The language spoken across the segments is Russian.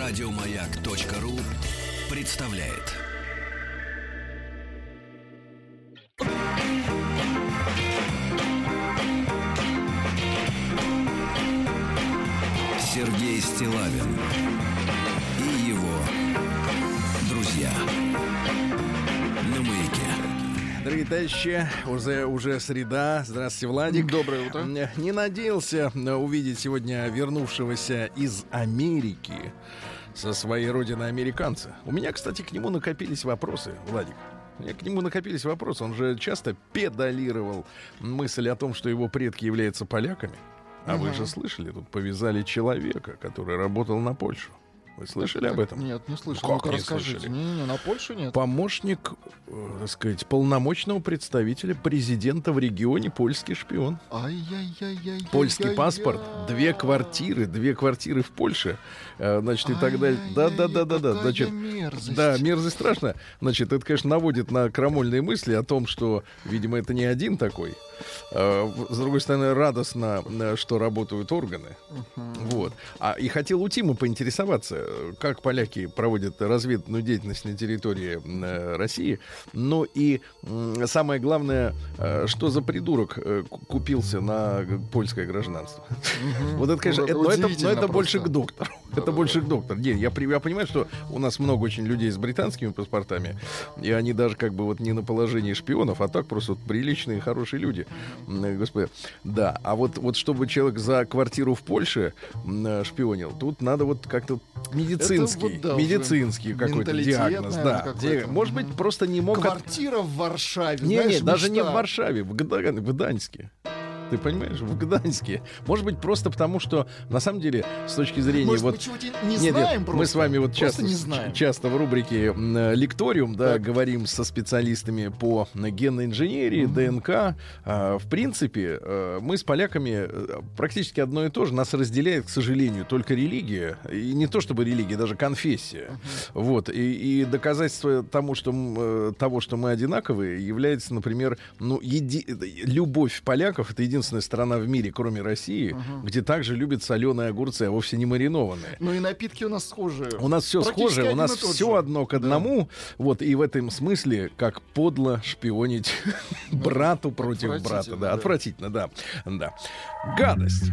Радиомаяк.ру представляет. Сергей Стиллавин и его друзья на Маяке. Дорогие товарищи, уже среда. Здравствуйте, Владик. Доброе утро. Не надеялся увидеть сегодня вернувшегося из Америки со своей родины американца. У меня, кстати, к нему накопились вопросы, Владик. Он же часто педалировал мысль о том, что его предки являются поляками. А вы же слышали, тут повязали человека, который работал на Польшу. Вы слышали об этом? Нет, не слышал. Как Ну-ка, не расскажите. слышали? Не, на Польшу нет. Помощник, так сказать, полномочного представителя президента в регионе, польский шпион. Ай-яй-яй-яй. Польский паспорт, две квартиры в Польше, значит, и так далее. Да. Значит, мерзость. да, мерзость страшная. Значит, это, конечно, наводит на крамольные мысли о том, что, видимо, это не один такой. С другой стороны, радостно, что работают органы. Вот. И хотел у Тима поинтересоваться, как поляки проводят разведывательную деятельность на территории России. Ну и самое главное, что за придурок купился на польское гражданство. Вот это, конечно, это больше к доктору. Это больше к доктору. Не, я понимаю, что у нас много очень людей с британскими паспортами, и они даже как бы вот не на положении шпионов, а так просто вот приличные, хорошие люди. Господи. Да, а вот чтобы человек за квартиру в Польше шпионил, тут надо вот как-то медицинский какой-то диагноз. Да. Может быть, просто не мог... Квартира в Варшаве. Не, даже не в Варшаве, в Гданьске. Ты понимаешь, в Гданьске. Может быть, просто потому, что на самом деле, с точки зрения... Может, вот мы чего-то не знаем просто. Мы с вами вот часто часто в рубрике «Лекториум», да, говорим со специалистами по генной инженерии, ДНК. В принципе, мы с поляками практически одно и то же. Нас разделяет, к сожалению, только религия. И не то чтобы религия, даже конфессия. Вот. И доказательство того, что мы одинаковые, является, например, любовь поляков — это единственная страна в мире, кроме России, где также любят соленые огурцы, а вовсе не маринованные. Ну и напитки у нас схожие. У нас все схоже, у нас все одно к одному. Вот, и в этом смысле, как подло шпионить брату против брата. Да, отвратительно, да. Гадость.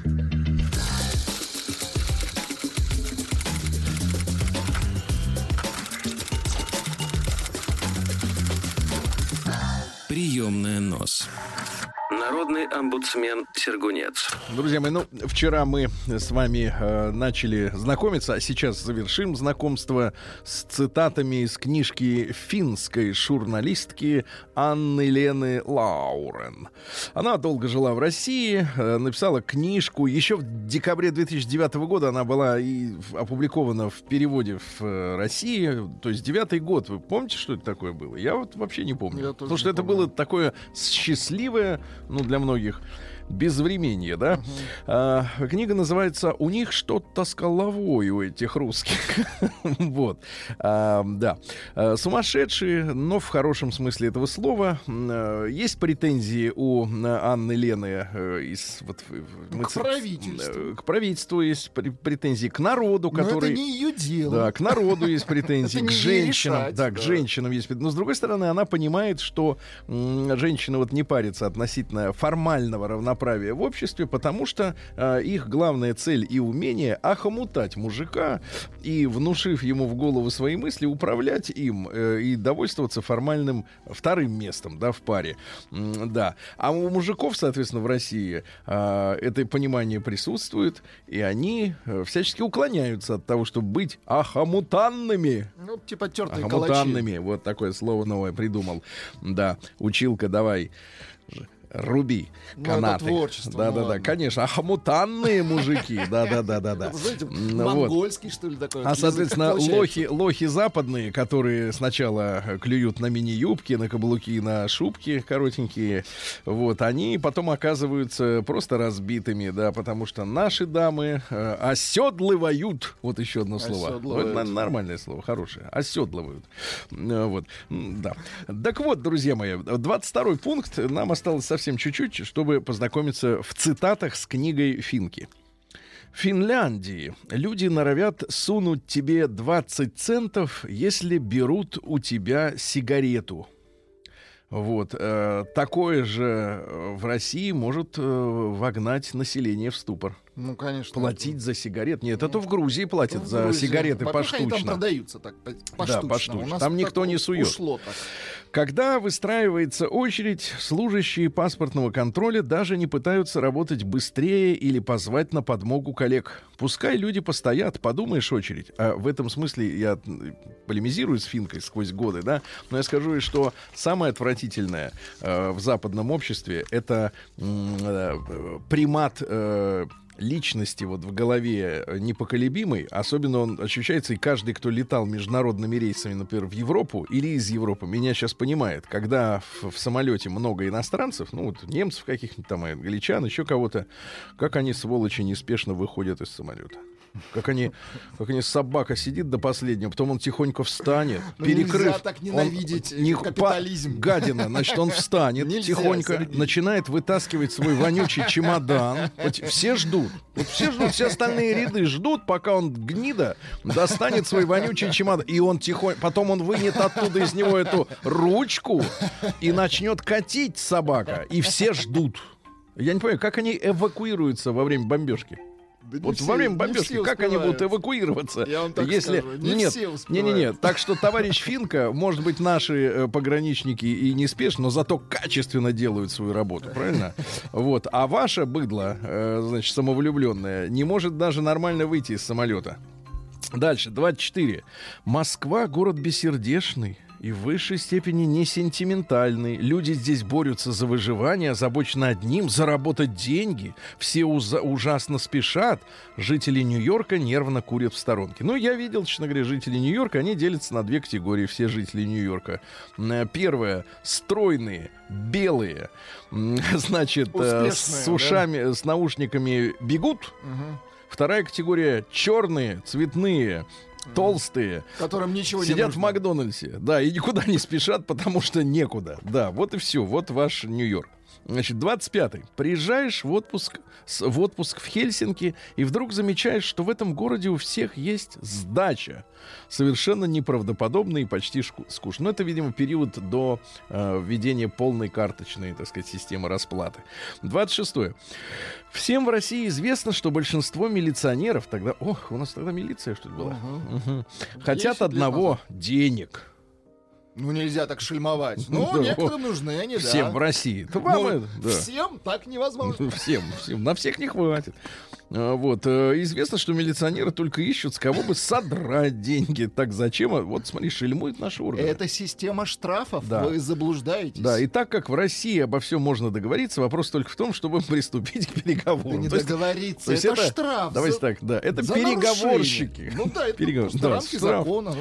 Приемная нос. Народный омбудсмен Сергунец. Друзья мои, вчера мы с вами начали знакомиться, а сейчас завершим знакомство с цитатами из книжки финской журналистки Анны Лены Лаурен. Она долго жила в России, написала книжку. Еще в декабре 2009 года она была и опубликована в переводе в России. То есть 9-й год. Вы помните, что это такое было? Я вот вообще не помню. Потому что это было такое счастливое, для многих, безвременье, да? Книга называется «У них что-то с головой у этих русских». Вот. Да. Сумасшедшие, но в хорошем смысле этого слова. Есть претензии у Анны Лены к правительству. К правительству есть претензии к народу, который... это не ее дело. Да, к народу есть претензии, к женщинам. Решать, да, к женщинам есть претензии. Но, с другой стороны, она понимает, что женщины вот не парятся относительно формального равноправия в обществе, потому что их главная цель и умение — охомутать мужика и, внушив ему в голову свои мысли, управлять им и довольствоваться формальным вторым местом, да, в паре. Да. А у мужиков, соответственно, в России это понимание присутствует, и они всячески уклоняются от того, чтобы быть охомутанными. Типа тертые охомутанными. калачи. Вот такое слово новое придумал. Да. Училка, давай. Руби канаты. Да, конечно. Ахмутанные мужики. Да. Знаете, монгольский, что ли, такой? А, соответственно, лохи западные, которые сначала клюют на мини-юбки, на каблуки, на шубки коротенькие, вот, они потом оказываются просто разбитыми, да, потому что наши дамы оседлывают. Вот еще одно слово. Это нормальное слово, хорошее. Оседлывают. Вот, да. Так вот, друзья мои, 22-й пункт. Нам осталось совсем чуть-чуть, чтобы познакомиться в цитатах с книгой Финки. В Финляндии люди норовят сунуть тебе 20 центов, если берут у тебя сигарету. Вот. Такое же в России может вогнать население в ступор. Ну, конечно. Платить за сигарет. Нет, это в Грузии платят за сигареты поштучно. Они там продаются так, поштучно. Да, поштучно. Там никто не сует. Ушло так. Когда выстраивается очередь, служащие паспортного контроля даже не пытаются работать быстрее или позвать на подмогу коллег. Пускай люди постоят, подумаешь, очередь. А в этом смысле я полемизирую с Финкой сквозь годы, да, но я скажу, что самое отвратительное в западном обществе — это примат личности вот в голове непоколебимый. Особенно он ощущается, и каждый, кто летал международными рейсами, например, в Европу или из Европы, меня сейчас понимает, когда в самолете много иностранцев, ну вот немцев каких-нибудь там, англичан, еще кого-то, как они, сволочи, неспешно выходят из самолета. Как они собака сидит до последнего, потом он тихонько встанет, перекрыв. Нельзя так ненавидеть капитализм. Гадина, значит, он встанет, тихонько, Сергей начинает вытаскивать свой вонючий чемодан. Все ждут. Вот все ждут, все остальные ряды ждут, пока он, гнида, достанет свой вонючий чемодан. И он тихонько, потом он вынет оттуда из него эту ручку и начнет катить собака. И все ждут. Я не понимаю, как они эвакуируются во время бомбежки? Да вот во время бомбежки как они будут эвакуироваться? Я вам так если скажу, нет. Так что, товарищ Финка, может быть, наши пограничники и неспешно, но зато качественно делают свою работу, правильно? Вот. А ваше быдло, значит, самовлюбленное, не может даже нормально выйти из самолета. Дальше, 24. Москва — город бессердечный и в высшей степени не сентиментальный. Люди здесь борются за выживание, озабочены одним — заработать деньги. Все ужасно спешат. Жители Нью-Йорка нервно курят в сторонке. Ну, я видел, честно говоря, жители Нью-Йорка, они делятся на две категории, все жители Нью-Йорка. Первое — стройные, белые, значит, с ушами, да? С наушниками бегут. Угу. Вторая категория — черные, цветные, толстые, которым ничего не сидят нужно. В Макдональдсе, да, и никуда не спешат, потому что некуда. Да, вот и все, вот ваш Нью-Йорк. Значит, 25-й. Приезжаешь в отпуск в Хельсинки и вдруг замечаешь, что в этом городе у всех есть сдача. Совершенно неправдоподобно и почти скучно. Но это, видимо, период до введения полной карточной, так сказать, системы расплаты. 26-е. Всем в России известно, что большинство милиционеров тогда... Ох, у нас тогда милиция, что ли, была? Хотят одного — денег. Ну, нельзя так шельмовать. Ну, некоторым нужны они, да. Всем в России. Всем так невозможно. Всем. На всех не хватит. Вот. Известно, что милиционеры только ищут, с кого бы содрать деньги. Так зачем? Вот, смотри, шельмуют наши органы. Это система штрафов. Да. Вы заблуждаетесь. Да, и так как в России обо всем можно договориться, вопрос только в том, чтобы приступить к переговорам. Да не договориться, это штраф. Давайте так, да. Это переговорщики. Ну да, это рамки закона.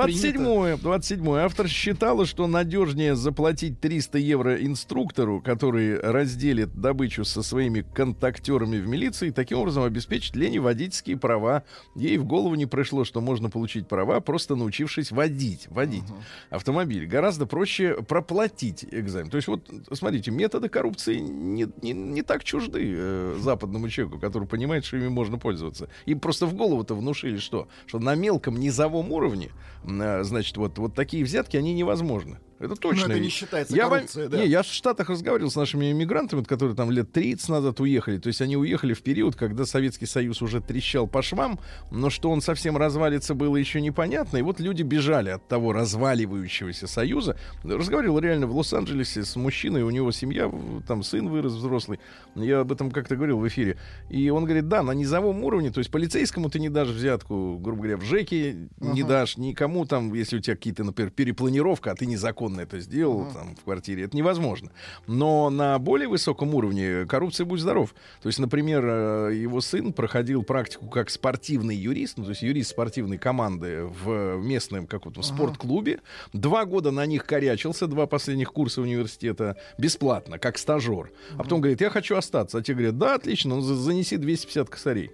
27-е. Автор считала, что надежнее заплатить 300 евро инструктору, который разделит добычу со своими контактерами в милиции, таким образом обеспечить Лене водительские права. Ей в голову не пришло, что можно получить права, просто научившись водить автомобиль. Гораздо проще проплатить экзамен. То есть вот, смотрите, методы коррупции не так чужды западному человеку, который понимает, что ими можно пользоваться. Им просто в голову-то внушили, что на мелком низовом уровне, значит, вот такие взятки, они невозможны. Это точно. Но это не считается коррупцией, да? Я в Штатах разговаривал с нашими иммигрантами, которые там лет 30 назад уехали. То есть они уехали в период, когда Советский Союз уже трещал по швам, но что он совсем развалится, было еще непонятно. И вот люди бежали от того разваливающегося Союза. Разговаривал реально в Лос-Анджелесе с мужчиной, у него семья, там сын вырос взрослый. Я об этом как-то говорил в эфире. И он говорит, да, на низовом уровне, то есть полицейскому ты не дашь взятку, грубо говоря, в ЖЭКе не дашь, никому там, если у тебя какие-то, например, перепланировка, а ты незаконно это сделал там, в квартире, это невозможно. Но на более высоком уровне коррупция, будь здоров. То есть, например, его сын проходил практику как спортивный юрист, ну, то есть юрист спортивной команды в местном каком-то спортклубе. 2 года на них корячился, 2 последних курса университета бесплатно, как стажер. А потом говорит, я хочу остаться. А те говорят, да, отлично, но занеси 250 косарей.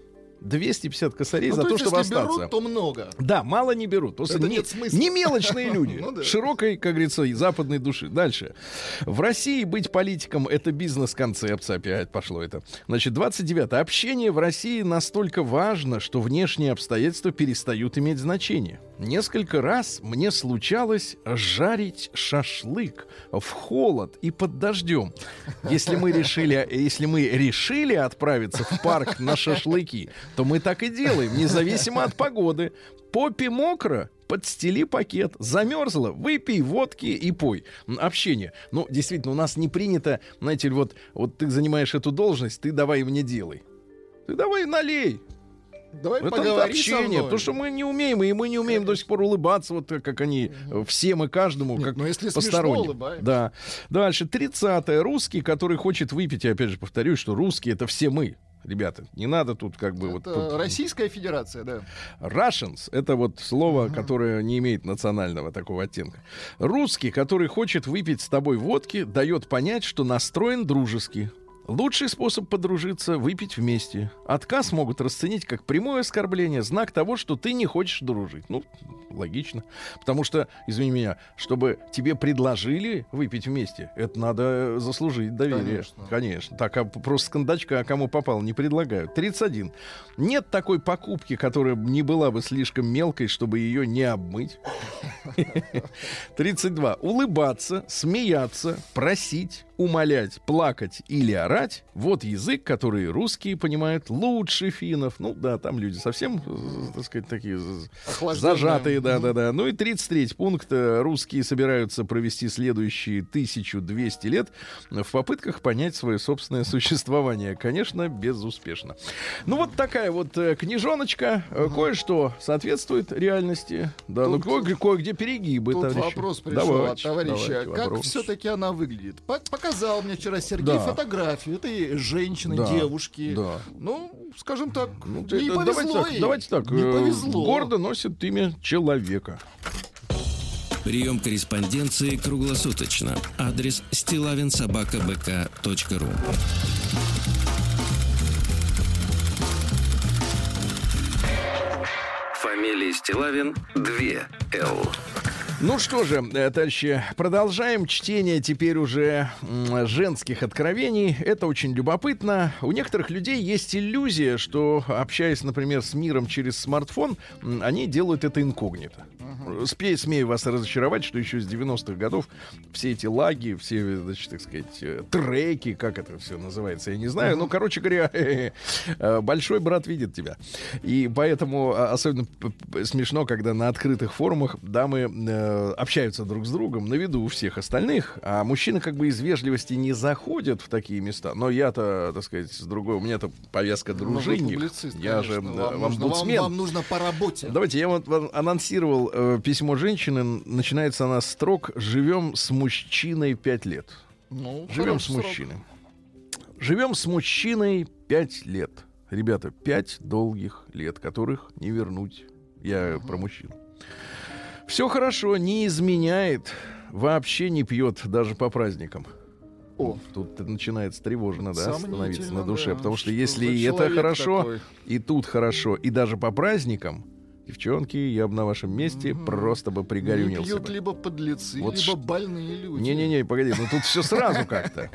250 косарей Ну, за то, есть, чтобы если остаться. берут, то много. Да, мало не берут. Просто Это нет смысла. не мелочные люди. Ну да. Широкой, как говорится, и западной души. Дальше. В России быть политиком — это бизнес-концепция. Опять пошло это. Значит, 29. Общение в России настолько важно, что внешние обстоятельства перестают иметь значение. Несколько раз мне случалось жарить шашлык в холод и под дождем. Если мы решили отправиться в парк на шашлыки, то мы так и делаем, независимо от погоды. Попе мокро, подстели пакет. Замерзло, выпей водки и пой. Общение. Ну, действительно, у нас не принято, знаете, вот ты занимаешь эту должность, ты давай мне делай. Ты давай налей. Давай Это поговори общение, со мной. потому что мы не умеем, и мы не умеем до сих пор улыбаться, вот как они, всем и каждому, Нет, как но если смешно, посторонним. улыбаемся. Да. Дальше, 30-е. Русский, который хочет выпить, я опять же повторюсь, что русские — это все мы. Ребята, не надо тут как бы... Это вот тут... Российская Федерация, да. Russians — это вот слово, которое не имеет национального такого оттенка. Русский, который хочет выпить с тобой водки, дает понять, что настроен дружески. Лучший способ подружиться — выпить вместе. Отказ могут расценить как прямое оскорбление, знак того, что ты не хочешь дружить. Ну, логично. Потому что, извини меня, чтобы тебе предложили выпить вместе, это надо заслужить доверие. Конечно. Так, а просто с кондачка, а кому попало, не предлагают. 31. Нет такой покупки, которая не была бы слишком мелкой, чтобы ее не обмыть. 32. Улыбаться, смеяться, просить, умолять, плакать или орать — вот язык, который русские понимают лучше финнов. Ну да, там люди совсем, так сказать, такие зажатые, да. Ну и 33-й пункт. Русские собираются провести следующие 1200 лет в попытках понять свое собственное существование. Конечно, безуспешно. Ну вот такая вот книжоночка. Кое-что соответствует реальности. Да, Тут, ну кое-где перегибы, Тут товарищи. вопрос пришел от Давайте, товарища. Как вопрос. все-таки она выглядит? Показал мне вчера Сергей фотографию этой женщины, девушки. Да. Ну, скажем так, Ну, не повезло ей. давайте так. Не повезло. Гордо носит имя человека. Прием корреспонденции круглосуточно. Адрес stilavinsobakabk.ru. Фамилия Стилавин 2 Л. Ну что же, товарищи, продолжаем чтение теперь уже женских откровений. Это очень любопытно. У некоторых людей есть иллюзия, что, общаясь, например, с миром через смартфон, они делают это инкогнито. Смею вас разочаровать, что еще с 90-х годов все эти лаги, все, значит, так сказать, треки, как это все называется, я не знаю. Ну, короче говоря, большой брат видит тебя. И поэтому особенно смешно, когда на открытых форумах дамы общаются друг с другом на виду у всех остальных, а мужчины как бы из вежливости не заходят в такие места. Но я-то, так сказать, с другой, у меня-то повязка дружинник. Я же омбудсмен. Вам нужно по работе. Давайте, я вот анонсировал письмо женщины. Начинается она с строк: «Живем с мужчиной 5 лет». Ну, Живем с мужчиной. Живем с мужчиной 5 лет. Ребята, 5 долгих лет, которых не вернуть. Я про мужчин. Все хорошо, не изменяет, вообще не пьет даже по праздникам. О, тут начинается тревожно, да, становиться на душе. Да. Потому что Что если за и это человек хорошо, такой? и тут хорошо, и даже по праздникам, девчонки, я бы на вашем месте просто бы не пригорюнился. пьют бы. либо подлецы, Вот либо больные люди. Не-не-не, погоди, ну тут все сразу как-то.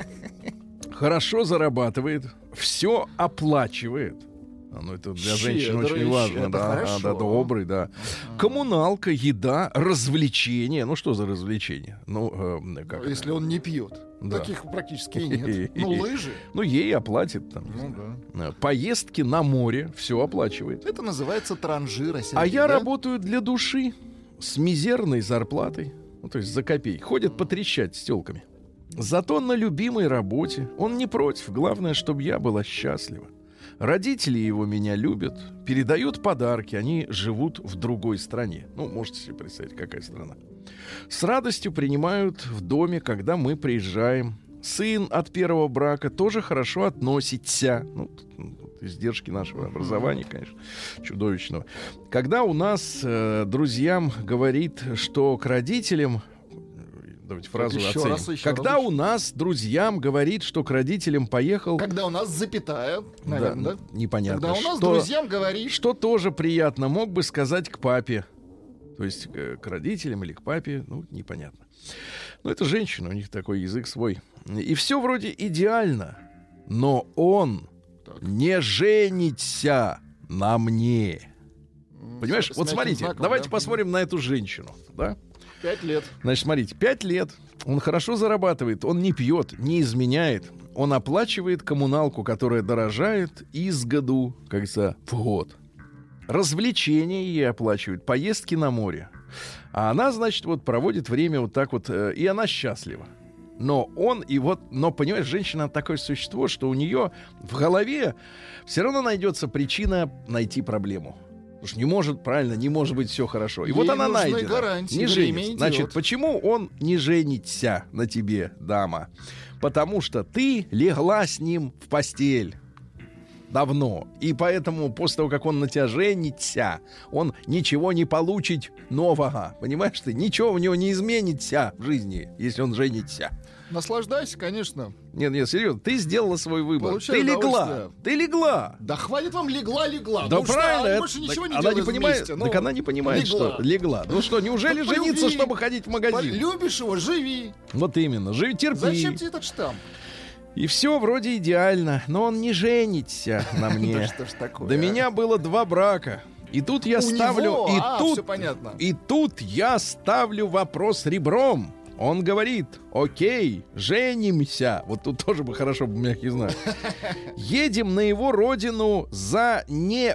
Хорошо зарабатывает, все оплачивает. Ну, это для женщин Щедрый, очень важно, это да, хорошо. да, добрый, да. Коммуналка, еда, развлечения. Ну, что за развлечения? Ну, как Если он не пьет. Да. Таких практически и нет. Ну, лыжи. Ну, ей оплатит там. не Ну, знаю. Поездки на море, все оплачивает. Это называется транжира, Сергей, А я да? работаю для души с мизерной зарплатой. Ну, то есть за копейки. Ходят потрещать с тёлками. Зато на любимой работе. Он не против. Главное, чтобы я была счастлива. Родители его меня любят, передают подарки, они живут в другой стране. Ну, можете себе представить, какая страна. С радостью принимают в доме, когда мы приезжаем. Сын от первого брака тоже хорошо относится. Ну, издержки нашего образования, конечно, чудовищного. Когда у нас друзьям говорит, что к родителям... давайте фразу еще оценим. раз, Когда у нас друзьям говорит, что к родителям поехал... Когда у нас запятая, наверное, да? Непонятно. Когда у нас друзьям говорит... Что тоже приятно, мог бы сказать к папе. То есть к родителям или к папе, ну, непонятно. Но это женщина, у них такой язык свой. И все вроде идеально, но он не женится на мне. Понимаешь? Вот смотрите, знаком, давайте посмотрим на эту женщину. Да? 5 лет. Значит, смотрите, 5 лет. Он хорошо зарабатывает, он не пьет, не изменяет. Он оплачивает коммуналку, которая дорожает из году, как говорится, в год. Развлечения ей оплачивают, поездки на море. А она, значит, вот проводит время вот так вот, и она счастлива. Но понимаешь, женщина такое существо, что у нее в голове все равно найдется причина найти проблему. Потому что не может быть все хорошо. И ей вот она найдена. Не женится. Значит, почему он не женится на тебе, дама? Потому что ты легла с ним в постель. Давно. И поэтому после того, как он на тебя женится, он ничего не получит нового. Понимаешь ты? Ничего у него не изменится в жизни, если он женится. Наслаждайся, конечно. Нет, серьезно, ты сделала свой выбор. Ты легла. Да хватит вам легла. Да ну правильно. Что, больше ничего не она не понимает, вместе. Так она не понимает, что легла. Ну что, неужели жениться, чтобы ходить в магазин? Любишь его, живи. Вот именно, живи, терпи. Зачем тебе этот штамп? И все вроде идеально, но он не женится на мне. Да что ж такое? До меня было 2 брака. И тут я ставлю... Все понятно. И тут я ставлю вопрос ребром. Он говорит: окей, женимся. Вот тут тоже бы хорошо, мягкий знак. Едем на его родину за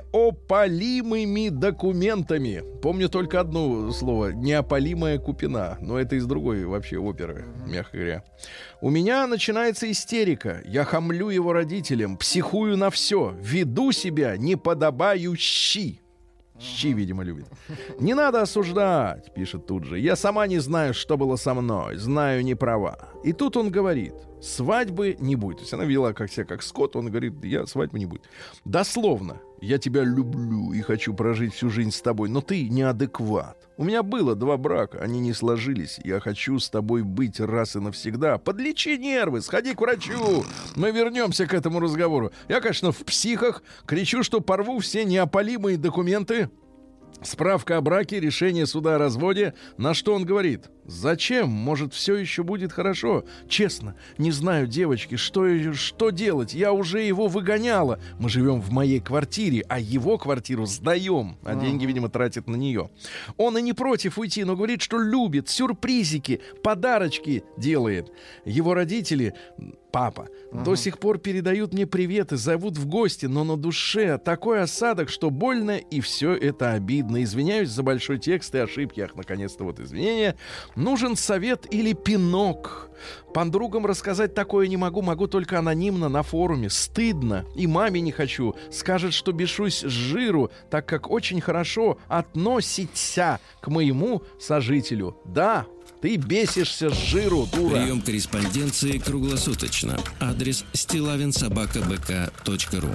неопалимыми документами. Помню только одно слово: неопалимая Купина. Но это из другой вообще оперы, мягко говоря. У меня начинается истерика. Я хамлю его родителям, психую на все, веду себя неподобающе. Щи, видимо, любит. Не надо осуждать, пишет тут же. Я сама не знаю, что было со мной. Знаю, не права. И тут он говорит: свадьбы не будет. То есть она вела себя как скот. Он говорит: свадьбы не будет. Дословно: я тебя люблю и хочу прожить всю жизнь с тобой, но ты неадекват. У меня было 2 брака, они не сложились. Я хочу с тобой быть раз и навсегда. Подлечи нервы, сходи к врачу. Мы вернемся к этому разговору. Я, конечно, в психах кричу, что порву все неопалимые документы. Справка о браке, решение суда о разводе. На что он говорит: зачем? Может, все еще будет хорошо. Честно, не знаю, девочки, что делать. Я уже его выгоняла. Мы живем в моей квартире, а его квартиру сдаем. А деньги, видимо, тратит на нее. Он и не против уйти, но говорит, что любит. Сюрпризики, подарочки делает. Его родители... Папа, до сих пор передают мне приветы, зовут в гости, но на душе такой осадок, что больно, и все это обидно. Извиняюсь за большой текст и ошибки. Ах, наконец-то вот извинения. Нужен совет или пинок. Подругам рассказать такое не могу только анонимно на форуме. Стыдно, и маме не хочу. Скажет, что бешусь с жиру, так как очень хорошо относится к моему сожителю. Да, ты бесишься с жиру, дура. Прием корреспонденции круглосуточно. Адрес stilavinsobakabk.ru.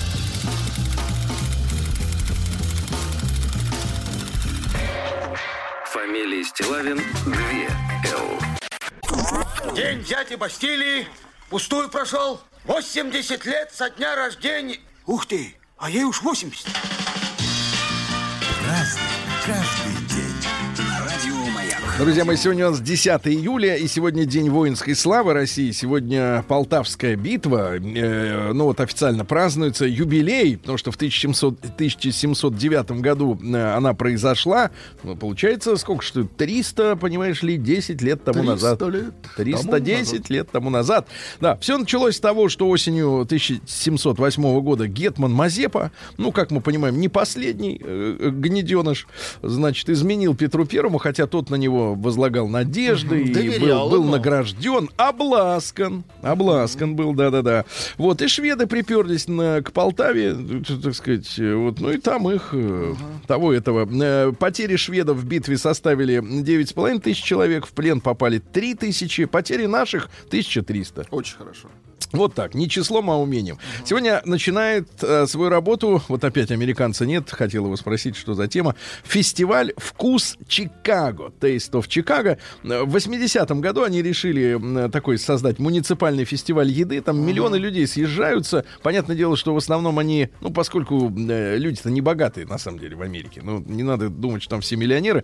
Фамилия Стилавин 2 Л. День дяди Бастилии пустую прошел. 80 лет со дня рождения. Ух ты, а ей уж 80. Разный, каждый день. Радио Маяк. Друзья мои, сегодня у нас 10 июля, и сегодня День воинской славы России. Сегодня Полтавская битва, официально празднуется юбилей, потому что в 1709 году она произошла. Получается, сколько что 300, понимаешь ли, 10 лет тому назад. 310 лет тому назад. Да, все началось с того, что осенью 1708 года гетман Мазепа, как мы понимаем, не последний гнеденыш, значит, изменил Петру Первому, хотя тот на него возлагал надежды и был награжден, обласкан был, да-да-да. Вот, и шведы приперлись к Полтаве, так сказать, и там их, того этого. Потери шведов в битве составили 9,5 тысяч человек, в плен попали 3 тысячи, потери наших 1300. Очень хорошо. Вот так, не числом, а умением. Сегодня начинает свою работу, вот опять американца нет, хотел его спросить, что за тема, фестиваль «Вкус Чикаго», Taste of Chicago. В 80-м году они решили такой создать муниципальный фестиваль еды, там миллионы людей съезжаются. Понятное дело, что в основном они, ну, поскольку люди-то не богатые, на самом деле, в Америке, ну, не надо думать, что там все миллионеры,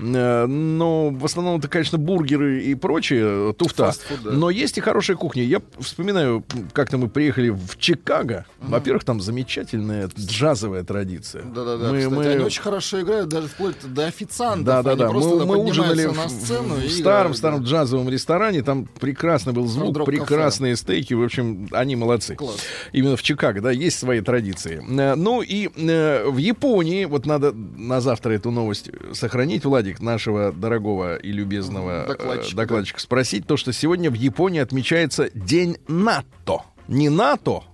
но в основном это, конечно, бургеры и прочее, туфта. Фастфуд, да. Но есть и хорошая кухня. Я вспоминаю, как-то мы приехали в Чикаго. Во-первых, там замечательная джазовая традиция. Да-да-да. Они очень хорошо играют, даже вплоть до официантов. Да-да-да. Мы ужинали на сцену в старом джазовом ресторане. Там прекрасный был звук, прекрасные стейки. В общем, они молодцы. Класс. Именно в Чикаго, да, есть свои традиции. Ну и в Японии, вот надо на завтра эту новость сохранить, Владик, нашего дорогого и любезного докладчика, спросить, то, что сегодня в Японии отмечается День НАТО. Не НАТО,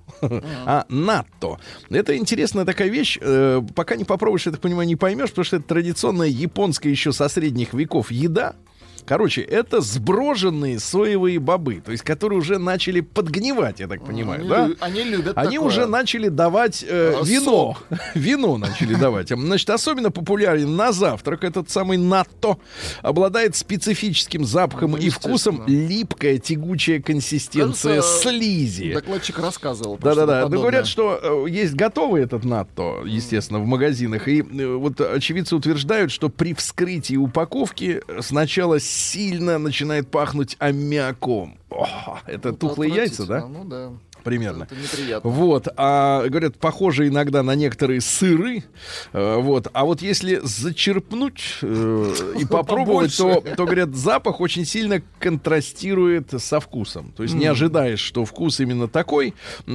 а НАТО. Это интересная такая вещь. Пока не попробуешь, я так понимаю, не поймешь, потому что это традиционная японская еще со средних веков еда. Короче, это сброженные соевые бобы, то есть которые уже начали подгнивать, я так понимаю, да? Они любят Они такое. Уже начали давать вино. Вино начали давать. Значит, особенно популярен на завтрак этот самый НАТО. Обладает специфическим запахом и вкусом, липкая, тягучая консистенция слизи. Докладчик рассказывал. Да-да-да. Говорят, что есть готовый этот НАТО, естественно, в магазинах. И вот очевидцы утверждают, что при вскрытии упаковки сначала сильно начинает пахнуть аммиаком. Это тухлые яйца, да? Ну да. Примерно. Это неприятно. Вот. А говорят, похоже иногда на некоторые сыры. Вот. А вот если зачерпнуть и попробовать, то, говорят, запах очень сильно контрастирует со вкусом. То есть не ожидаешь, что вкус именно такой.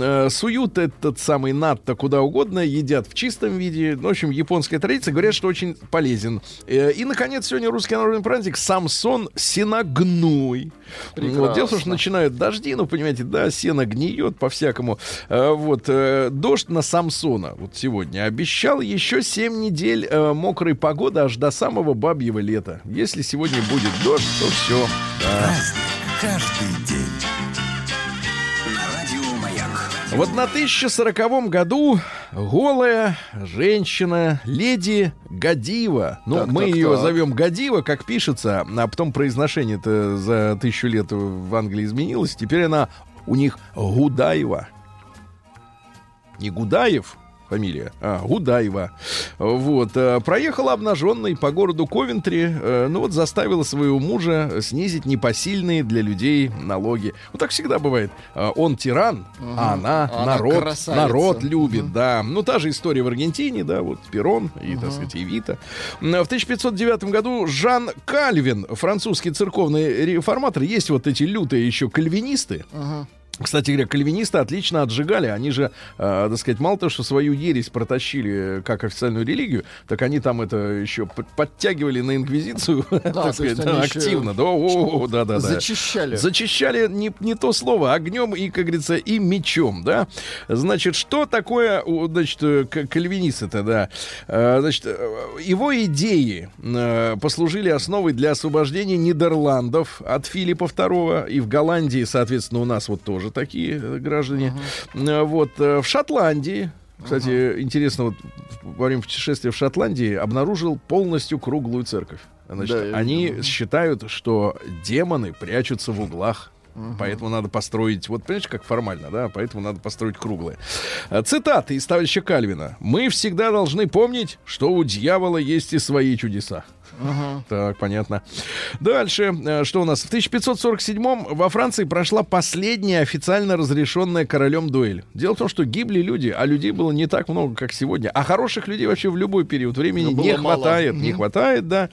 Суют этот самый натто куда угодно, едят в чистом виде. В общем, японская традиция. Говорят, что очень полезен. И, наконец, сегодня русский народный праздник Самсон Сеногной. Вот. Дело в том, что начинают дожди, ну, понимаете, да, сено гниет по-всякому. Вот. Дождь на Самсона вот сегодня обещал еще 7 недель мокрой погоды аж до самого бабьего лета. Если сегодня будет дождь, то все. Праздник каждый день. На радио «Маяк». Вот на 1040 году голая женщина, леди Годива, ну, мы ее зовем Годива, как пишется, а потом произношение-то за 1000 лет в Англии изменилось, теперь она у них Гудаева. Не Гудаев фамилия, а Гудаева. Вот. Проехала обнаженной по городу Ковентри, ну вот заставила своего мужа снизить непосильные для людей налоги. Вот так всегда бывает. Он тиран, а она народ любит, да. Ну, та же история в Аргентине, да, вот Перон и, так сказать, Евита. В 1509 году Жан Кальвин, французский церковный реформатор, есть вот эти лютые еще кальвинисты. Кстати говоря, кальвинисты отлично отжигали. Они же, так сказать, мало того, что свою ересь протащили как официальную религию, так они там это еще подтягивали на инквизицию, так сказать, активно. Да. Зачищали. Зачищали не то слово, огнем и, как говорится, и мечом, да. Значит, что такое, значит, кальвинисты-то, да? Значит, его идеи послужили основой для освобождения Нидерландов от Филиппа II, и в Голландии, соответственно, у нас вот тоже такие граждане. Вот. В Шотландии, кстати, интересно, вот во время путешествия в Шотландии обнаружил полностью круглую церковь. Значит, да, они считают, что демоны прячутся в углах. Поэтому надо построить, вот понимаешь, как формально, да, поэтому надо построить круглое. Цитаты из товарища Кальвина. «Мы всегда должны помнить, что у дьявола есть и свои чудеса». Так, понятно. Дальше, что у нас? В 1547-м во Франции прошла последняя официально разрешенная королем дуэль. Дело в том, что гибли люди, а людей было не так много, как сегодня. А хороших людей вообще в любой период времени не хватает. Не хватает, да.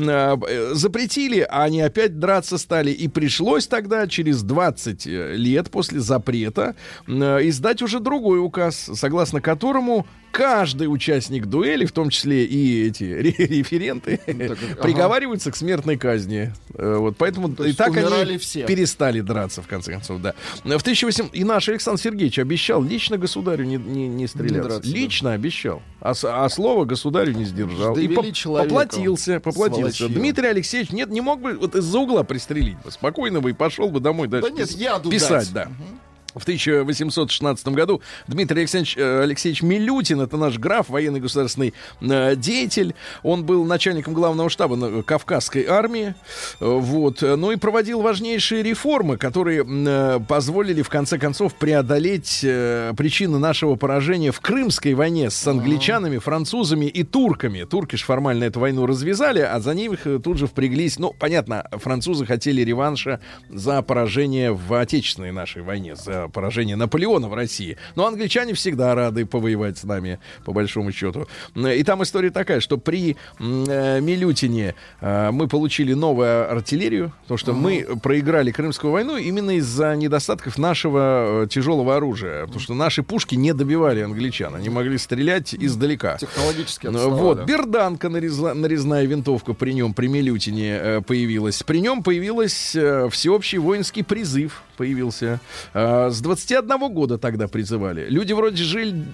Запретили, а они опять драться стали. И пришлось тогда, через 20 лет после запрета, издать уже другой указ, согласно которому каждый участник дуэли, в том числе и эти референты, приговариваются к смертной казни. Вот, поэтому и так они все перестали драться, в конце концов, да. В 1800 и наш Александр Сергеевич обещал лично государю не стреляться. Не драться, лично обещал. А слово государю не сдержал. И поплатился. Дмитрий Алексеевич не мог бы вот из-за угла пристрелить бы. Спокойно бы и пошел бы домой дальше нет, яду писать, дать. Да. В 1816 году Дмитрий Алексеевич Милютин, это наш граф, военный государственный деятель, он был начальником главного штаба Кавказской армии, вот, ну и проводил важнейшие реформы, которые позволили в конце концов преодолеть причины нашего поражения в Крымской войне с англичанами, французами и турками. Турки же формально эту войну развязали, а за них тут же впряглись, ну, понятно, французы хотели реванша за поражение в Отечественной нашей войне, за поражение Наполеона в России. Но англичане всегда рады повоевать с нами, по большому счету. И там история такая, что при Милютине мы получили новую артиллерию, потому что мы проиграли Крымскую войну именно из-за недостатков нашего тяжелого оружия. Потому что наши пушки не добивали англичан. Они могли стрелять издалека. Технологически вот. да. Берданка, нарезная винтовка при нем, при Милютине появилась. При нем появился всеобщий воинский призыв. Появился. С 21 года тогда призывали. Люди вроде жили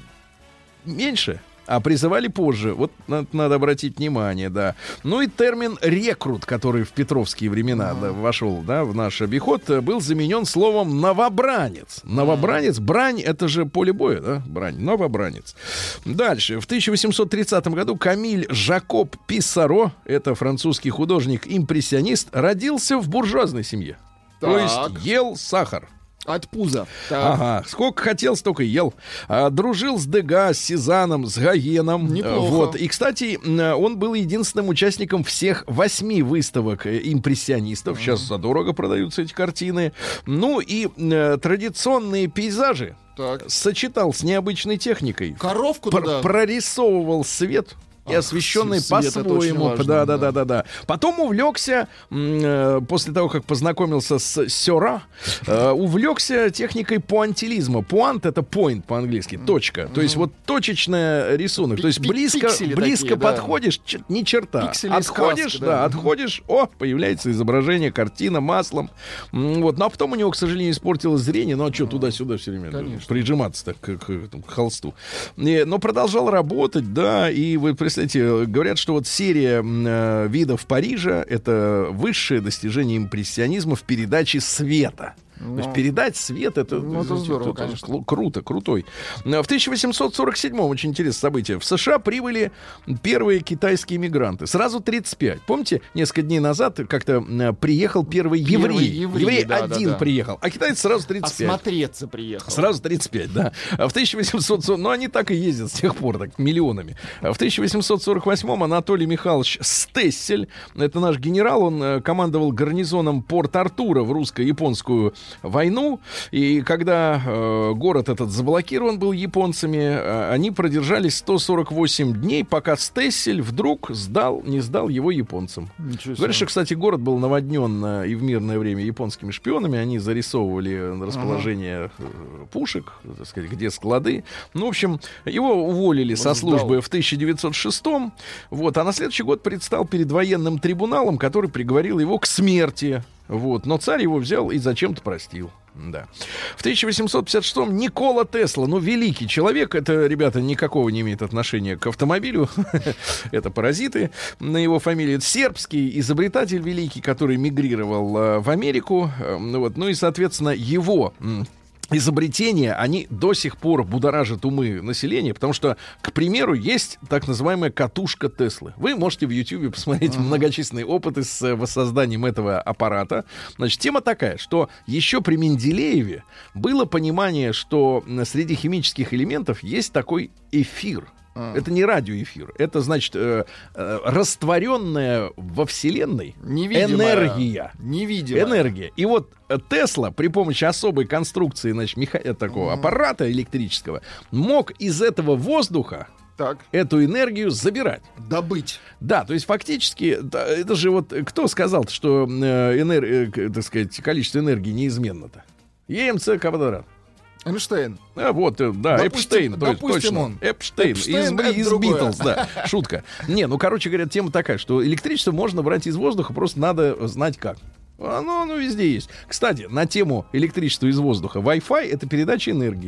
меньше, а призывали позже. Вот надо обратить внимание, да. Ну и термин «рекрут», который в петровские времена вошел, да, в наш обиход, был заменен словом «новобранец». Новобранец, брань — это же поле боя, да? Брань, новобранец. Дальше. В 1830 году Камиль Жакоб Писсаро, это французский художник-импрессионист, родился в буржуазной семье. То есть ел сахар. От пуза. Ага, сколько хотел, столько ел. Дружил с Дега, с Сезанном, с Гогеном. Неплохо. Вот. И, кстати, он был единственным участником всех 8 выставок импрессионистов. Сейчас задорого продаются эти картины. Ну и традиционные пейзажи сочетал с необычной техникой. Коровку туда. Прорисовывал свет. И освещенный по-своему. Да. Потом увлекся, после того, как познакомился с Сёра, увлекся техникой пуантилизма. Пуант — это point по-английски, точка. То есть вот точечный рисунок. То есть близко такие, подходишь, ни черта. Пиксели отходишь, отходишь, появляется изображение, картина маслом. Вот. Ну а потом у него, к сожалению, испортилось зрение. Ну а что, туда-сюда все время прижиматься к холсту. Но продолжал работать, да, и вы представляете, говорят, что вот серия видов Парижа — это высшее достижение импрессионизма в передаче света. То есть передать свет — это здорово, конечно. Крутой. В 1847-м, очень интересное событие, в США прибыли первые китайские мигранты. Сразу 35. Помните, несколько дней назад как-то приехал первый еврей. Еврей один приехал, а китайцы сразу 35. Осмотреться приехал. Сразу 35, да. В 1840... Ну, они так и ездят с тех пор, так, миллионами. В 1848-м Анатолий Михайлович Стессель, это наш генерал, он командовал гарнизоном Порт-Артура в русско-японскую войну, и когда город этот заблокирован был японцами, они продержались 148 дней, пока Стессель вдруг не сдал его японцам. Говорят, что, кстати, город был наводнен и в мирное время японскими шпионами, они зарисовывали расположение пушек, так сказать, где склады. Ну, в общем, его уволили со службы в 1906-м, вот, а на следующий год предстал перед военным трибуналом, который приговорил его к смерти. Вот. Но царь его взял и зачем-то простил. Да. В 1856-м Никола Тесла, великий человек, это, ребята, никакого не имеет отношения к автомобилю, это паразиты на его фамилии, это сербский изобретатель великий, который мигрировал в Америку, вот. Ну и, соответственно, его изобретения, они до сих пор будоражат умы населения, потому что, к примеру, есть так называемая катушка Теслы. Вы можете в Ютьюбе посмотреть многочисленные опыты с воссозданием этого аппарата. Значит, тема такая, что еще при Менделееве было понимание, что среди химических элементов есть такой эфир. Это не радиоэфир. Это, значит, растворенная во Вселенной энергия. Невидимая. Энергия. И вот Тесла при помощи особой конструкции, значит, такого аппарата электрического мог из этого воздуха эту энергию забирать. Добыть. Да, то есть фактически, это же вот кто сказал, что так сказать, количество энергии неизменно-то? ЕМЦ квадрат. Эйнштейн. Эпштейн, точно. Он. Эпштейн из Битлз, да. Шутка. Короче говоря, тема такая, что электричество можно брать из воздуха, просто надо знать как. Оно везде есть. Кстати, на тему электричества из воздуха. Wi-Fi — это передача энергии.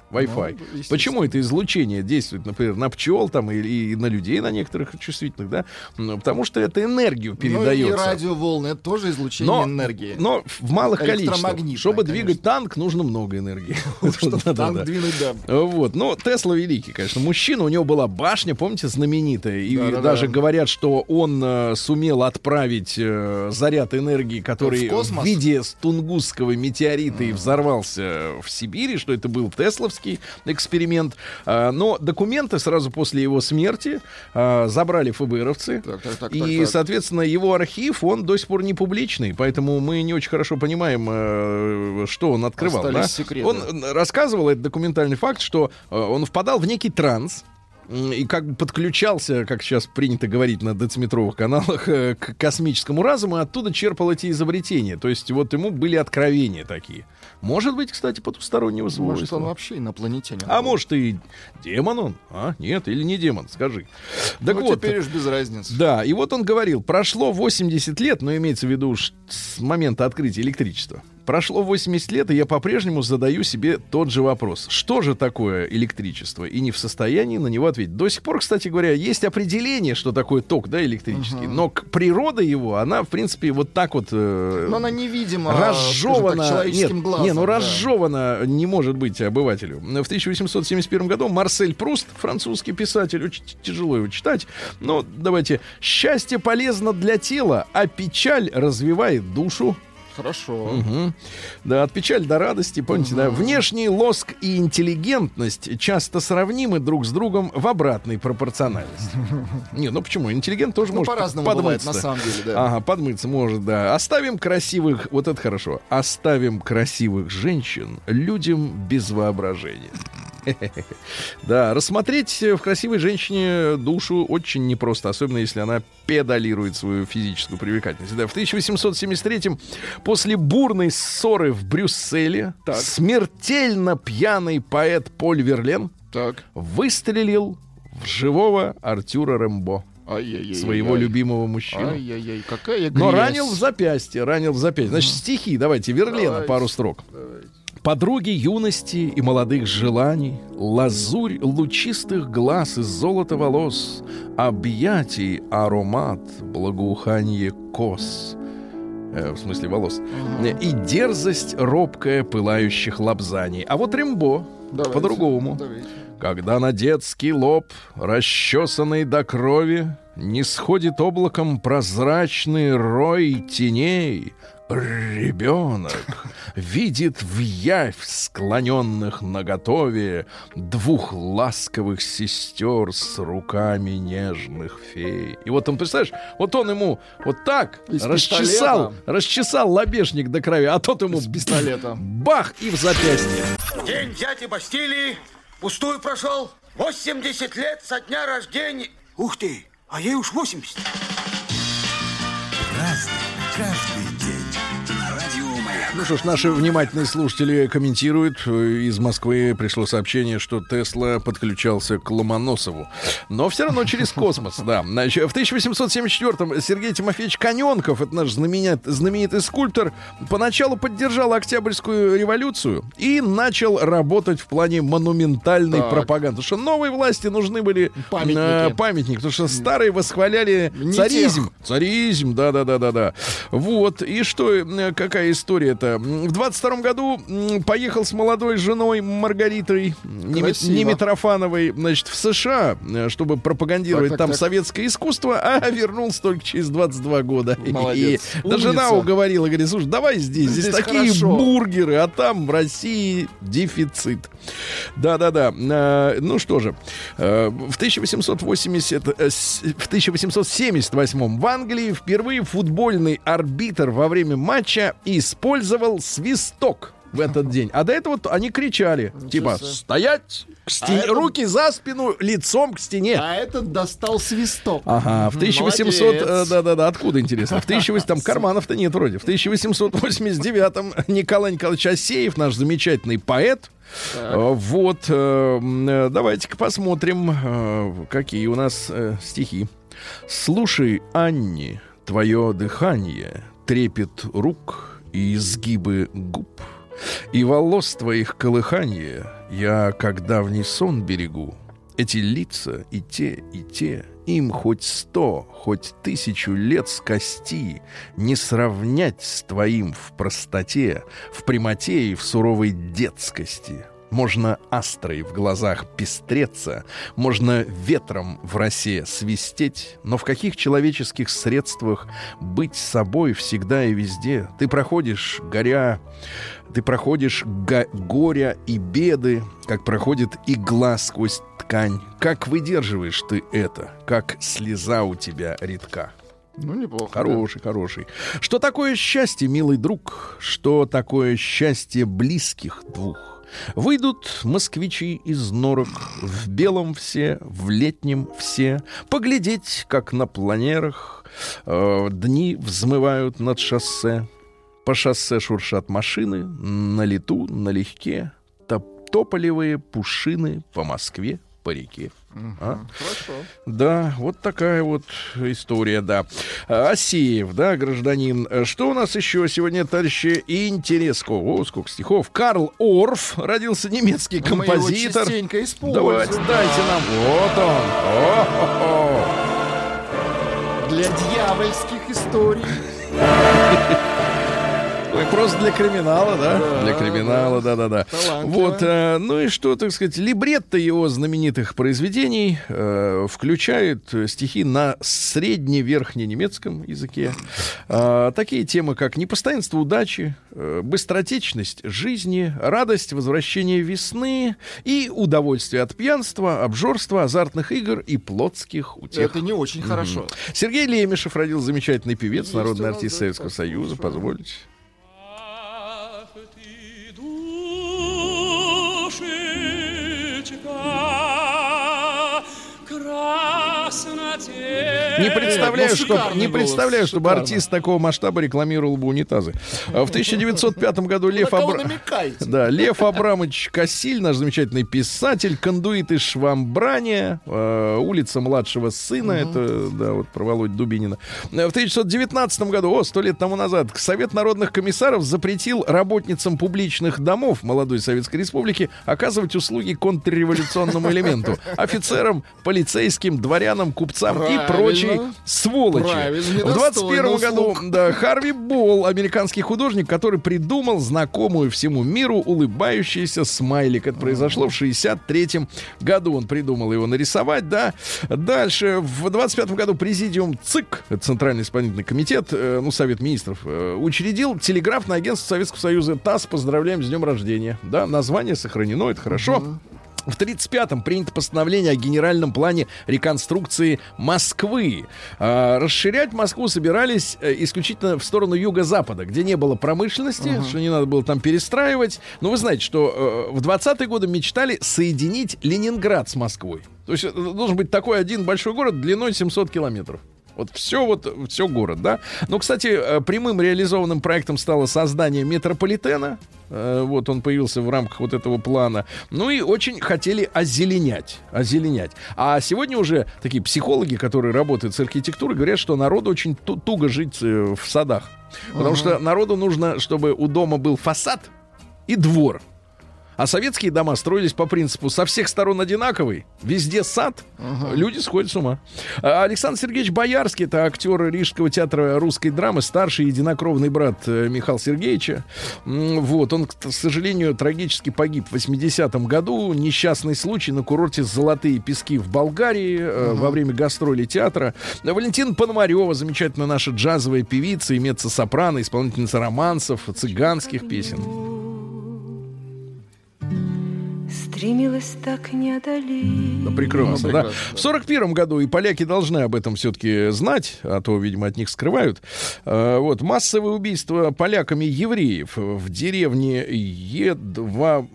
Wi-Fi. Почему это излучение действует, например, на пчел там, и на людей, на некоторых чувствительных, да? Потому что это энергию передается. Ну и радиоволны, это тоже излучение энергии. Но в малых количествах. Чтобы двигать танк, нужно много энергии. Чтобы танк двинуть, да. Вот. Но Тесла великий, конечно. Мужчина, у него была башня, помните, знаменитая. И даже говорят, что он сумел отправить заряд энергии, который в виде тунгусского метеорита и взорвался в Сибири, что это был тесловский эксперимент. Но документы сразу после его смерти забрали ФБРовцы. И, соответственно, его архив, он до сих пор не публичный, поэтому мы не очень хорошо понимаем, что он открывал. Да? Он рассказывал, это документальный факт, что он впадал в некий транс, и как бы подключался, как сейчас принято говорить на дециметровых каналах, к космическому разуму, и оттуда черпал эти изобретения. То есть вот ему были откровения такие. Может быть, кстати, потустороннего свойства. Может, он вообще инопланетянин. А может, и демон он? А? Нет, или не демон, скажи. Так вот, теперь уж без разницы. Да, и вот он говорил, прошло 80 лет, но имеется в виду с момента открытия электричества. Прошло 80 лет, и я по-прежнему задаю себе тот же вопрос. Что же такое электричество? И не в состоянии на него ответить. До сих пор, кстати говоря, есть определение, что такое ток, да, электрический. Но природа его, она, в принципе, вот так вот... но она невидима, разжевана, так, человеческим глазом. Разжевана не может быть обывателю. В 1871 году Марсель Пруст, французский писатель, очень тяжело его читать, но давайте. «Счастье полезно для тела, а печаль развивает душу». Хорошо. Да, от печали до радости, помните, да? Внешний лоск и интеллигентность часто сравнимы друг с другом в обратной пропорциональности. Не, ну почему? Интеллигент тоже может по-разному подмыться. Бывает, на самом деле, да. Ага, подмыться может, да. Оставим красивых, вот это хорошо, оставим красивых женщин людям без воображения. Да, рассмотреть в красивой женщине душу очень непросто, особенно если она педалирует свою физическую привлекательность. Да, в 1873-м, после бурной ссоры в Брюсселе, смертельно пьяный поэт Поль Верлен выстрелил в живого Артюра Рембо. Своего любимого мужчину. Какая грязь. Но ранил в запястье. Значит, стихи, давайте, Верлена, пару строк. Подруги юности и молодых желаний, лазурь лучистых глаз и золото волос, объятий аромат, благоуханье кос, в смысле волос, и дерзость робкая пылающих лобзаний. А вот Рембо по-другому. Когда на детский лоб, расчесанный до крови, не сходит облаком прозрачный рой теней, ребенок видит вявь склоненных наготове двух ласковых сестер с руками нежных фей. И вот он, представляешь, вот он ему вот так расчесал лобешник до крови, а тот ему с пистолетом бах и в запястье. День дяди Бастилии пустую прошел. 80 лет со дня рождения. Ух ты, а ей уж 80. Разный, каждый день. Ну что ж, наши внимательные слушатели комментируют. Из Москвы пришло сообщение, что Тесла подключался к Ломоносову. Но все равно через космос, да. Значит, в 1874-м Сергей Тимофеевич Каненков, это наш знаменитый скульптор, поначалу поддержал Октябрьскую революцию и начал работать в плане монументальной пропаганды. Потому что новой власти нужны были памятники, потому что старые восхваляли царизм. Царизм, да. Вот, и что, какая история-то? В 22 году поехал с молодой женой Маргаритой Немитрофановой, значит, в США, чтобы пропагандировать там советское искусство, а вернулся только через 22 года. Молодец. Да жена уговорила, говорит, слушай, давай здесь такие бургеры, а там в России дефицит. Да. Ну что же, в 1878 в Англии впервые футбольный арбитр во время матча использовал свисток в этот день. А до этого они кричали, типа, стоять, к стене, руки за спину, лицом к стене. А этот достал свисток. Ага, в 1800... Да, откуда, интересно? В 1800... Там карманов-то нет вроде. В 1889-м Николай Николаевич Асеев, наш замечательный поэт, вот, давайте-ка посмотрим, какие у нас стихи. «Слушай, Анни, твое дыхание, трепет рук и изгибы губ, и волос твоих колыханье, Я, как давний сон берегу, эти лица и те, им хоть 100, хоть 1000 лет скости, не сравнять с твоим в простоте, в прямоте и в суровой детскости. Можно астрой в глазах пестреться, можно ветром в росе свистеть, но в каких человеческих средствах быть собой всегда и везде? Ты проходишь горя и беды, как проходит игла сквозь ткань. Как выдерживаешь ты это? Как слеза у тебя редка? Ну, неплохо. Хороший. Что такое счастье, милый друг? Что такое счастье близких двух? Выйдут москвичи из норок, в белом все, в летнем все, поглядеть, как на планерах дни взмывают над шоссе. По шоссе шуршат машины, на лету, налегке, тополевые пушины по Москве, по реке. Хорошо. Да, вот такая вот история, да. Асеев, да, гражданин. Что у нас еще сегодня, товарищи, интересно? О, сколько стихов. Карл Орф родился, немецкий композитор. Мы его частенько используем. Дайте нам. Вот он. О-хо-хо. Для дьявольских историй. Ой, просто для криминала, да? Для криминала, да. Вот, ну и что, так сказать, либретто его знаменитых произведений включает стихи на средне-верхненемецком языке. Такие темы, как непостоянство удачи, быстротечность жизни, радость возвращения весны и удовольствие от пьянства, обжорства, азартных игр и плотских утех. Это не очень хорошо. Сергей Лемешев родился, замечательный певец, народный артист Советского Союза, позвольте. Не представляю, чтобы артист такого масштаба рекламировал бы унитазы. В 1905 году Лев Абрамович Кассиль, наш замечательный писатель, кондуит из Швамбрания, улица младшего сына, это, да, вот про Володю Дубинина. В 1919 году, 100 лет тому назад, Совет народных комиссаров запретил работницам публичных домов молодой Советской Республики оказывать услуги контрреволюционному элементу, офицерам, полицейским, дворянам, купцам и прочей сволочи. В 21 году Харви Болл, американский художник, который придумал знакомую всему миру улыбающийся смайлик. Это произошло в 63 году. Он придумал его нарисовать, да. Дальше, в 25 году президиум ЦИК, это Центральный исполнительный комитет, Совет министров, учредил телеграфное агентство Советского Союза ТАСС. Поздравляем с днем рождения. Да, название сохранено, это хорошо. В 1935-м принято постановление о генеральном плане реконструкции Москвы. Расширять Москву собирались исключительно в сторону юго-запада, где не было промышленности, что не надо было там перестраивать. Но вы знаете, что в 20-е годы мечтали соединить Ленинград с Москвой. То есть должен быть такой один большой город длиной 700 километров. Вот все город, да. Но, кстати, прямым реализованным проектом стало создание метрополитена. Вот он появился в рамках вот этого плана. Ну и очень хотели озеленять. А сегодня уже такие психологи, которые работают с архитектурой, говорят, что народу очень туго жить в садах. Потому что народу нужно, чтобы у дома был фасад и двор. А советские дома строились по принципу со всех сторон одинаковый, везде сад, люди сходят с ума. Александр Сергеевич Боярский, это актер Рижского театра русской драмы, старший единокровный брат Михаила Сергеевича. Вот, он, к сожалению, трагически погиб в 80-м году. Несчастный случай на курорте «Золотые пески» в Болгарии во время гастролей театра. Валентина Пономарева, замечательная наша джазовая певица и меццо-сопрано, исполнительница романсов, цыганских песен. Стремилась так неодолимо. Прекрасно, да. В 41-м году, и поляки должны об этом все-таки знать, а то, видимо, от них скрывают. Вот, массовое убийство поляками евреев в деревне Е2,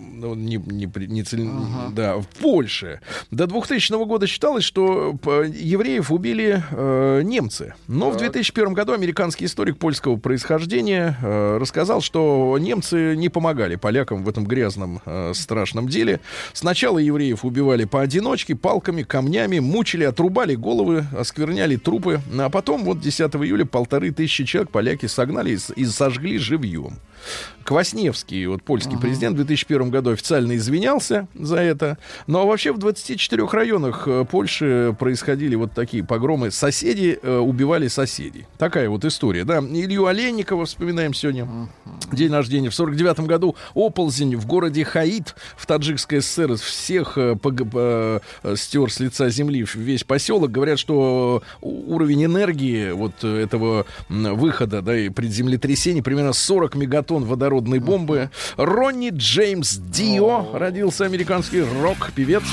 в Польше. До 2000 года считалось, что евреев убили немцы. Но в 2001 году американский историк польского происхождения рассказал, что немцы не помогали полякам в этом грязном, страшном деле. Сначала евреев убивали поодиночке, палками, камнями, мучили, отрубали головы, оскверняли трупы. А потом, вот 10 июля, 1500 человек поляки согнали и сожгли живьем. Квасневский, вот польский президент, в 2001 году официально извинялся за это. Но вообще в 24 районах Польши происходили вот такие погромы. Соседи убивали соседей. Такая вот история, да. Илью Олейникова вспоминаем сегодня. День рождения. В 49 году оползень в городе Хаид в Таджикской ССР всех стер с лица земли весь поселок. Говорят, что уровень энергии вот этого выхода, да, и при землетрясении примерно 40 мегатонн водородной бомбы. Ронни Джеймс Дио родился, американский рок-певец.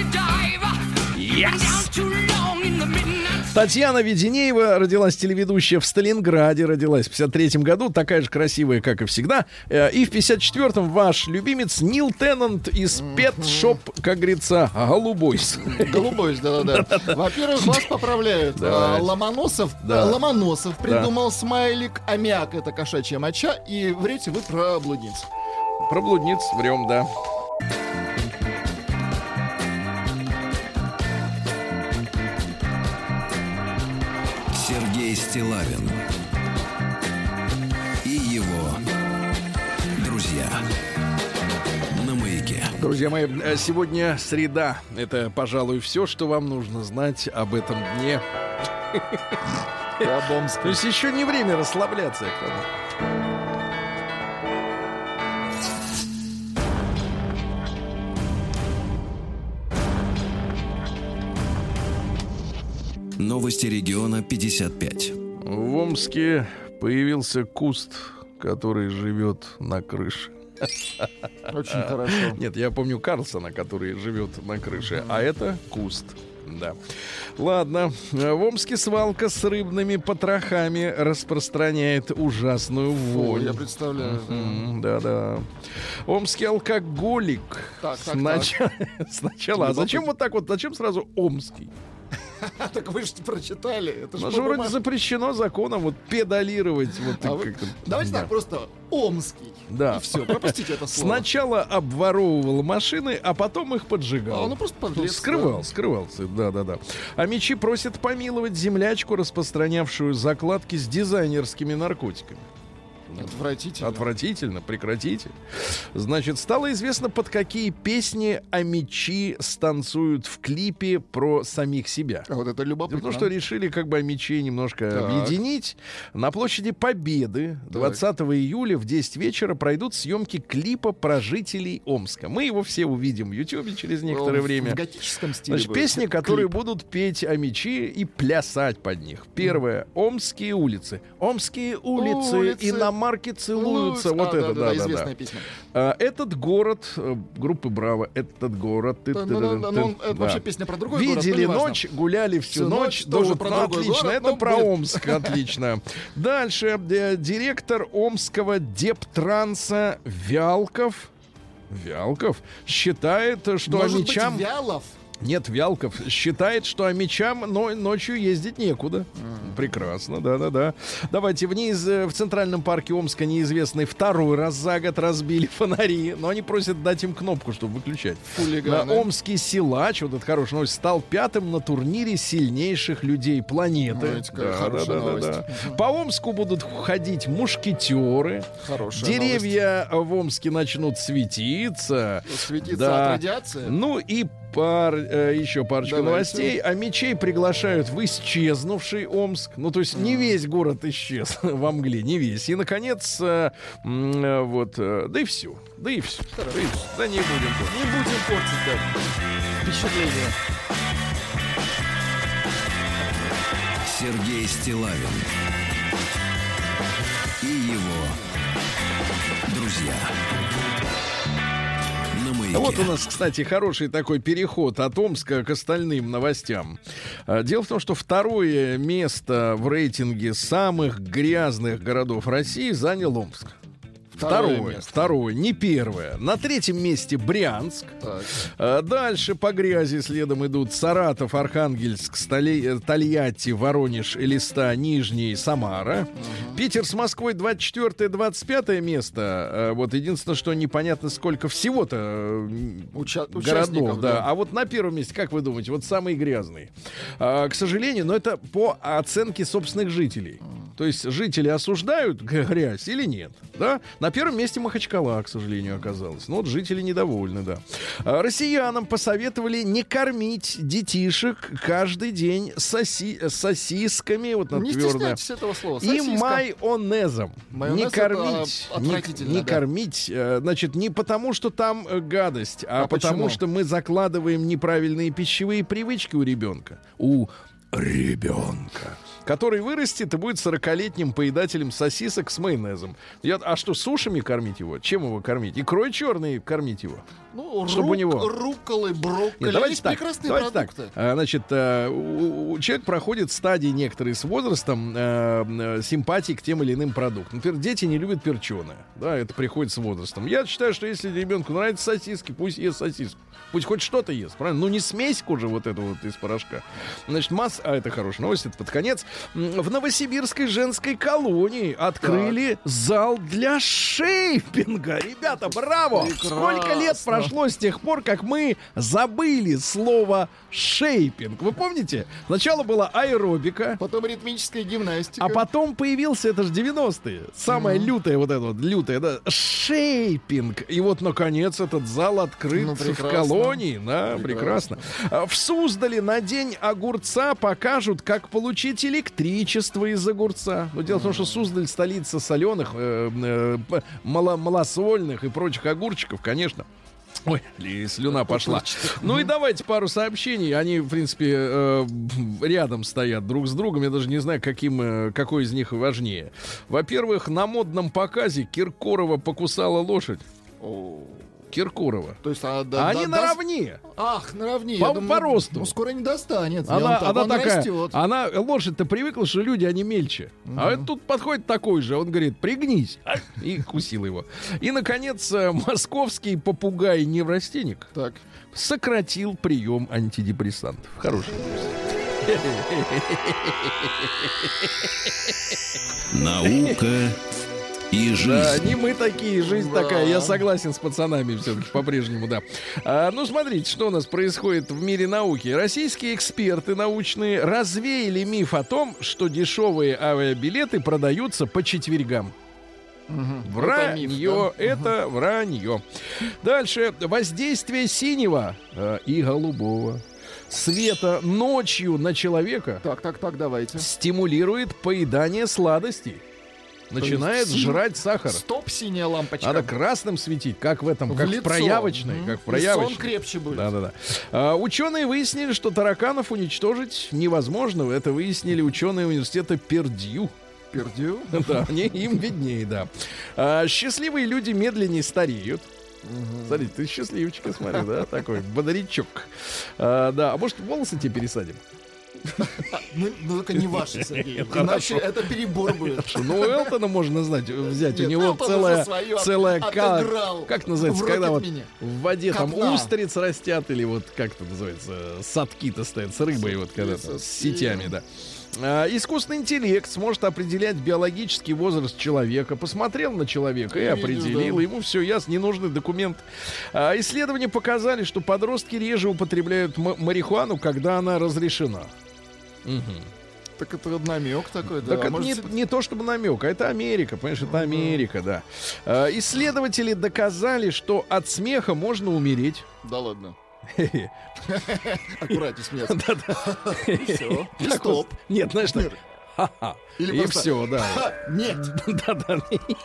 Yes! Татьяна Веденеева родилась, телеведущая, в Сталинграде родилась в 53 году, такая же красивая, как и всегда. И в 54-м ваш любимец Нил Теннант из Pet Shop, как говорится, Голубойс. Голубойс, да-да-да. Во-первых, вас поправляют. Ломоносов придумал смайлик, аммиак — это кошачья моча, и врете вы про блудниц. Про блудниц врем, да. Сергей Стиллавин и его друзья на Маяке. Друзья мои, сегодня среда. Это, пожалуй, все, что вам нужно знать об этом дне. То есть еще не время расслабляться. Новости региона 55. В Омске появился куст, который живет на крыше. Очень хорошо. Нет, я помню Карлсона, который живет на крыше, а это куст. Да. Ладно. В Омске свалка с рыбными потрохами распространяет ужасную вонь. Я представляю. Да-да. Омский алкоголик. Сначала. А зачем вот так вот? Зачем сразу омский? Так вы же прочитали. Это же вроде запрещено законом вот педалировать. Давайте так, просто омский. Да. И все, пропустите это слово. Сначала обворовывал машины, а потом их поджигал. Ну просто подлец. Скрывался, да. А мечи просят помиловать землячку, распространявшую закладки с дизайнерскими наркотиками. Отвратительно, прекратите. Значит, стало известно, под какие песни амичи станцуют в клипе про самих себя. А вот это любопытно. Потому что решили как бы амичей немножко объединить. На площади Победы 20 июля в 10 вечера пройдут съемки клипа про жителей Омска. Мы его все увидим в Ютьюбе через некоторое время. В готическом стиле. Значит, песни, которые будут петь амичи и плясать под них. Первое. Омские улицы. Омские улицы и на марки целуются. Вот это, да. Известная песня. Этот город, группы Браво, этот город. Это вообще песня про другой город. Видели ночь, гуляли всю ночь. Тоже про отлично, это про Омск, отлично. Дальше. Директор Омского Дептранса Вялков считает, что амичам... Вялов? Нет, Вялков считает, что амичам ночью ездить некуда. Прекрасно, да. Давайте, в Центральном парке Омска неизвестный второй раз за год разбили фонари, но они просят дать им кнопку, чтобы выключать. Омский силач, вот это хорошая новость, стал 5-м на турнире сильнейших людей планеты. Да. По Омску будут ходить мушкетеры. Деревья в Омске начнут светиться. Светиться от радиации? Ну и еще парочку новостей. Амичей приглашают в исчезнувший Омск. Ну, то есть не весь город исчез во мгле, не весь. И, наконец, да и все. Да не будем портить, впечатление. Сергей Стиллавин и его друзья. Вот у нас, кстати, хороший такой переход от Омска к остальным новостям. Дело в том, что второе место в рейтинге самых грязных городов России занял Омск. Второе, не первое. На 3-м месте Брянск. Дальше по грязи следом идут Саратов, Архангельск, Тольятти, Воронеж, Элиста, Нижний, Самара. Питер с Москвой 24-е, 25-е место. Вот единственное, что непонятно, сколько всего-то городов. Да. А вот на первом месте, как вы думаете, вот самый грязный. К сожалению, но это по оценке собственных жителей. То есть жители осуждают грязь или нет? Да? На На первом месте Махачкала, к сожалению, оказалось. Но вот жители недовольны, да. Россиянам посоветовали не кормить детишек каждый день сосисками, вот на Не твердое, стесняйтесь этого слова. и Сосиска. майонезом. Майонез Не кормить, это отвратительно, не да. кормить, значит, не потому, что там гадость, а потому, почему? что мы закладываем неправильные пищевые привычки у ребенка. У ребенка, который вырастет и будет 40-летним поедателем сосисок с майонезом. А что, сушами кормить его? Чем его кормить? Икрой черной кормить его? Ну, чтобы у него... рукколы, брокколи. Нет, давайте Есть так, прекрасные давайте продукты. так. Значит, человек проходит стадии некоторые с возрастом симпатии к тем или иным продуктам. Например, дети не любят перченое. Да, это приходит с возрастом. Я считаю, что если ребенку нравятся сосиски, пусть ест сосиску. Пусть хоть что-то ест, правильно? Ну, не смеську же вот эту вот из порошка. Значит, это хорошая новость, это под конец. В Новосибирской женской колонии открыли зал для шейпинга. Ребята, браво! Прекрасно. Сколько лет прошло с тех пор, как мы забыли слово шейпинг? Вы помните? Сначала была аэробика, Потом ритмическая гимнастика. а потом появился, это же 90-е, самое лютое, вот это вот, лютое, да, шейпинг. И вот, наконец, этот зал открыт Ну, в прекрасно. колонии. Да, прекрасно. В Суздале на день огурца покажут, как получить электричество из огурца. Но дело в том, что Суздаль — столица соленых, малосольных и прочих огурчиков, конечно. Ой, слюна пошла. Ну и давайте пару сообщений. Они, в принципе, рядом стоят друг с другом. Я даже не знаю, какой из них важнее. Во-первых, на модном показе Киркорова покусала лошадь. Киркорова. То есть, Они наравне. Ах, наравне. По росту. Ну, скоро не достанет. Она Он такая, растет. лошадь-то привыкла, что люди, они мельче. А тут подходит такой же, он говорит, пригнись. И кусил его. И, наконец, московский попугай-неврастенник Так. сократил прием антидепрессантов. Хороший новость. Наука и жизнь. Да, не мы такие, жизнь такая. Я согласен с пацанами все-таки по-прежнему, да. Ну, смотрите, что у нас происходит в мире науки. Российские эксперты научные развеяли миф о том, что дешевые авиабилеты продаются по четвергам. Вранье, это вранье. Дальше. Воздействие синего и голубого света ночью на человека Так, давайте. стимулирует поедание сладостей. Начинает жрать сахар. Стоп, синяя лампочка. Надо красным светить, как в этом, В как лицо. в проявочной. Как в И проявочной. сон крепче будет. Да. Ученые выяснили, что тараканов уничтожить невозможно. Это выяснили ученые университета Пердью. Пердю? Да, им виднее, да. Счастливые люди медленнее стареют. Смотри, ты счастливчик, я смотрю, да, такой бодрячок. Да, а может, волосы тебе пересадим? Ну, только не ваши, Сергей. Иначе это перебор будет. Ну, Элтона можно взять. У Нет, него Элтон уже своё целая отыграл. как называется, В когда вот Рокетмене. в воде там Копна. устриц растят, или вот как это называется, садки-то стоят с рыбой, вот когда там, с сетями, да. Искусственный интеллект сможет определять биологический возраст человека. Посмотрел на человека и определил. да. Ему все ясно, не нужны документы. Исследования показали, что подростки реже употребляют марихуану, когда она разрешена. Так это намек такой, да. Так это не то чтобы намек, а это Америка, понимаешь, это Америка, да. Исследователи доказали, что от смеха можно умереть. Да ладно. Аккуратнее смеяться. Все. И Так стоп. вот. Нет, знаешь, так. Ха-ха. Или И просто все, да. Ха, нет. Да-да.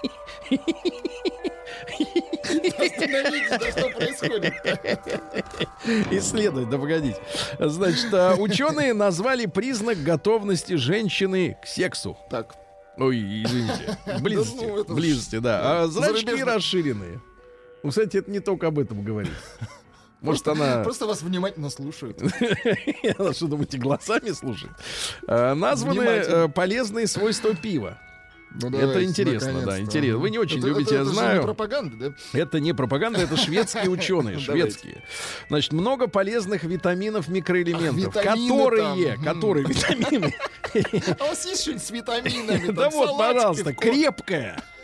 Остановитесь, да что происходит? Исследовать, да погодите. Значит, ученые назвали признак готовности женщины к сексу. Так. Ой, извините. Близости. Да ну, это ж- Близости, да. А зрачки Зарубежно. расширенные. Ну, кстати, это не только об этом говорит. Может, она... Просто вас внимательно слушают. Она, что думаете, глазами слушает? Названы Внимательно. полезные свойства пива. Ну, Это давайте, интересно, да, наконец-то. интересно. Вы не очень Это- любите, это я же знаю. не пропаганда, да? Это не пропаганда, это шведские ученые, Давайте. шведские. Значит, много полезных витаминов, микроэлементов, витамины которые витамины. А у вас есть что-нибудь с витаминами? Да там, вот, салатики пожалуйста, в ко- крепкая,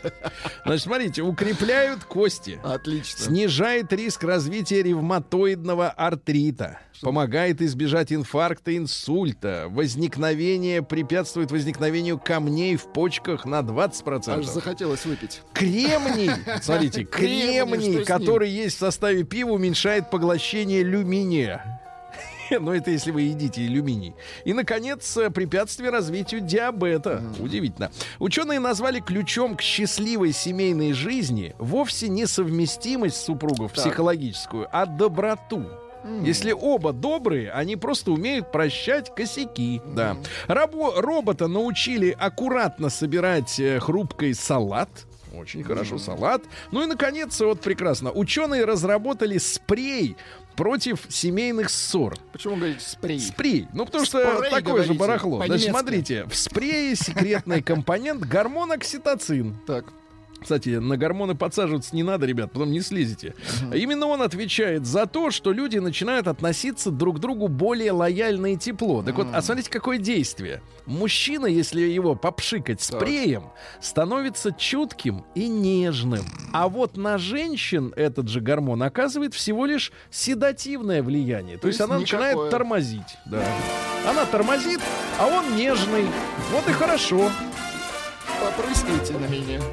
Значит, смотрите, укрепляют кости. Отлично. Снижает риск развития ревматоидного артрита. Помогает избежать инфаркта, инсульта. Препятствует возникновению камней в почках на 20%. Аж захотелось выпить. Кремний, смотрите, кремний, который есть в составе пива, уменьшает поглощение люминия. Но это если вы едите алюминий. И, наконец, препятствие развитию диабета. Удивительно. Ученые назвали ключом к счастливой семейной жизни вовсе не совместимость супругов психологическую, а доброту. Если оба добрые, они просто умеют прощать косяки. Да. Робота научили аккуратно собирать хрупкий салат. Очень хорошо, салат. Ну и, наконец, вот прекрасно. Ученые разработали спрей против семейных ссор. Почему говорите спрей? Спрей. Ну, потому Спрей, что такое говорите, же барахло. по-немецки. Значит, смотрите, в спрее секретный компонент гормон окситоцин. Так. Кстати, на гормоны подсаживаться не надо, ребят, потом не слезете. Именно он отвечает за то, что люди начинают относиться друг к другу более лояльно и тепло. Так вот, а смотрите, какое действие. Мужчина, если его попшикать спреем, становится чутким и нежным. А вот на женщин этот же гормон оказывает всего лишь седативное влияние. То есть она начинает тормозить. Да. Она тормозит, а он нежный. Вот и хорошо. Попрыскайте на меня.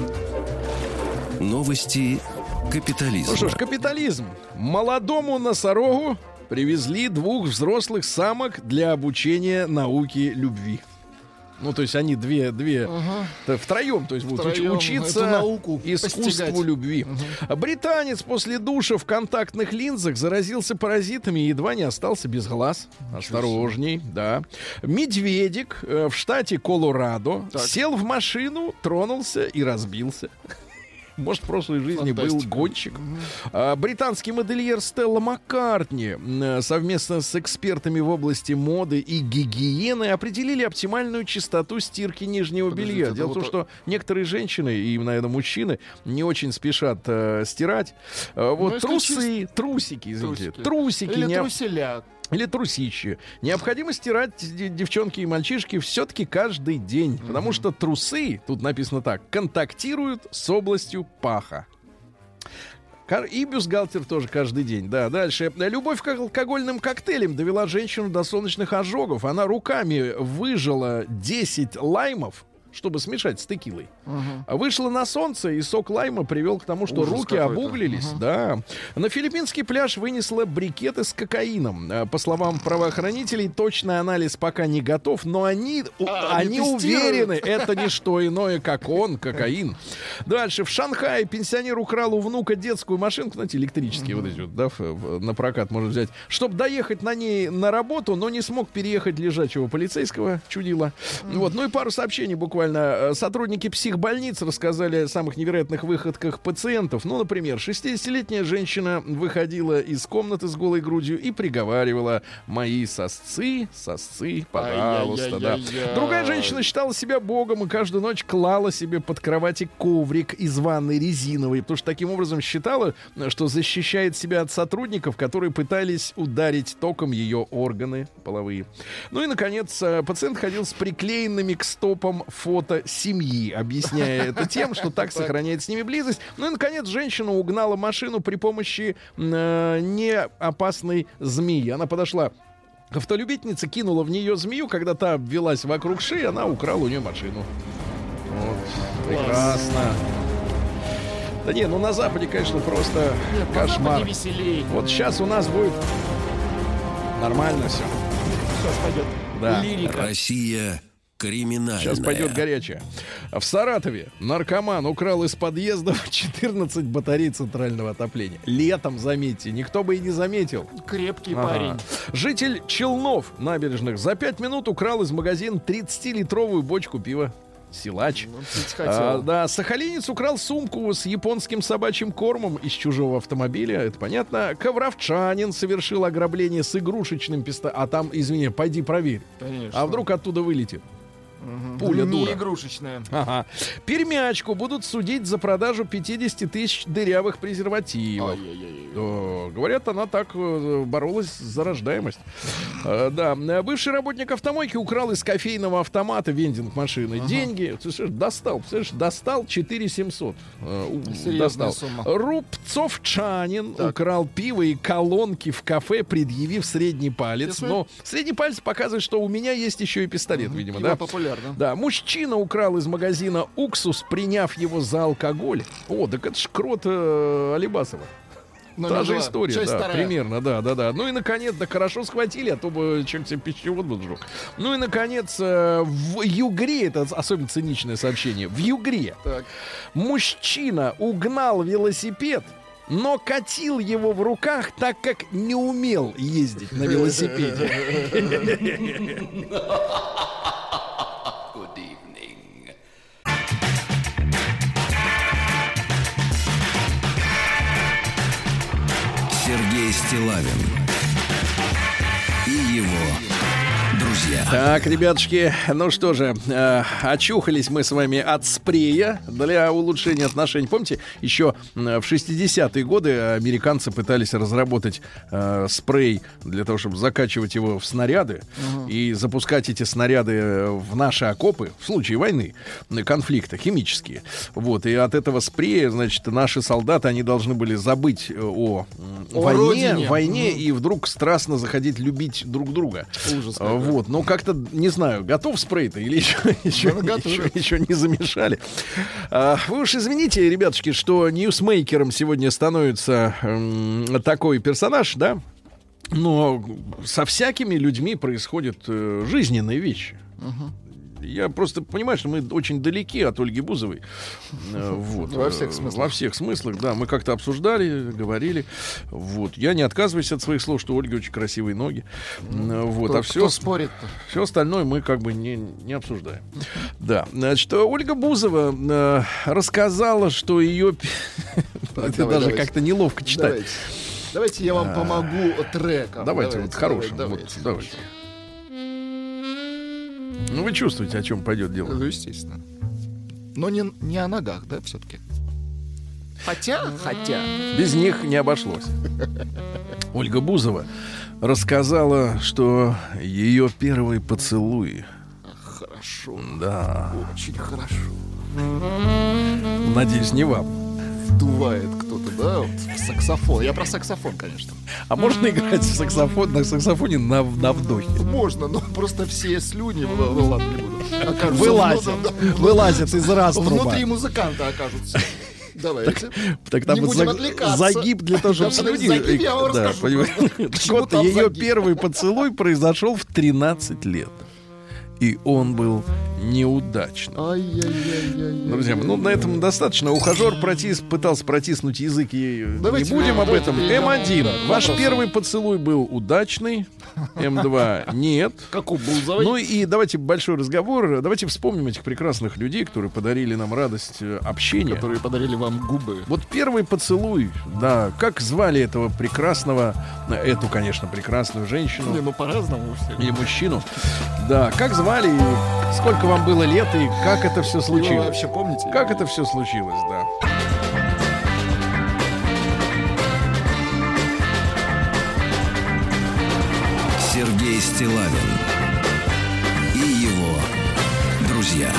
Новости капитализма. Ну что ж, капитализм. Молодому носорогу привезли 2 взрослых самок для обучения науке любви. Ну, то есть они втроем, то есть будут учиться искусству любви. Британец после душа в контактных линзах заразился паразитами и едва не остался без глаз. Осторожней, да. Медведик в штате Колорадо сел в машину, тронулся и разбился. Может, в прошлой жизни был гонщик. Британский модельер Стелла Маккартни совместно с экспертами в области моды и гигиены определили оптимальную частоту стирки нижнего белья. Дело в том, что некоторые женщины и, наверное, мужчины не очень спешат стирать. Вот трусики, трусики. Или труселя. Или трусище. Необходимо стирать, девчонки и мальчишки, все-таки каждый день. Потому что трусы, тут написано так, контактируют с областью паха. И бюстгальтер тоже каждый день. Да, дальше. Любовь к алкогольным коктейлям довела женщину до солнечных ожогов. Она руками выжала 10 лаймов, чтобы смешать с текилой. Вышла на солнце, и сок лайма привел к тому, что руки обуглились. Да. На филиппинский пляж вынесла брикеты с кокаином. По словам правоохранителей, точный анализ пока не готов, но они уверены, это не что иное, как кокаин. Дальше. В Шанхае пенсионер украл у внука детскую машинку, знаете, электрические вот эти вот, да, на прокат можно взять, чтобы доехать на ней на работу, но не смог переехать лежачего полицейского, чудило. Вот. Ну и пару сообщений буквально. Сотрудники психбольниц рассказали о самых невероятных выходках пациентов. Ну, например, 60-летняя женщина выходила из комнаты с голой грудью и приговаривала: «Мои сосцы, пожалуйста». Да. Другая женщина считала себя богом и каждую ночь клала себе под кровати коврик из ванны резиновый, потому что таким образом считала, что защищает себя от сотрудников, которые пытались ударить током ее органы половые. Ну и, наконец, пациент ходил с приклеенными к стопам фото семьи, объясняя это тем, что так сохраняет с ними близость. Ну и, наконец, женщина угнала машину при помощи неопасной змеи. Она подошла к автолюбительнице, кинула в нее змею, когда та обвелась вокруг шеи, она украла у нее машину. Вот. Прекрасно. Да не, ну на Западе, конечно, просто кошмар. Вот сейчас у нас будет нормально все. Сейчас пойдет лирика. Россия криминальная. Сейчас пойдет горячая. В Саратове наркоман украл из подъездов 14 батарей центрального отопления. Летом, заметьте, никто бы и не заметил. Крепкий парень. Житель Челнов набережных за 5 минут украл из магазина 30-литровую бочку пива. Силач. Сахалинец украл сумку с японским собачьим кормом из чужого автомобиля. Это понятно. Ковровчанин совершил ограбление с игрушечным пистолетом. А там, извини, пойди проверь. Конечно. А вдруг оттуда вылетит? Пуля Не дура. игрушечная. Ага. Пермячку будут судить за продажу 50 тысяч дырявых презервативов. Да, говорят, она так боролась за рождаемость. Да. Бывший работник автомойки украл из кофейного автомата вендинг-машины деньги. Достал 4700. Серьезная сумма. Рубцовчанин украл пиво и колонки в кафе, предъявив средний палец. Но средний палец показывает, что у меня есть еще и пистолет, видимо, Пиво да? популярно. Да, мужчина украл из магазина уксус, приняв его за алкоголь. О, так это ж крот Алибасова. Та же история, Часть да, вторая. примерно, да. Ну и, наконец, да хорошо схватили, а то бы чем-то пищевод бы сжег. Ну и, наконец, в Югре, это особенно циничное сообщение, в Югре мужчина угнал велосипед, но катил его в руках, так как не умел ездить на велосипеде. Сергей Стиллавин и его друзья. Так, ребятушки, ну что же, очухались мы с вами от спрея для улучшения отношений. Помните, еще в 60-е годы американцы пытались разработать спрей для того, чтобы закачивать его в снаряды и запускать эти снаряды в наши окопы в случае войны, конфликта, химические. Вот, и от этого спрея, значит, наши солдаты, они должны были забыть о войне и вдруг страстно заходить любить друг друга. Ужас какой. Вот, но как-то, не знаю, готов спрей-то или еще не замешали. Вы уж извините, ребятушки, что ньюсмейкером сегодня становится такой персонаж, да? Но со всякими людьми происходят жизненные вещи. Я просто понимаю, что мы очень далеки от Ольги Бузовой. Вот. Во всех смыслах. Во всех смыслах, да. Мы как-то обсуждали, говорили. Вот. Я не отказываюсь от своих слов, что у Ольги очень красивые ноги. Вот. Кто спорит-то? Все остальное мы как бы не обсуждаем. Да. Значит, Ольга Бузова рассказала, что ее... Это даже как-то неловко читать. Давайте я вам помогу треком. Давайте, вот хорошим. Давайте. Ну, вы чувствуете, о чем пойдет дело. Ну, естественно. Но не о ногах, да, все-таки? Хотя. Без них не обошлось. Ольга Бузова рассказала, что ее первый поцелуй... Хорошо. Да. Очень хорошо. Надеюсь, не вам. Вдувает кто-то, да, вот, в саксофон. Я про саксофон, конечно. А можно играть на саксофоне на вдохе? Можно, но просто все слюни, ладно, не буду, окажутся Вылазят из раструба. внутри музыканта окажутся. Давайте. Так там не будем отвлекаться. Загиб для того, чтобы слюни... Загиб я вам расскажу. Вот ее первый поцелуй произошел в 13 лет. И он был неудачным. Друзья, ну на этом достаточно. Ухажер пытался протиснуть язык, и давайте, не будем об этом. М1. Да, Ваш вопрос. первый поцелуй был удачный. М2 нет. Как у Бузовой. Ну и давайте большой разговор. Давайте вспомним этих прекрасных людей, которые подарили нам радость общения. Которые подарили вам губы. Вот первый поцелуй, да. Как звали этого прекрасного, эту, конечно, прекрасную женщину. Ну по-разному у всех. Или мужчину. Да, как звали, и сколько вам было лет, и как это все Вы случилось? вообще помните? Как это все случилось, да. Сергей Стиллавин и его друзья.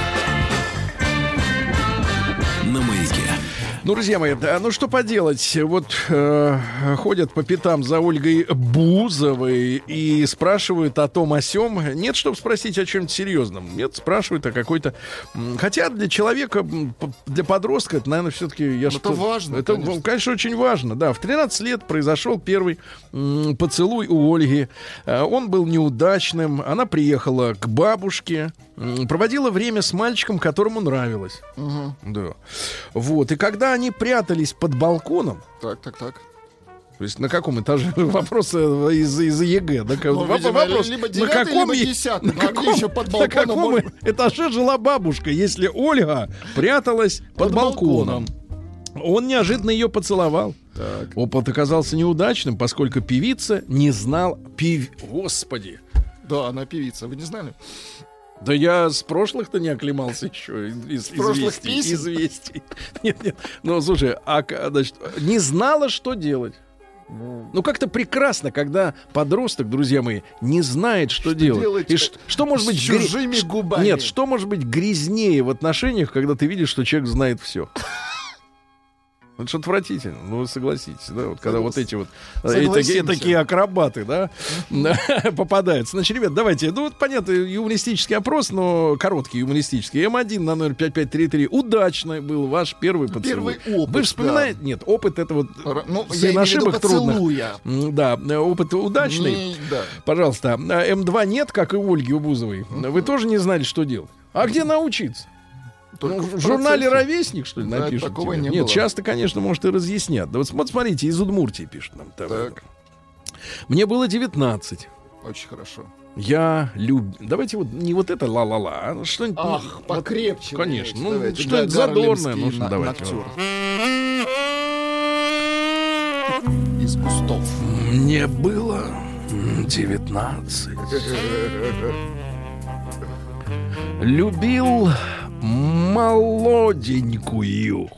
На маяке. Ну, друзья мои, да, ну что поделать, вот ходят по пятам за Ольгой Бузовой и спрашивают о том, о сём. Нет, чтобы спросить о чем-то серьезном. Нет, спрашивают о какой-то... Хотя для человека, для подростка, это, наверное, все-таки... Это важно, Это, конечно, очень важно, да. В 13 лет произошел первый поцелуй у Ольги. Он был неудачным. Она приехала к бабушке, проводила время с мальчиком, которому нравилось. Да. Вот. И когда они прятались под балконом... Так. То есть на каком этаже? Вопрос из ЕГЭ. Да, Ну, видимо, вопрос, либо 9-й, либо 10-й. Еще под на балконом каком можно. этаже жила бабушка, если Ольга пряталась под балконом? Он неожиданно ее поцеловал. Так. Опыт оказался неудачным, поскольку певица не знал... Господи! Да, она певица, вы не знали? Да я с прошлых-то не оклемался еще. Из известий. Нет. Ну, слушай, значит, не знала, что делать. Ну, как-то прекрасно, когда подросток, друзья мои, не знает, что делать. И что может быть чужими губами? Нет, что может быть грязнее в отношениях, когда ты видишь, что человек знает все? Это же отвратительно, ну вы согласитесь, да, вот когда вот эти вот такие акробаты, да, попадаются. Значит, ребят, давайте, ну вот понятно, юмористический опрос, но короткий юмористический. М1 на номер 5533. Удачный был ваш первый поцелуй. Первый опыт. Вы вспоминаете? Да. Нет, опыт это вот сын ошибок трудных. Да, опыт удачный. Да. Пожалуйста, М2 нет, как и у Ольги Убузовой. Вы тоже не знали, что делать. А где научиться? В журнале «Ровесник», что ли, напишут? Такого не Нет, было. часто, конечно, может, и разъяснят. Да вот смотрите, из Удмуртии пишут нам. Так. Мне было 19. Очень хорошо. Я люблю... Давайте вот не вот это ла-ла-ла, а что-нибудь... Ах, покрепче. Конечно, ну что-нибудь задорное нужно давать. Из кустов. Мне было 19. Любил молоденькую.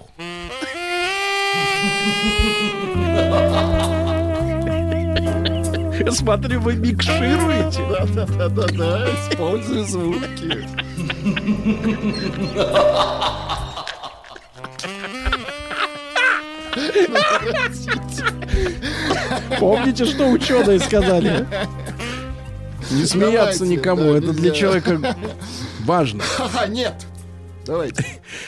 Смотрю, вы микшируете. Да, использую звуки. Помните, что ученые сказали? Не смеяться никому, да, это для человека важно. Нет. Давайте.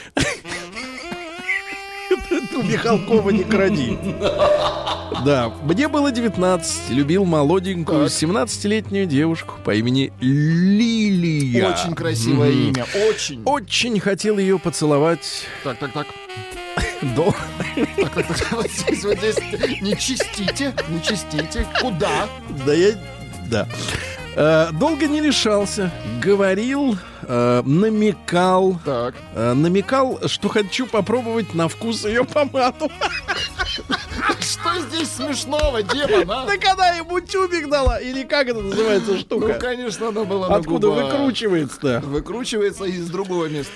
У Михалкова не кради. Да, мне было 19. Любил молоденькую 17-летнюю девушку по имени Лилия. Очень красивое имя. Очень. Очень хотел ее поцеловать. Так. Так. Вот здесь не чистите. Куда? Да. Долго не решался. Говорил, намекал. Так. Намекал, что хочу попробовать на вкус ее помаду. Что здесь смешного, демон, а? Так она ему тюбик дала. Или как это называется штука? Ну, конечно, она была на Откуда губах. выкручивается-то? Выкручивается из другого места.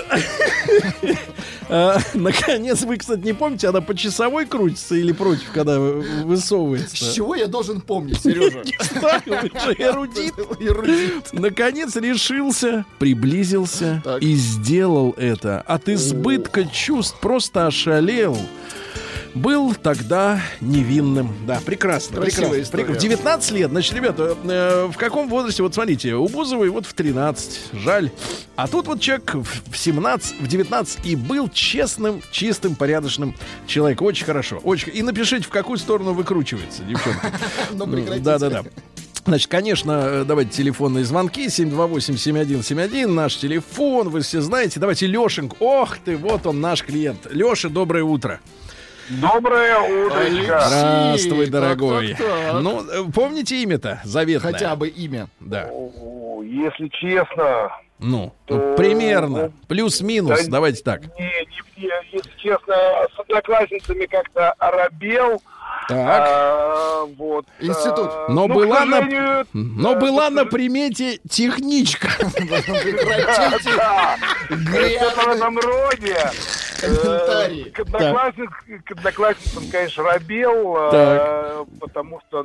Наконец, вы, кстати, не помните, она по часовой крутится или против, когда высовывается? С чего я должен помнить, Сережа? Не знаю, вы же эрудит. Наконец решился, приблизился и сделал это. От избытка чувств просто ошалел. Был тогда невинным. Да, прекрасно. В 19 лет. Значит, ребята, в каком возрасте? Вот смотрите, у Бузовой вот в 13. Жаль. А тут вот человек в 17, в 19 и был честным, чистым, порядочным человеком. Очень хорошо. Очень. И напишите, в какую сторону выкручивается, девчонки. Ну, прекратите. Да. Значит, конечно, давайте телефонные звонки. 728-7171. Наш телефон, вы все знаете. Давайте Лешеньку. Ох ты, вот он, наш клиент. Леша, доброе утро. Доброе утро. Здравствуй, дорогой. Так. Ну, помните имя-то заветное? Хотя бы имя. Да. Если честно... Ну, примерно. Плюс-минус, да, давайте так. Если честно, с одноклассницами как-то оробел. Так. Вот. Институт. Но была на примете техничка. Прекратите. Где-то в этом роде. Комментарии. К одноклассницам, конечно, робел, потому что,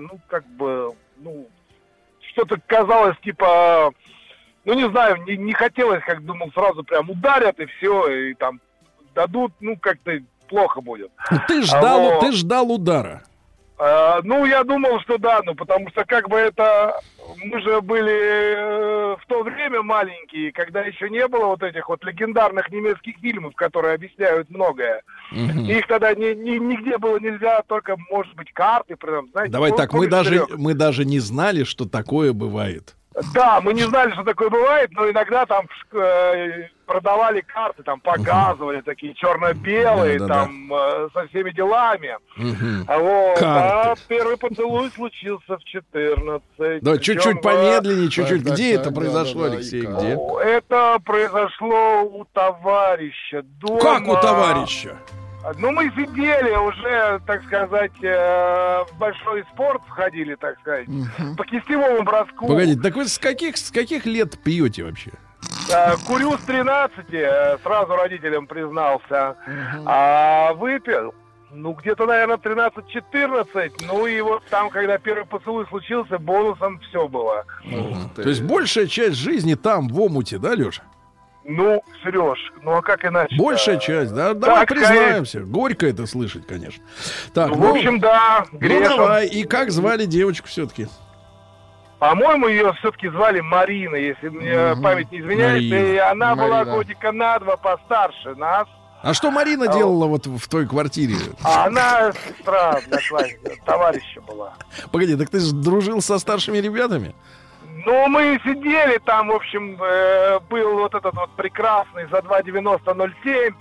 что-то казалось, типа, не знаю, не хотелось, как думал, сразу прям ударят и все, и там дадут, как-то плохо будет. Ты ждал удара. Я думал, что да, потому что мы же были в то время маленькие, когда еще не было вот этих вот легендарных немецких фильмов, которые объясняют многое. Их тогда нигде было нельзя, только, может быть, карты. Знаете, давай так, мы даже не знали, что такое бывает. Да, мы не знали, что такое бывает, но иногда там продавали карты, там показывали такие черно-белые, со всеми делами. А первый поцелуй случился в 14. Да, чуть-чуть помедленнее, чуть-чуть. Где это произошло, Алексей, где? Это произошло у товарища дома. Как у товарища? Ну, мы сидели уже, так сказать, в большой спорт входили, так сказать, по кистевому броску. Погодите, так вы с каких лет пьете вообще? Курю с 13, сразу родителям признался. А выпил, ну, где-то, наверное, 13-14. Ну, и вот там, когда первый поцелуй случился, бонусом все было. То есть большая часть жизни там, в омуте, да, Леша? Ну, Сереж, ну а как иначе? Большая часть, да? Давай признаемся. Горько это слышать, конечно. Так, ну, в общем, да, грешен. Ну, давай. И как звали девочку все-таки? По-моему, ее все-таки звали Марина, если мне память не изменяет. Марина. И она была годика на 2 постарше нас. А что Марина делала вот в той квартире? Она сестра одноклассница, товарища была. Погоди, так ты же дружил со старшими ребятами? Ну, мы сидели там, в общем, был вот этот вот прекрасный за 2,90-07.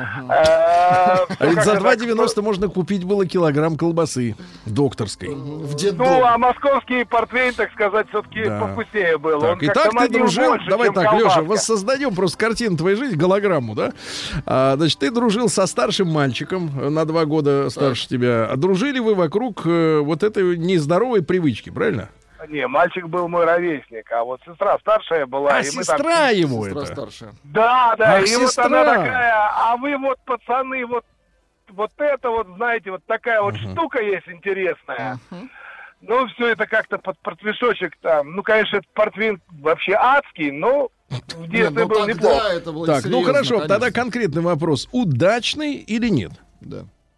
А ведь за 2,90 можно купить было килограмм колбасы докторской. Ну, а московский портвейн, так сказать, все-таки повкуснее был. Так, итак, ты дружил, больше, давай так, колбаска. Леша, воссоздаем просто картину твоей жизни, голограмму, да? Значит, ты дружил со старшим мальчиком, на 2 года старше тебя. А дружили вы вокруг вот этой нездоровой привычки, правильно? Не, мальчик был мой ровесник, а вот сестра старшая была. А и сестра мы там... ему сестра это? Старшая. Да, Ах, и сестра. вот она такая, а вы вот, пацаны, вот это вот, знаете, вот такая вот штука есть интересная. Ну, все это как-то под портвишочек там. Ну, конечно, этот портвейн вообще адский, но в детстве был неплохо. Это было так, серьезно, ну хорошо, конечно. тогда конкретный вопрос. Удачный или нет? Да.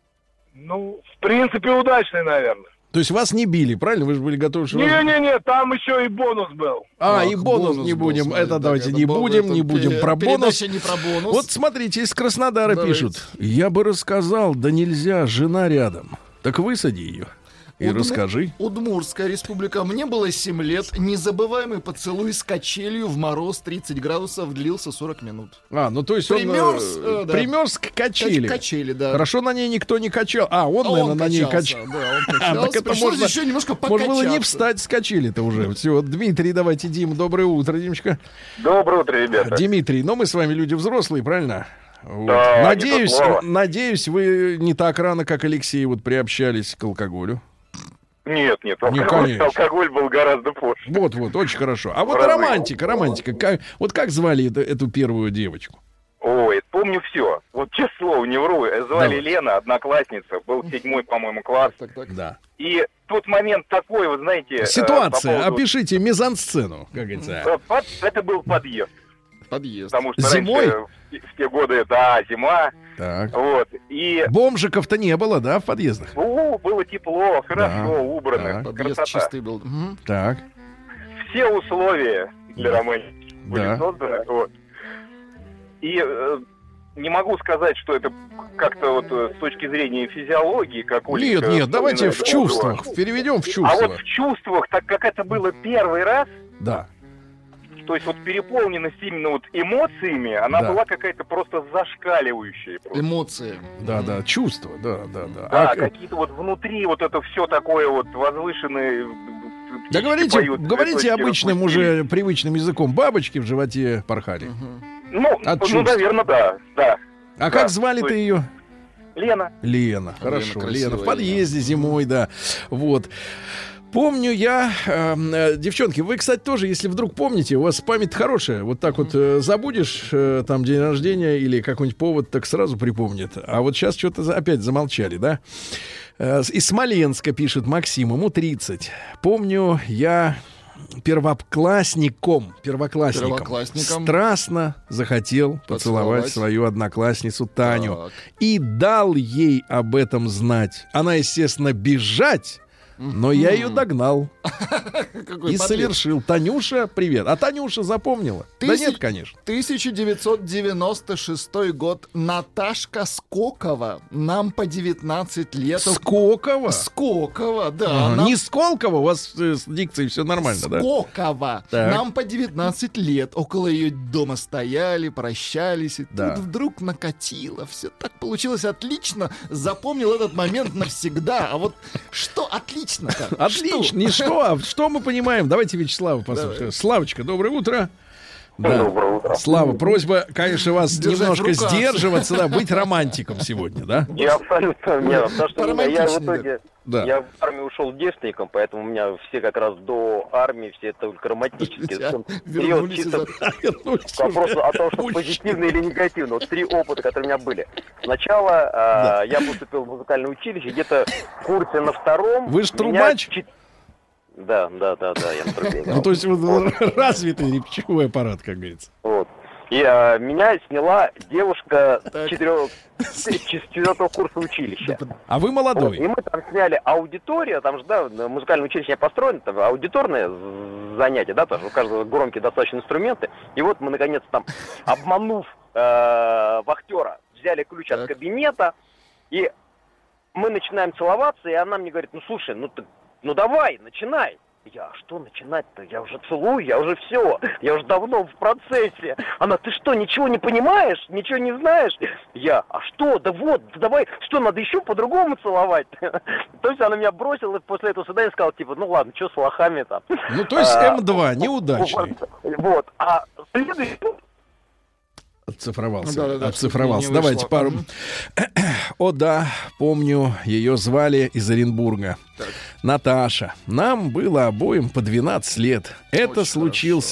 Ну, в принципе, удачный, наверное. То есть вас не били, правильно? Вы же были готовы, что... Не-не-не, там еще и бонус был. И бонус не будем. Смотри, это давайте не будем про бонус. Не про бонус. Вот смотрите, из Краснодара пишут. Я бы рассказал, да нельзя, жена рядом. Так высади ее. И расскажи. Удмуртская республика. Мне было 7 лет. Незабываемый поцелуй с качелью в мороз 30 градусов длился 40 минут. Ну то есть примерз к качели. Качели, да. Хорошо, на ней никто не качал. Он, наверное, на ней качал. Да, он качался. Так это Пришлось еще немножко покачаться. Можно было не встать с качели-то уже. Все, Дмитрий, давайте, Дим, доброе утро, Димочка. Доброе утро, ребята. Дмитрий, мы с вами люди взрослые, правильно? Вот. Да, Надеюсь, вы не так рано, как Алексей, вот приобщались к алкоголю. Нет, алкоголь был гораздо позже. Вот, очень хорошо. А вот романтика. Как звали эту первую девочку? Ой, помню все. Вот честное слово, не вру. Звали Лена, одноклассница. Был 7-й, по-моему, класс. Да. И тот момент такой, вы знаете... Ситуация. Опишите мизансцену, как говорится. Это был подъезд. Потому что зимой? Раньше, в те годы, да, зима. Так. Вот. И... Бомжиков-то не было, да, в подъездах? Было тепло, хорошо, убрано. Подъезд чистый был. Так. Все условия для романтики были созданы. Вот. И не могу сказать, что это как-то вот с точки зрения физиологии, как Олечка... Нет, давайте в чувствах. Переведем в чувствах. А вот в чувствах, так как это было первый раз... Да. То есть вот переполненность именно вот эмоциями, она была какая-то просто зашкаливающая. Просто. Эмоции. Да, чувства, да. Да, какие-то вот внутри вот это все такое вот возвышенное. Да говорите обычным уже привычным языком. Бабочки в животе порхали. Ну, наверное, да. А как звали-то ее? Лена. Хорошо, Лена. В подъезде зимой, да. Вот. Помню я, девчонки, вы, кстати, тоже, если вдруг помните, у вас память хорошая, вот так вот забудешь там день рождения или какой-нибудь повод, так сразу припомнит. А вот сейчас что-то опять замолчали, да? Из Смоленска пишет Максим, ему 30. Помню я первоклассником страстно захотел поцеловать свою одноклассницу Таню. Так. И дал ей об этом знать. Она, естественно, бежать. Но я ее догнал и совершил. Танюша, привет. А Танюша запомнила? Да нет, конечно. 1996 год. Наташка Скокова. Нам по 19 лет. Скокова? Скокова, да. Не Сколково, у вас с дикцией все нормально, да? Скокова. Нам по 19 лет. Около ее дома стояли, прощались. И тут вдруг накатило. Все так получилось отлично. Запомнил этот момент навсегда. А вот что отлично? Отлично, не что, а что мы понимаем? Давайте Вячеслава послушаем. Славочка, доброе утро. Да. Доброе утро. Слава, просьба, конечно, вас Держать немножко в руках. сдерживаться, да, быть романтиком сегодня, да? Я абсолютно нет, потому что я в Романтичный, итоге Да. я в армию ушел девственником, поэтому у меня все как раз до армии все только романтические. А, Причем вернулись чисто Вернулись к вопросу уже. о том, что Мужчина. позитивно или негативно. Вот 3 опыта, которые у меня были. Сначала я поступил в музыкальное училище, где-то в курсе на 2-м. Вы ж меня трубач? Да, я на трубе играл. Ну, то есть вот развитый речевой аппарат, как говорится. Вот. И меня сняла девушка с 4-го курса училища. А вы Вот, молодой. и мы там сняли аудиторию, там же, да, музыкальное училище не построено, там аудиторное занятие, да, тоже у каждого громкие достаточно инструменты. И вот мы, наконец, там, обманув вахтера, взяли ключ от кабинета, и мы начинаем целоваться, и она мне говорит, ну, слушай, ну давай, начинай. Я, что начинать-то? Я уже целую, я уже все. Я уже давно в процессе. Она, ты что, ничего не понимаешь? Ничего не знаешь? Я, а что? Да вот, давай, что, надо еще по-другому целовать? То есть она меня бросила после этого свидания и сказала, типа, ну ладно, что с лохами там? Ну, то есть М2, неудачный. Вот, а следующий... Отцифровался. Да, Отцифровался. не Давайте вышло. пару. О, да, помню, ее звали из Оренбурга. Наташа. Нам было обоим по 12 лет. Это случилось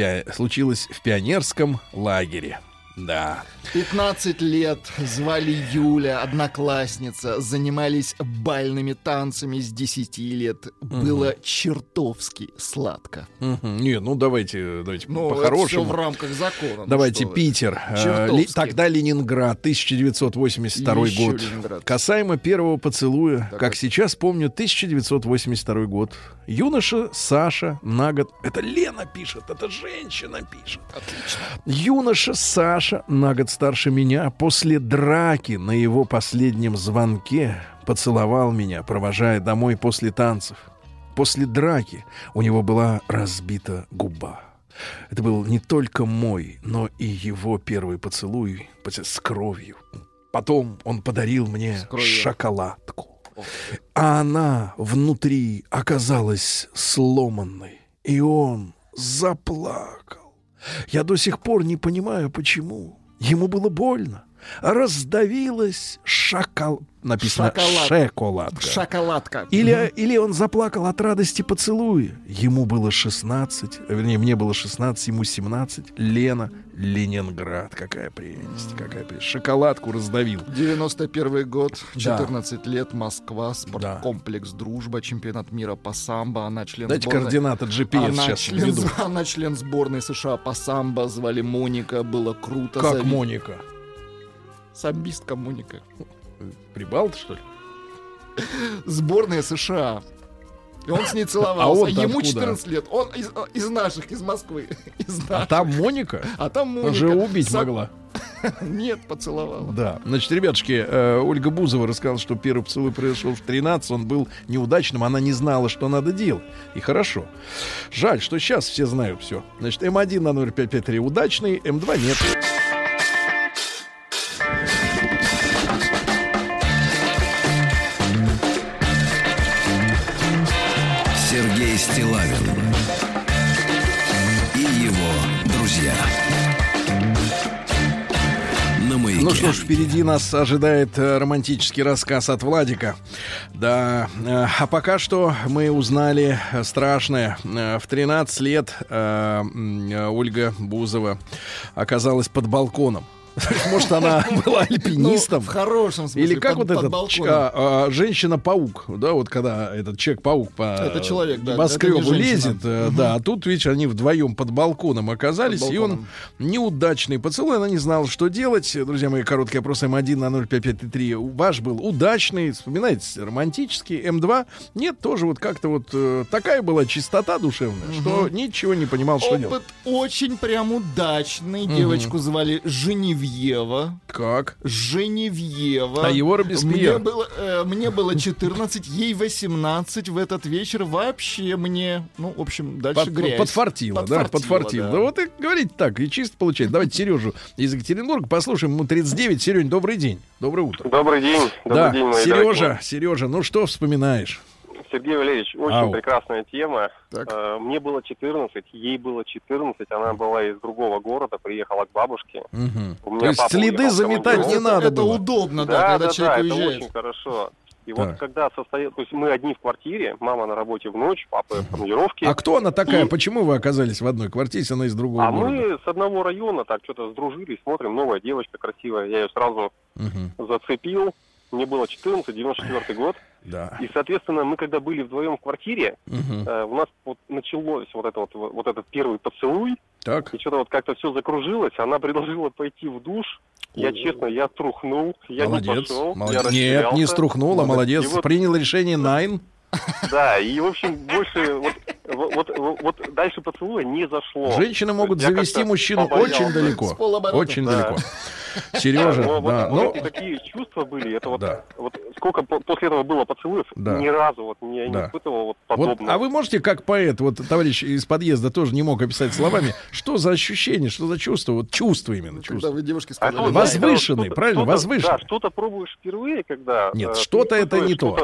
в пионерском лагере. Да. 15 лет, звали Юля, одноклассница, занимались бальными танцами с 10 лет. Было чертовски сладко. Не, ну давайте Ну, это все по-хорошему. в рамках закона. Ну, Давайте что вы. Питер. Чертовски. Тогда Ленинград, 1982 Еще год. Ленинград. Касаемо первого поцелуя, Так, как сейчас помню, 1982 год. Юноша Саша на год... Это Лена пишет, это женщина пишет. Отлично. Юноша Саша на год старше меня после драки на его последнем звонке поцеловал меня, провожая домой после танцев. После драки у него была разбита губа. Это был не только мой, но и его первый поцелуй с кровью. Потом он подарил мне шоколадку. А она внутри оказалась сломанной. И он заплакал. Я до сих пор не понимаю, почему. Ему было больно. Раздавилась написано шоколадка. Шоколадка. Или он заплакал от радости поцелуя. Ему было 16, вернее, мне было 16, ему 17. Лена, Ленинград. Какая прелесть, какая прелесть. Шоколадку раздавил. 91 год, Да. 14 лет, Москва, спорткомплекс «Дружба», чемпионат мира по самбо, она член Дайте сборной. координаты GPS сейчас введу. Она член сборной США по самбо, звали Моника, было круто. Как Моника? Самбистка Моника. Прибалт, что ли? Сборная США. И он с ней А целовался. он-то Ему откуда? 14 лет. Он из наших, из Москвы. Из А наших. там Моника? А там Моника. Она же убить Сам- могла. Нет, поцеловала. Да. Значит, ребятушки, Ольга Бузова рассказала, что первый поцелуй произошел в 13, он был неудачным, она не знала, что надо делать. И хорошо. Жаль, что сейчас все знают все. Значит, М1 на номер 553 удачный, М2 нет. Сергей Стиллавин и его друзья. На маяке. Ну что ж, впереди нас ожидает романтический рассказ от Владика. Да, а пока что мы узнали страшное. В 13 лет Ольга Бузова оказалась под балконом. Может, она была альпинистом? Ну, в хорошем смысле. Или как под вот этот балконом. женщина-паук, да, вот когда этот Человек-паук по Это человек, да, небоскребу это не лезет, женщина. да, а тут, видишь, они вдвоем под балконом оказались, Под и он балконом. неудачный поцелуй, она не знала, что делать. Друзья мои, короткий опрос М1 на 05533. Ваш был удачный, вспоминаете, романтический. М2 нет, тоже вот как-то вот такая была чистота душевная, что ничего не понимал, что делать. Опыт очень прям удачный. Девочку звали Женевьева. Как? Женевьева. А его Робеспьер. Мне было 14, ей 18 в этот вечер. Вообще мне, ну, в общем, дальше грязь. Подфартило, да, подфартило. Да вот и говорите так, и чисто получается. Давайте Сережу из Екатеринбурга послушаем, ему 39. Серёнь, добрый день, доброе утро. Добрый день. Да, Добрый день, мои Сережа, дорогие. Сережа, ну что вспоминаешь? Сергей Валерьевич, очень прекрасная тема. Мне было 14, ей было 14, она была из другого города, приехала к бабушке. То есть следы заметать не надо это было. Это удобно, когда человек уезжает. Это очень хорошо. И вот когда то есть мы одни в квартире, мама на работе в ночь, папа в командировке. А кто она такая? Почему вы оказались в одной квартире, если она из другого города? Мы с одного района так что-то сдружились, смотрим, новая девочка красивая, я ее сразу зацепил. Мне было 14, 94 год. Да. И, соответственно, мы когда были вдвоем в квартире, у нас вот началось вот этот первый поцелуй. Так. И что-то вот как-то все закружилось. Она предложила пойти в душ. Я, честно, я струхнул. Я молодец, не пошел. Молодец. Нет, не струхнул, а молодец. Вот, принял решение Найн. Да, и, в общем, больше вот дальше поцелуя не зашло. Женщины могут завести мужчину очень далеко. Очень далеко. Сережа, да. Но такие чувства были. Это вот сколько после этого было поцелуев, ни разу я не испытывал вот подобного. А вы можете, как поэт, вот товарищ из подъезда тоже не мог описать словами, что за ощущение, что за чувство? Вот чувство именно. Когда вы девушке сказали. Возвышенный, правильно? Возвышенный. Да, что-то пробуешь впервые, когда... Нет, что-то это не то.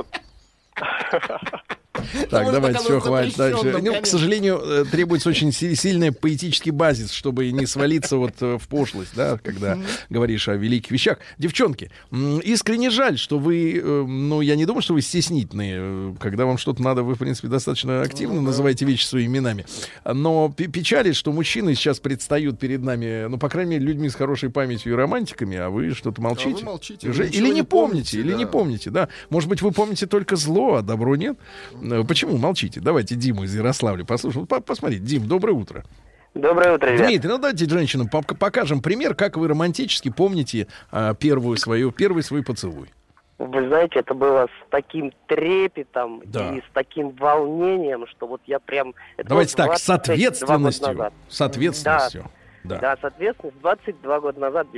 Так, давайте, все, хватит дальше. Ну, к сожалению, требуется очень сильный поэтический базис, чтобы не свалиться вот в пошлость, да, когда говоришь о великих вещах. Девчонки, искренне жаль, что вы, ну, я не думаю, что вы стеснительные. Когда вам что-то надо, вы, в принципе, достаточно активно называете вещи своими именами. Но печалит, что мужчины сейчас предстают перед нами, ну, по крайней мере, людьми с хорошей памятью и романтиками, а вы что-то молчите. А вы молчите. Или не помните, или не помните, да. Может быть, вы помните только зло, а добро нет? Почему молчите? Давайте Диму из Ярославля послушаем. Посмотрите, Дим, доброе утро. Доброе утро, ребят. Дмитрий, ну давайте женщинам покажем пример, как вы романтически помните первый свой поцелуй. Вы знаете, это было с таким трепетом и с таким волнением, что вот я прям... Давайте так, с ответственностью. С ответственностью. Да, с ответственностью. 22 года назад, в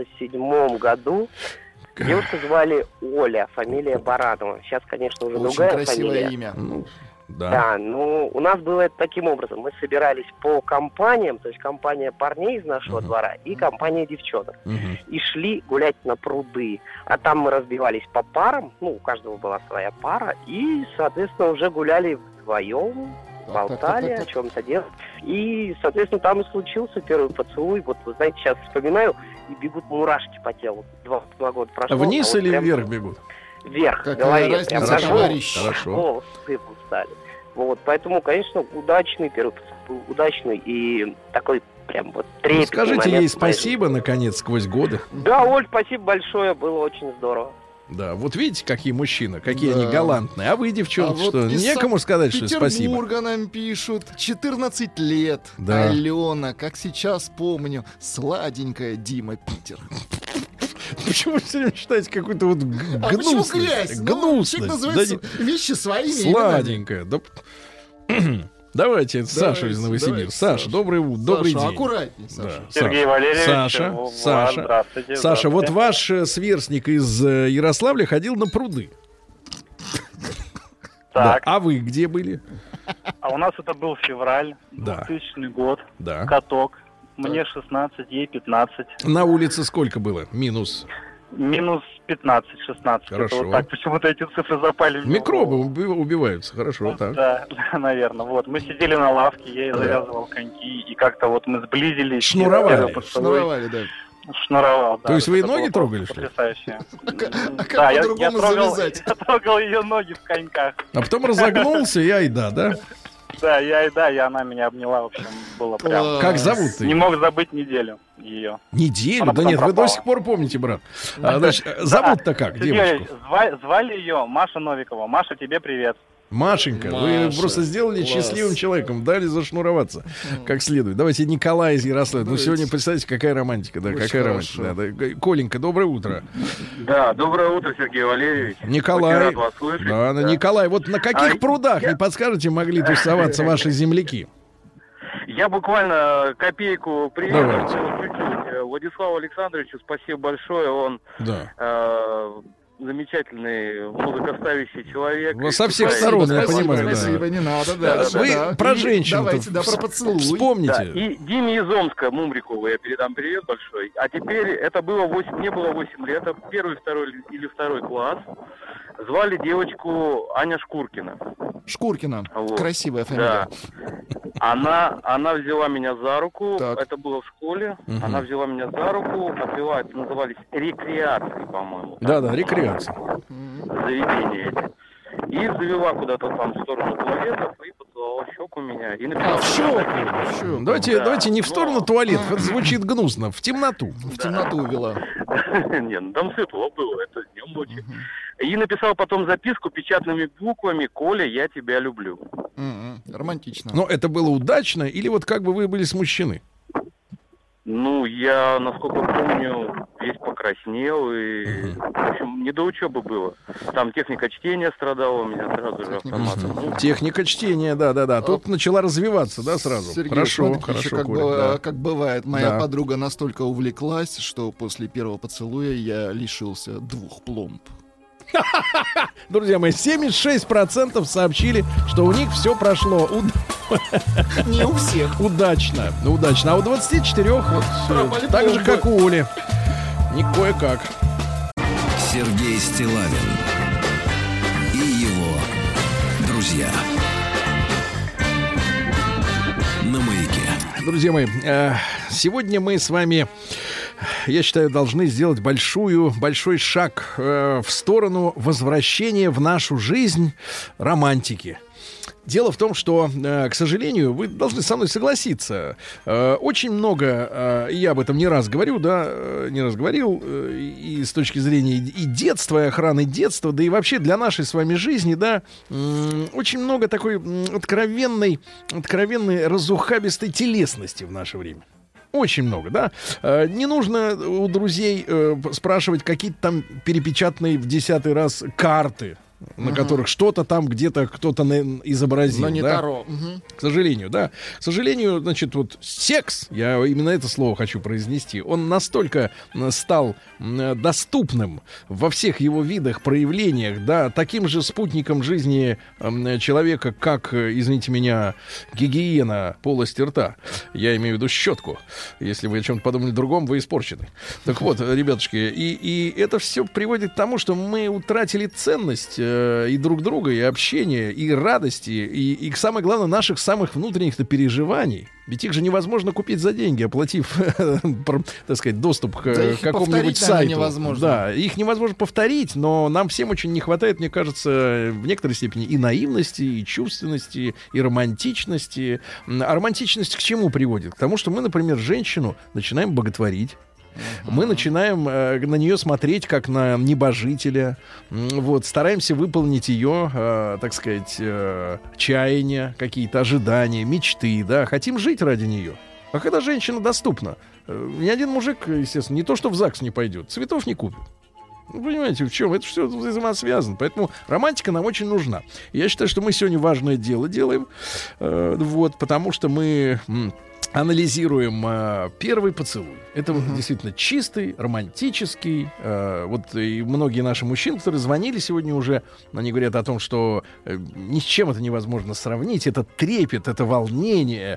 97-м году, девушку звали Оля, фамилия Баранова. Сейчас, конечно, уже очень другая красивое фамилия. имя. Да, ну, у нас было это таким образом. Мы собирались по компаниям, то есть компания парней из нашего двора и компания девчонок. И шли гулять на пруды. А там мы разбивались по парам, ну, у каждого была своя пара. И, соответственно, уже гуляли вдвоем, болтали, о чем-то делали. И, соответственно, там и случился первый поцелуй. Вот, вы знаете, сейчас вспоминаю, и бегут мурашки по телу. 2 года прошло. Вниз или вверх бегут? Вверх, в голове. Прям Хорошо. Волосы дыбом стали. Вот, поэтому, конечно, удачный первый поцелуй, удачный и такой прям вот трепетный. Скажите ей спасибо, наконец, сквозь годы. Да, Оль, спасибо большое, было очень здорово. Да, вот видите, какие мужчины, какие они галантные. А вы, девчонки, что, вот некому сказать, что спасибо? Петербурга нам пишут, 14 лет, Алена, как сейчас помню, сладенькая Дима Питер. Почему вы все время считаете какую-то вот гнусность? Почему грязь? Человек называется вещи своими сладенькая. Давайте Сашу из Новосибирска. Саша, добрый день. Аккуратней, Саша. Сергей Валерьевич. Здравствуйте. Саша, вот ваш сверстник из Ярославля ходил на пруды. Так. А вы где были? А у нас это был февраль, 2000 год, каток. Мне 16, ей 15. На улице сколько было? Минус 15-16. Хорошо. Вот так, почему-то эти цифры запали в микробы убиваются, хорошо, так. Да, наверное. Вот, мы сидели на лавке, я ей завязывал коньки, и как-то вот мы сблизились. Шнуровали, да. Шнуровал, да. То есть вы ноги трогали, что ли? Потрясающе. А как по-другому завязать? Я трогал ее ноги в коньках. А потом разогнулся и айда, да? Да, и она меня обняла, в общем, было прям... Как зовут-то? Не мог забыть неделю ее. Неделю? Да нет, вы до сих пор помните, брат. Значит, зовут-то как, девушку? Звали ее Маша Новикова. Маша, тебе привет. Машенька, вы просто сделали счастливым человеком, дали зашнуроваться как следует. Давайте Николай из Ярославля. Ну, сегодня, представьте, какая романтика. Да, какая романтика. Да. Коленька, доброе утро. Да, доброе утро, Сергей Валерьевич. Николай. Очень рад вас слышать. Да. Николай, вот на каких прудах, не подскажете, могли тусоваться ваши земляки? Я буквально копейку приехал. Владиславу Александровичу спасибо большое. Он замечательный музыкоставящий человек. Со всех сторон, я понимаю. Спасибо, не надо, да. Вы про женщин давайте, да, про поцелуй. Вспомните. Да, и Диме из Омска, Мумрикову, я передам привет большой. А теперь, это было мне было 8 лет, первый, второй или второй класс. Звали девочку Аня Шкуркина. Шкуркина. Вот. Красивая фамилия. Да. Она взяла меня за руку. Так. Это было в школе. Она взяла меня за руку, повела, это назывались рекреации, по-моему. Да, рекреации. Заведения эти. И завела куда-то там в сторону туалетов и поцеловала щеку меня. И написала... в щеку. Давайте не в сторону туалетов, это звучит гнусно, в темноту. В темноту вела. Нет, там светло было, это днем ночью. И написал потом записку печатными буквами: «Коля, я тебя люблю». Романтично. Но это было удачно или вот как бы вы были смущены? Ну, я, насколько помню, весь покраснел, и, в общем, не до учебы было. Там техника чтения страдала у меня сразу же автоматом. Техника чтения, да. Тут начала развиваться, да, сразу? Сергей, хорошо, Коля, как бывает, моя подруга настолько увлеклась, что после первого поцелуя я лишился 2 пломб. Друзья мои, 76% сообщили, что у них все прошло не у всех удачно. А у 24 вот так же, как у Оли. Не кое-как. Сергей Стиллавин и его друзья на Маяке. Друзья мои, сегодня мы с вами, я считаю, должны сделать большой шаг в сторону возвращения в нашу жизнь романтики. Дело в том, что, к сожалению, вы должны со мной согласиться. Очень много, я об этом не раз говорил, и с точки зрения и детства, и охраны детства, да и вообще для нашей с вами жизни, да, очень много такой откровенной разухабистой телесности в наше время. Очень много, да. Не нужно у друзей спрашивать какие-то там перепечатанные в 10-й раз карты, на которых что-то там где-то кто-то изобразил. Но не Таро. К сожалению, да. К сожалению, значит, вот секс, я именно это слово хочу произнести, он настолько стал доступным во всех его видах, проявлениях, да, таким же спутником жизни человека, как, извините меня, гигиена полости рта. Я имею в виду щетку. Если вы о чем-то подумали другом, вы испорчены. Так вот, ребятушки, и это все приводит к тому, что мы утратили ценность и друг друга, и общения, и радости, и самое главное, наших самых внутренних переживаний. Ведь их же невозможно купить за деньги, оплатив, так сказать, доступ к какому-нибудь сайту. Невозможно. Да, их невозможно повторить, но нам всем очень не хватает, мне кажется, в некоторой степени и наивности, и чувственности, и романтичности. А романтичность к чему приводит? К тому, что мы, например, женщину начинаем боготворить. Мы начинаем на нее смотреть как на небожителя. Вот, стараемся выполнить ее, так сказать, чаяния, какие-то ожидания, мечты, да, хотим жить ради нее. А когда женщина доступна, ни один мужик, естественно, не то что в ЗАГС не пойдет, цветов не купит. Ну, понимаете, в чем? Это все взаимосвязано. Поэтому романтика нам очень нужна. Я считаю, что мы сегодня важное дело делаем. Вот, потому что мы анализируем первый поцелуй. Это действительно чистый, романтический. Вот и многие наши мужчины, которые звонили сегодня уже, они говорят о том, что ни с чем это невозможно сравнить. Это трепет, это волнение.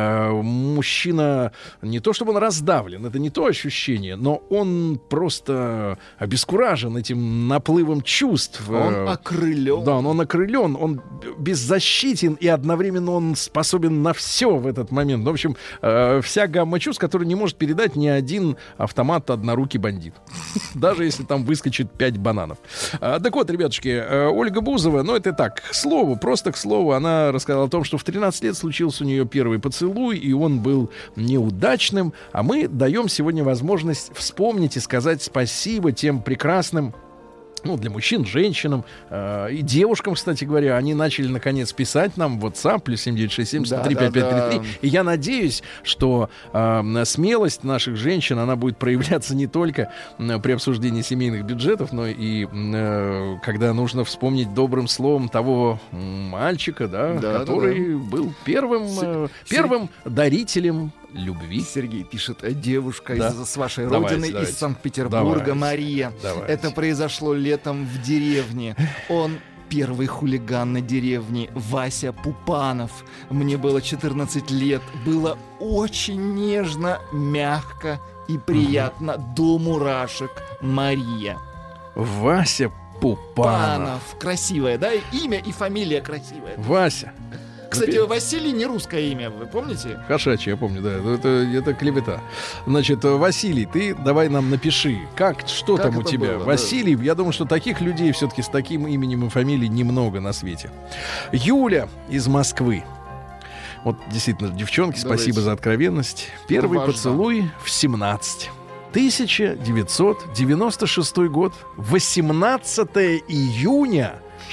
Мужчина не то чтобы он раздавлен, это не то ощущение, но он просто обескуражен этим наплывом чувств. Он окрылен. Да, он окрылен, он беззащитен, и одновременно он способен на все в этот момент. В общем, вся гамма чувств, которую не может передать ни один автомат однорукий бандит. Даже если там выскочит 5 бананов. Так вот, ребятушки, Ольга Бузова, ну это так, к слову, просто к слову, она рассказала о том, что в 13 лет случился у нее первый поцелуй, и он был неудачным. А мы даем сегодня возможность вспомнить и сказать спасибо тем прекрасным, ну, для мужчин, женщинам и девушкам, кстати говоря, они начали, наконец, писать нам в WhatsApp, +7 967 103 5533. И я надеюсь, что смелость наших женщин, она будет проявляться не только при обсуждении семейных бюджетов, но и когда нужно вспомнить добрым словом того мальчика, который был первым дарителем любви. Сергей пишет, девушка с вашей родины, из Санкт-Петербурга, Мария. Это произошло летом в деревне. Он первый хулиган на деревне, Вася Пупанов. Мне было 14 лет. Было очень нежно, мягко и приятно. До мурашек. Мария. Вася Пупанов. Красивое, да? Имя и фамилия красивая. Вася. Кстати, Василий не русское имя, вы помните? Кошачье, я помню, да. Это клевета. Значит, Василий, ты давай нам напиши, что там у тебя. Было, Василий, да. Я думаю, что таких людей все-таки с таким именем и фамилией немного на свете. Юля из Москвы. Вот действительно, девчонки, спасибо за откровенность. Первый поцелуй в 17. 1996 год. 18 июня,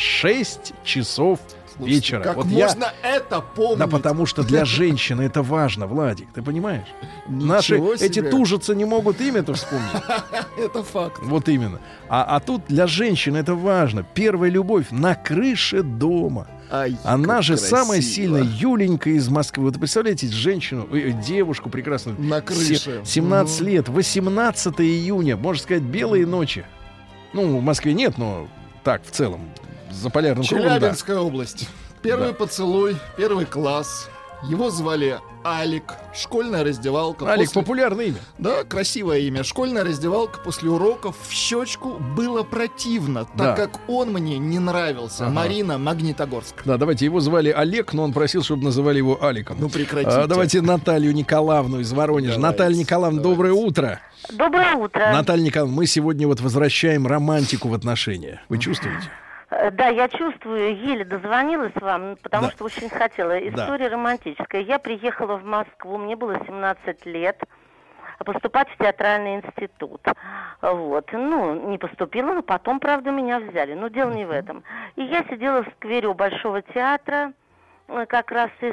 6 часов вечера. Как вот можно это помнить? Да, потому что для женщины это важно, Владик, ты понимаешь? Наши эти тужицы не могут имя-то вспомнить. Это факт. Вот именно. А тут для женщины это важно. Первая любовь на крыше дома. Она же красиво. Самая сильная, Юленька из Москвы. Вы представляете, женщину, девушку прекрасную. На крыше. 17 лет, 18 июня, можно сказать, белые ночи. Ну, в Москве нет, но так, в целом. За полярным кругом, Челябинская область. Первый поцелуй, первый класс. Его звали Алик. Школьная раздевалка. Алик, популярное имя. Да, красивое имя. Школьная раздевалка после уроков в щечку было противно, так как он мне не нравился. Марина, Магнитогорск. Да, давайте, его звали Олег, но он просил, чтобы называли его Аликом. Ну, прекратите. Давайте Наталью Николаевну из Воронежа. Наталья Николаевна, доброе утро. Доброе утро. Наталья Николаевна, мы сегодня вот возвращаем романтику в отношения. Вы чувствуете? Да, я чувствую, еле дозвонилась вам, потому что очень хотела. История романтическая. Я приехала в Москву, мне было 17 лет, поступать в театральный институт. Вот. Ну, не поступила, но потом, правда, меня взяли. Но дело не в этом. И я сидела в сквере у Большого театра, как раз из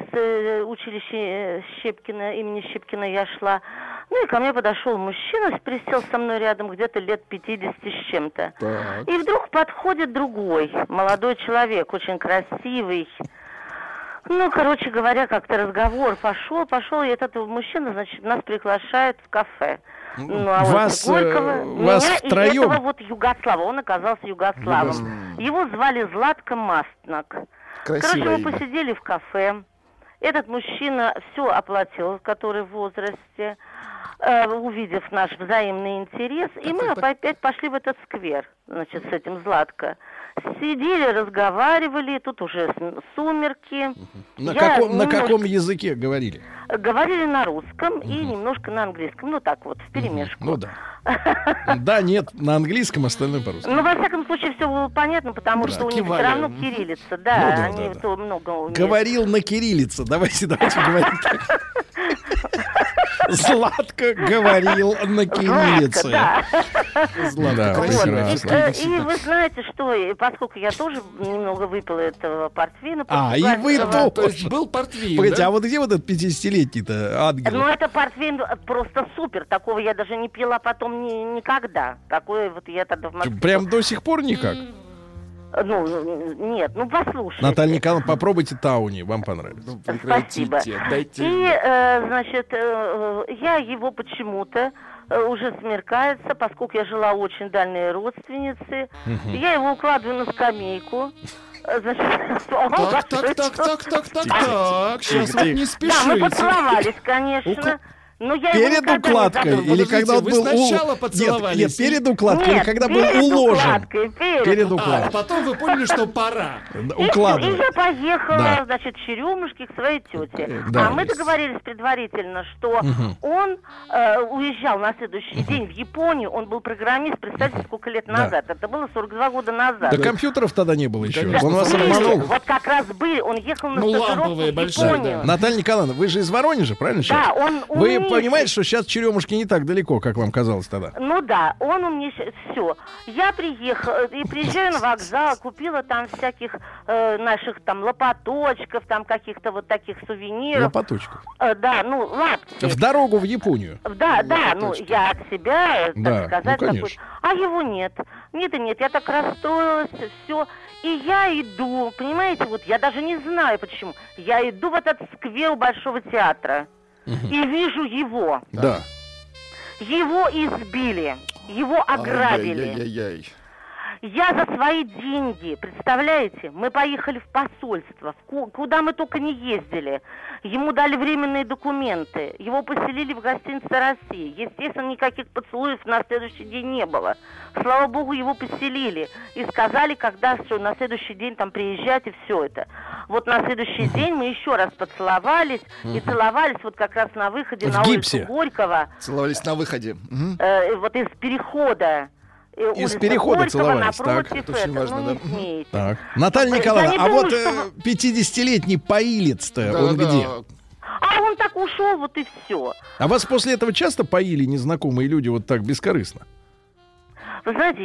училища Щепкина, имени Щепкина я шла. Ну и ко мне подошел мужчина, присел со мной рядом где-то лет 50 с чем-то. Так. И вдруг подходит другой, молодой человек, очень красивый. Ну, короче говоря, как-то разговор пошел, и этот мужчина, значит, нас приглашает в кафе. Ну, а вас, вот Горького, вас меня втроем? И этого вот Югослава, он оказался Югославом. Его звали Златко Мастнак. Красивое Короче, мы посидели в кафе. Этот мужчина все оплатил, который в возрасте, увидев наш взаимный интерес, и мы опять пошли в этот сквер, значит, с этим Златко. Сидели, разговаривали, тут уже сумерки. На каком языке говорили? Говорили на русском и немножко на английском, ну так вот, вперемешку. Ну да. Да, нет, на английском, остальное по-русски. Ну, во всяком случае, все было понятно, потому что у них все равно кириллица, да, они много умеют. Говорил на кириллице, давайте говорить так. Златко говорил на кириллице. Златко, и вы знаете, что, поскольку я тоже немного выпила этого портвейна. И вы тоже. То есть был портвейн, погодите, а вот где вот этот 50-летний-то ангел? Ну, это портвейн просто супер. Такого я даже не пила потом никогда. Такое вот я тогда в Москве. Прям до сих пор никак? Ну, нет, послушайте. Наталья Николаевна, попробуйте Тауни, вам понравится. Спасибо. И, значит, я его почему-то уже смеркается, поскольку я жила очень дальней родственницы. Я его укладываю на скамейку. Значит, так, сейчас вот не спешите. Да, мы поцеловались, конечно. Но я перед укладкой или когда он был сначала поцеловались? Нет, перед укладкой или когда был уложен? Перед укладкой. А потом вы поняли, что пора. Укладывать. И я поехала, значит, в Черемушки к своей тете. А мы договорились предварительно, что он уезжал на следующий день в Японию. Он был программист, представьте, сколько лет назад. Это было 42 года назад. Да компьютеров тогда не было еще. Он вас обманул. Вот как раз были. Он ехал на стажировку в Японию. Наталья Николаевна, вы же из Воронежа, правильно? Да, он вы понимаете, что сейчас Черемушки не так далеко, как вам казалось тогда? Ну да, он у меня все. Я приехала и приезжаю на вокзал, купила там всяких наших там лопаточков, там каких-то вот таких сувениров. Лопаточков? Да, ну лапти. В дорогу в Японию? Да, ну я от себя, так сказать, такой. А его нет. Нет, я так расстроилась, все. И я иду, понимаете, вот я даже не знаю почему. Я иду в этот сквер у Большого театра. и вижу его. Да. Его избили, его ограбили. Я за свои деньги, представляете, мы поехали в посольство, куда мы только не ездили. Ему дали временные документы, его поселили в гостинице «Россия». Естественно, никаких поцелуев на следующий день не было. Слава богу, его поселили и сказали, когда все, на следующий день там приезжать и все это. Вот на следующий день мы еще раз поцеловались и целовались вот как раз на выходе на улицу Горького. Целовались на выходе. Вот из перехода. Из перехода целовались, так. Это очень важно, да. Так. Наталья Николаевна, а вот 50-летний поилец-то, он где? А он так ушел, вот и все. А вас после этого часто поили незнакомые люди вот так бескорыстно? Вы знаете,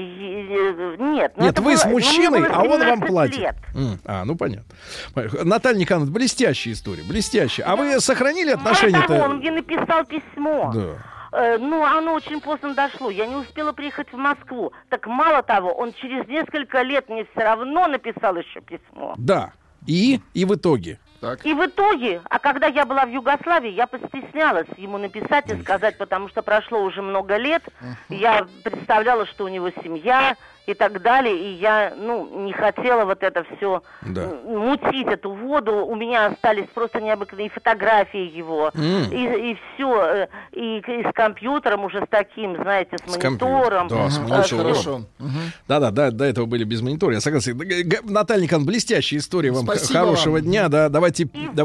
нет. Нет, вы с мужчиной, а он вам платит. Ну понятно. Наталья Николаевна, блестящая история, блестящая. А вы сохранили отношения-то? Он мне написал письмо. Да. Оно очень поздно дошло. Я не успела приехать в Москву. Так мало того, он через несколько лет мне все равно написал еще письмо. Да. И в итоге? Так. И в итоге, а когда я была в Югославии, я постеснялась ему написать и сказать, потому что прошло уже много лет. Я представляла, что у него семья и так далее, и я, не хотела вот это все мутить, эту воду. У меня остались просто необыкновенные фотографии его, и все, и с компьютером уже с таким, знаете, с монитором. Да, с монитором. Хорошо. Да, до этого были без монитора, я согласен. Наталья Николаевна, блестящая история, вам хорошего дня, да, давайте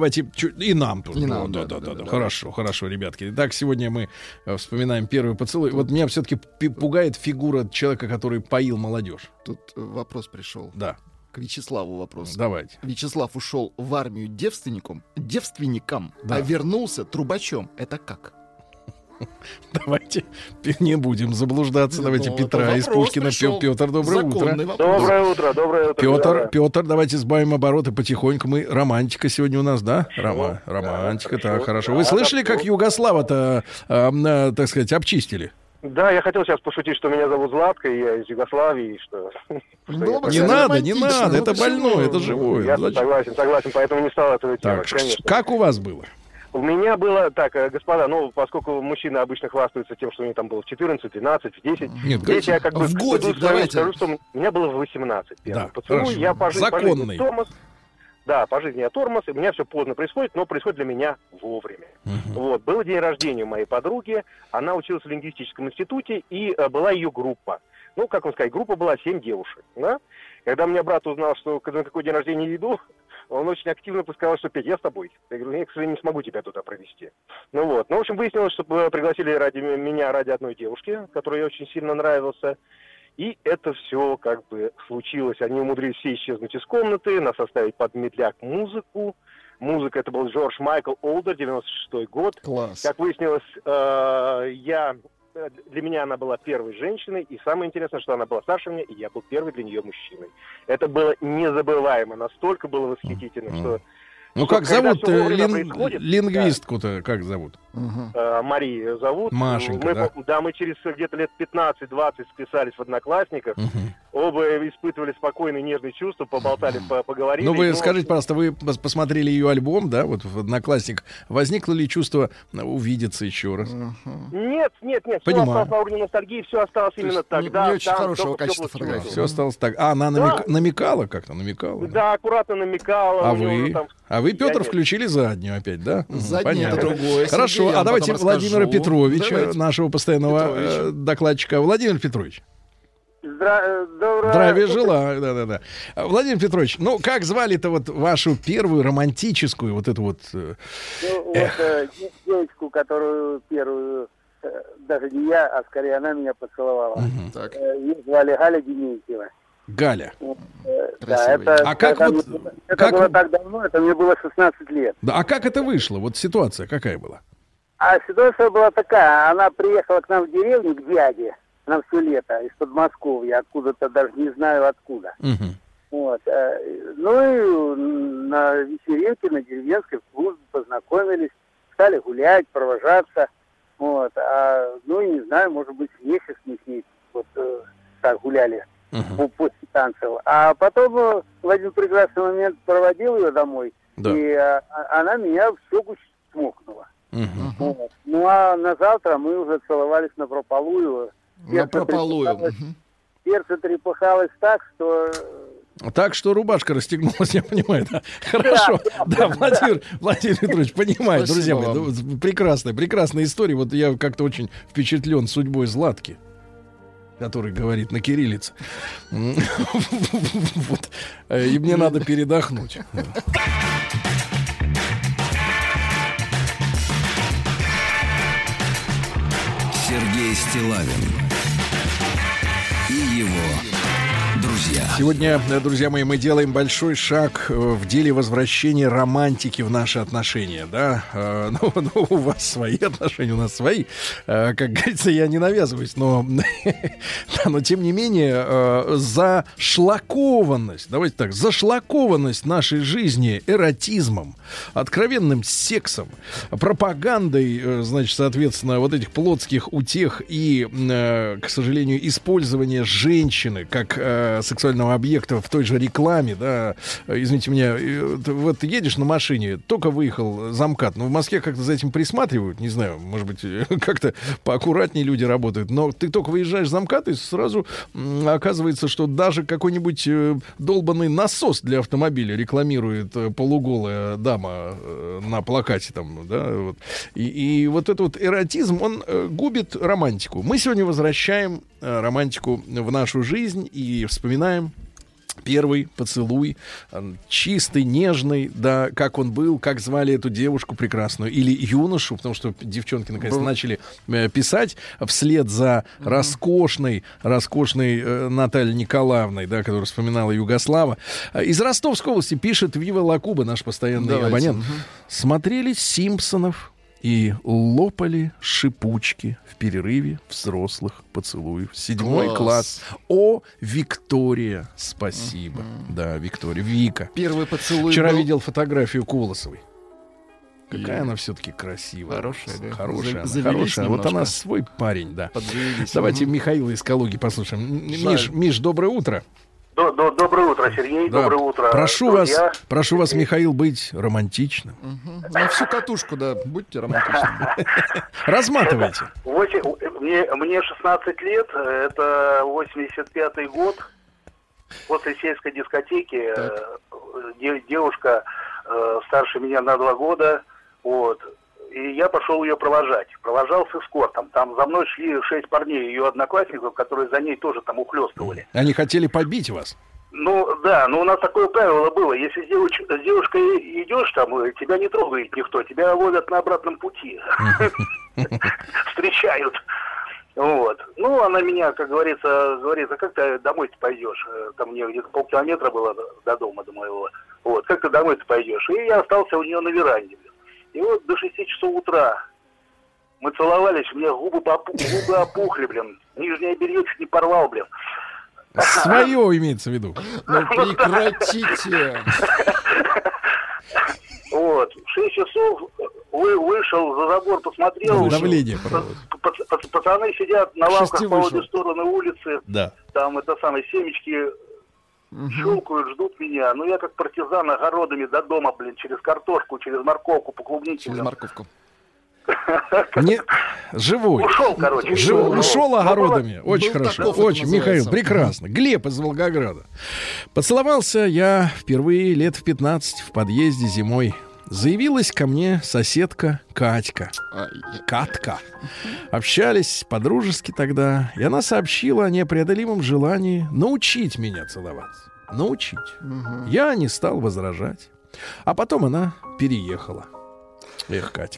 и нам тоже. Да. Хорошо, ребятки. Итак, сегодня мы вспоминаем первый поцелуй. Вот меня все-таки пугает фигура человека, который поил молодежь. Тут вопрос пришел. Да. К Вячеславу вопрос. Давайте. Вячеслав ушел в армию девственником, а вернулся трубачом. Это как? Давайте не будем заблуждаться. Давайте Петра из Пушкина. Петр, доброе утро. Доброе утро. Петр, давайте сбавим обороты потихоньку. Мы романтика сегодня у нас, да? Романтика, так, хорошо. Вы слышали, как Югослава-то, так сказать, обчистили? Да, я хотел сейчас пошутить, что меня зовут Златко, и я из Югославии, что... Не надо, это больное, это живое. Я согласен, поэтому не стал этого делать, конечно. Как у вас было? У меня было так, господа, поскольку мужчины обычно хвастаются тем, что у них там было в 14, 12, в 10. Нет, здесь я как бы в годик, давайте. Скажу, что у меня было в 18. Да, поцелуй, я по законный. тормоз. Да, по жизни я тормоз, и у меня все поздно происходит, но происходит для меня вовремя. Вот, был день рождения у моей подруги, она училась в лингвистическом институте, и была ее группа. Как вам сказать, группа была 7 девушек, да? Когда мне брат узнал, что на какой день рождения я иду, он очень активно сказал, что Петь, я с тобой. Я говорю, я, к сожалению, не смогу тебя туда провести. В общем, выяснилось, что пригласили ради одной девушки, которой я очень сильно нравился. И это все как бы случилось. Они умудрились все исчезнуть из комнаты, нас оставить под медляк музыку. Музыка это был Джордж Майкл Олдер, 96-й год. Класс. Как выяснилось, для меня она была первой женщиной, и самое интересное, что она была старше меня, и я был первый для нее мужчиной. Это было незабываемо, настолько было восхитительно, что... как зовут лингвистку-то, как зовут? Марию ее зовут. Машенька, мы через где-то лет 15-20 списались в Одноклассниках. Оба испытывали спокойные, нежные чувства, поболтали, поговорили. Вы скажите, пожалуйста, вы посмотрели ее альбом, да, вот в Одноклассниках. Возникло ли чувство увидеться еще раз? Нет. Понимаю. Все осталось на уровне ностальгии, все осталось именно тогда. Не очень хорошего качества фотографии. Все осталось так. Она намекала как-то? Да, аккуратно намекала. А вы, Петр, включили заднюю опять, да? Заднее это другое. Хорошо, а давайте Владимира Петровича, нашего постоянного докладчика. Владимир Петрович. Здравия желаю. Да. Владимир Петрович, как звали-то вашу первую романтическую девочку, которую первую, даже не я, а скорее она меня поцеловала. Ее звали Галя Дементьева. Галя. Да, это было так давно, это мне было 16 лет. Да, а как это вышло? Вот ситуация какая была? А ситуация была такая, она приехала к нам в деревню, к дяде, на все лето, из Подмосковья, откуда-то даже не знаю откуда. Вот. И на вечеринке, на деревенской службе познакомились, стали гулять, провожаться. Вот. Не знаю, может быть, месяц мы с ней так гуляли. После танцев. А потом в один прекрасный момент проводил ее домой, и она меня в щеку чмокнула. Вот. Ну, а на завтра мы уже целовались напропалую. Сердце трепыхалось так, что... Так что рубашка расстегнулась, я понимаю, да. Хорошо. Да, Владимир Петрович, понимаю, друзья мои. Прекрасная история. Вот я как-то очень впечатлен судьбой Златки, который говорит на кириллице. Вот. И мне надо передохнуть. Сергей Стиллавин и его друзья. Сегодня, друзья мои, мы делаем большой шаг в деле возвращения романтики в наши отношения, да. Ну, у вас свои отношения, у нас свои. Как говорится, я не навязываюсь, но тем не менее, зашлакованность нашей жизни эротизмом, откровенным сексом, пропагандой, значит, соответственно, вот этих плотских утех и, к сожалению, использования женщины как сексуального объекта в той же рекламе, да, извините меня, вот едешь на машине, только выехал за МКАД, но в Москве как-то за этим присматривают, не знаю, может быть, как-то поаккуратнее люди работают, но ты только выезжаешь за МКАД, и сразу оказывается, что даже какой-нибудь долбанный насос для автомобиля рекламирует полуголая дама на плакате там, да, вот. И вот этот вот эротизм, он губит романтику. Мы сегодня возвращаем романтику в нашу жизнь и вспоминаем первый поцелуй, чистый, нежный, да, как он был, как звали эту девушку прекрасную, или юношу, потому что девчонки наконец-то начали писать вслед за роскошной Натальей Николаевной, да, которая вспоминала Югослава. Из Ростовской области пишет Вива Лакуба, наш постоянный абонент. Смотрели «Симпсонов» и лопали шипучки в перерыве взрослых поцелуев. 7 класс. О, Виктория, спасибо. Да, Виктория. Вика. Первый поцелуй. Вчера видел фотографию Колосовой. Какая она все-таки красивая. Хорошая, да? Хорошая. Вот она свой парень, да. Давайте Михаила из Калуги послушаем. Миш, доброе утро. Доброе утро, Сергей. Да. Доброе утро. Прошу вас, Михаил, быть романтичным. На всю катушку, да, будьте романтичными. Разматывайте. Мне 16 лет, это 85-й год. После сельской дискотеки девушка старше меня на 2 года, вот. И я пошел ее провожать. Провожал с эскортом. Там за мной шли 6 парней, ее одноклассников, которые за ней тоже там ухлёстывали. Они хотели побить вас? Ну, да, но у нас такое правило было. Если с девушкой идешь, там, тебя не трогает никто, тебя ловят на обратном пути. Встречают. Вот. Ну, она меня, как говорится, говорит, а как ты домой-то пойдешь? Там мне где-то полкилометра было до дома, до моего. Вот, как ты домой-то пойдешь? И я остался у нее на веранде. И вот до 6 часов утра мы целовались, у меня губы опухли, блин. Нижнее белье чуть не порвал, блин. Свое имеется в виду. Ну, прекратите. Вот. В 6 часов вышел за забор, посмотрел. Давление. Пацаны сидят на лавках по обе стороны улицы. Да. Там семечки щелкают, ждут меня. Ну, я как партизан огородами до дома, блин, через картошку, через морковку, по клубнике. Через морковку. Живой. Ушел, короче. Ушел огородами. Очень хорошо. Очень, Михаил, прекрасно. Глеб из Волгограда. Поцеловался я впервые лет в 15 в подъезде зимой. Заявилась ко мне соседка Катька. Общались по-дружески тогда, и она сообщила о непреодолимом желании научить меня целоваться. Научить. Я не стал возражать. А потом она переехала. Эх, Катя.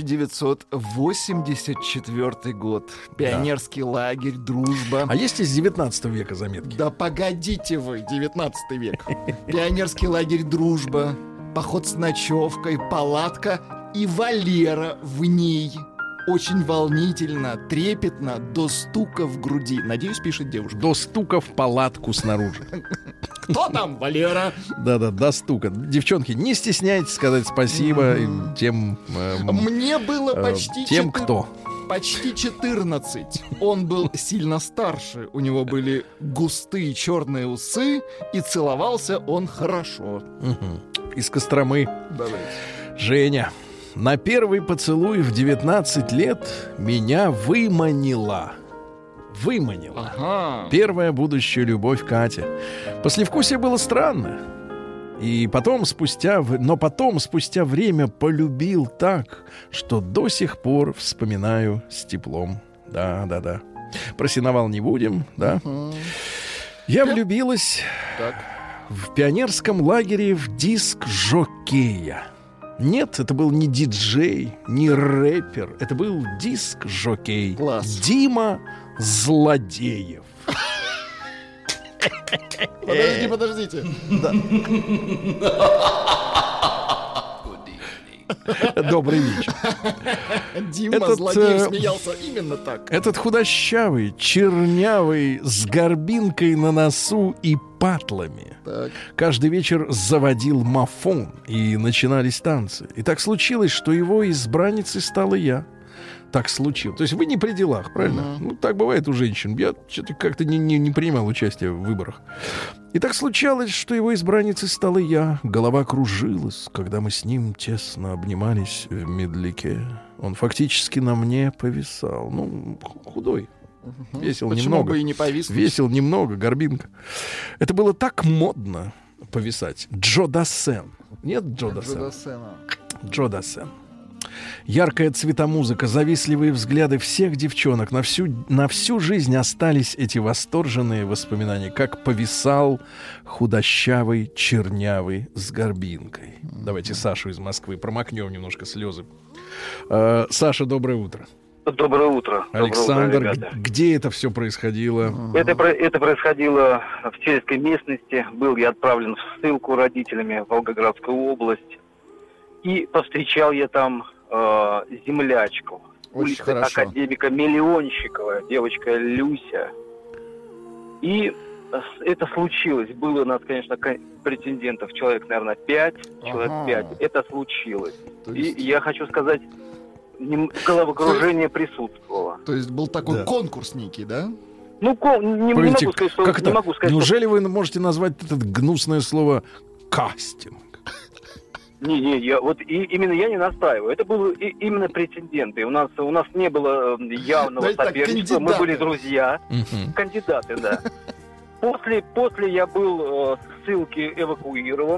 1984 год. Пионерский лагерь, дружба. А есть из 19 века заметки? Да погодите вы, 19 век. Пионерский лагерь, дружба. Поход с ночевкой, палатка и Валера в ней. Очень волнительно, трепетно, до стука в груди. Надеюсь, пишет девушка. До стука в палатку снаружи. Кто там, Валера? Да-да, до стука. Девчонки, не стесняйтесь сказать спасибо тем... Мне было почти... Тем, кто? Почти 14. Он был сильно старше. У него были густые черные усы, и целовался он хорошо. Из Костромы. Давайте. Женя. На первый поцелуй в 19 лет меня выманила. Ага. Первая будущая любовь Катя. Послевкусие было странное. И потом, спустя время полюбил так, что до сих пор вспоминаю с теплом. Да. Про сеновал не будем, да. Я влюбилась в пионерском лагере в диск-жокея. Нет, это был не диджей, не рэпер. Это был диск-жокей. Класс. Дима Злодеев. Подождите. Добрый вечер. Дима Злодеев смеялся именно так. Этот худощавый, чернявый, с горбинкой на носу и патлами. Так. Каждый вечер заводил мафон, и начинались танцы. И так случилось, что его избранницей стала я. Так случилось. То есть вы не при делах, правильно? Ну, так бывает у женщин. Я что-то как-то не принимал участия в выборах. И так случалось, что его избранницей стала я. Голова кружилась, когда мы с ним тесно обнимались в медляке. Он фактически на мне повисал. Ну, худой. Весил Почему немного. бы и не повиснуть? Весил немного, горбинка. Это было так модно повисать. Джо Дассен. Нет Джо Дассена? Джо Дассен. Яркая цветомузыка, завистливые взгляды всех девчонок. На всю жизнь остались эти восторженные воспоминания, как повисал худощавый, чернявый с горбинкой. Давайте Сашу из Москвы промокнем немножко слезы. Саша, доброе утро. Доброе утро. Александр, доброе утро, где это все происходило? Это происходило в сельской местности. Был я отправлен в ссылку родителями в Волгоградскую область. И повстречал я там землячку. Очень улица академика Миллионщикова, девочка Люся. И это случилось. Было у нас, конечно, претендентов человек, наверное, 5. Это случилось. И я хочу сказать, головокружение присутствовало. То есть был такой конкурс некий, да? Ну, не могу сказать, что... Как это? Не могу сказать, неужели вы можете назвать это гнусное слово «кастинг»? Именно я не настаиваю. Это были именно претенденты. У нас не было явного соперничества. Мы были друзья. Кандидаты, да. После я был с ссылки эвакуирован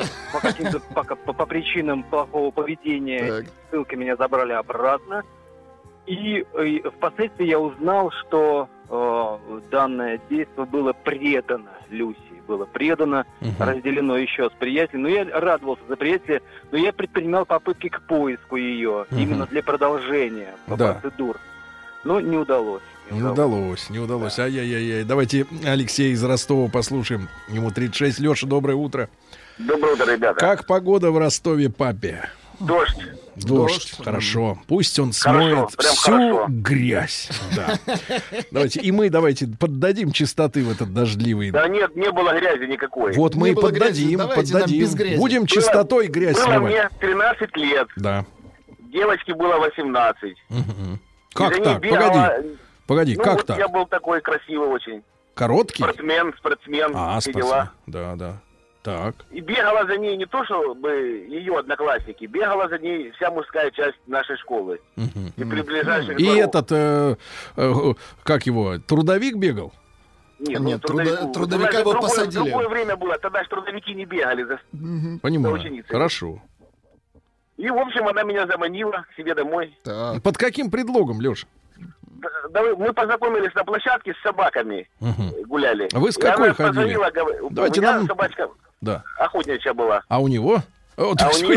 по причинам плохого поведения. Ссылки меня забрали обратно. И впоследствии я узнал, что данное действие было предано Люси. Было предано, разделено еще с приятелем. Но я радовался за приятеля, но я предпринимал попытки к поиску ее, именно для продолжения процедур. Но не удалось. Не удалось. Ай-яй-яй. Давайте Алексея из Ростова послушаем. Ему 36. Леша, доброе утро. Доброе утро, ребята. Как погода в Ростове-Папе? Дождь. Хорошо. Пусть он смоет всю грязь. Да. Давайте поддадим чистоты в этот дождливый. Да нет, не было грязи никакой. Вот мы и поддадим. Будем чистотой грязь смывать. Было мне 13 лет. Да. Девочке было 18. Как так? Погоди, как так? Я был такой красивый очень. Короткий? Спортсмен, все дела. Да. Так. И бегала за ней не то, чтобы ее одноклассники, бегала за ней вся мужская часть нашей школы. И при ближайших дворов. Как его, трудовик бегал? Нет, трудовика его посадили. Другое время было, тогда же трудовики не бегали за ученицей. Хорошо. И, в общем, она меня заманила к себе домой. Так. Под каким предлогом, Леша? Мы познакомились на площадке с собаками, гуляли. А вы с какой ходили? Давайте нам... собачка охотничья была. А у него? У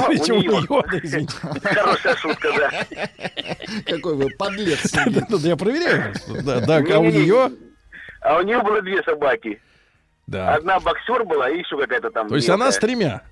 нее. Хорошая шутка, да. Какой вы подлец. Я проверяю. А у нее? А у нее было 2 собаки. Да. Одна боксер была, и еще какая-то там. То есть она с 3?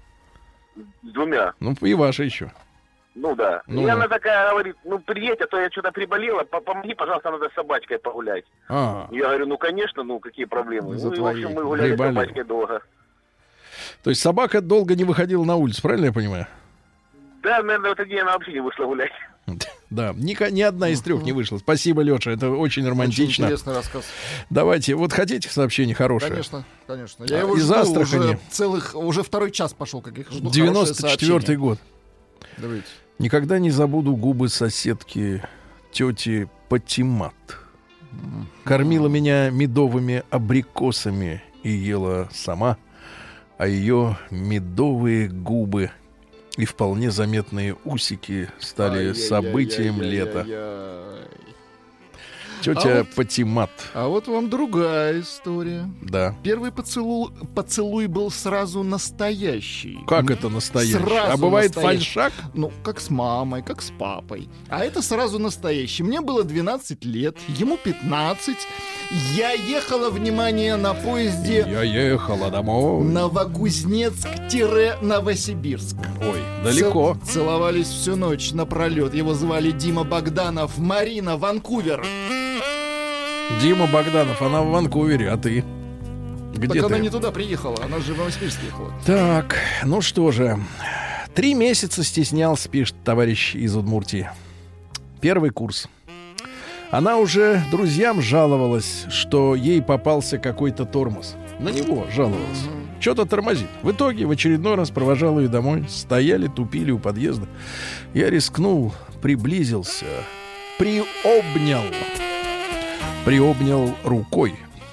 С 2. Ну, и ваша еще. Ну да. И она такая говорит, приедь, а то я что-то приболела, помоги, пожалуйста, надо с собачкой погулять. Я говорю, конечно, какие проблемы. И, в общем, мы гуляли с собачкой долго. То есть собака долго не выходила на улицу, правильно я понимаю? Да, наверное, в этот день она вообще не вышла гулять. Да, ни одна из 3 не вышла. Спасибо, Леша, это очень романтично. Очень интересный рассказ. Давайте, хотите сообщение хорошее? Конечно. Я его из Астрахани. Уже 2-й час пошел, каких жду. 94-й год. Давайте. Никогда не забуду губы соседки тети Патимат. Кормила меня медовыми абрикосами и ела сама, а ее медовые губы и вполне заметные усики стали событием лета. Тетя Патимат. А вот вам другая история. Да. Первый поцелуй был сразу настоящий. Как это настоящий? Сразу а бывает настоящий. фальшак? Ну, как с мамой, как с папой. А это сразу настоящий. Мне было 12 лет, ему 15. Я ехала, внимание, на поезде... Я ехала домой. Новокузнецк-Новосибирск. Ой, далеко. Целовались всю ночь напролет. Его звали Дима Богданов, Марина, Ванкувер. Дима Богданов, она в Ванкувере, а ты? Где так ты? Она не туда приехала, она же в Новосибирск ехала. Так, ну что же. 3 месяца стеснялся, пишет товарищ из Удмуртии. Первый курс. Она уже друзьям жаловалась, что ей попался какой-то тормоз. На него жаловалась. Что-то тормозит. В итоге в очередной раз провожал ее домой. Стояли, тупили у подъезда. Я рискнул, приблизился, приобнял рукой.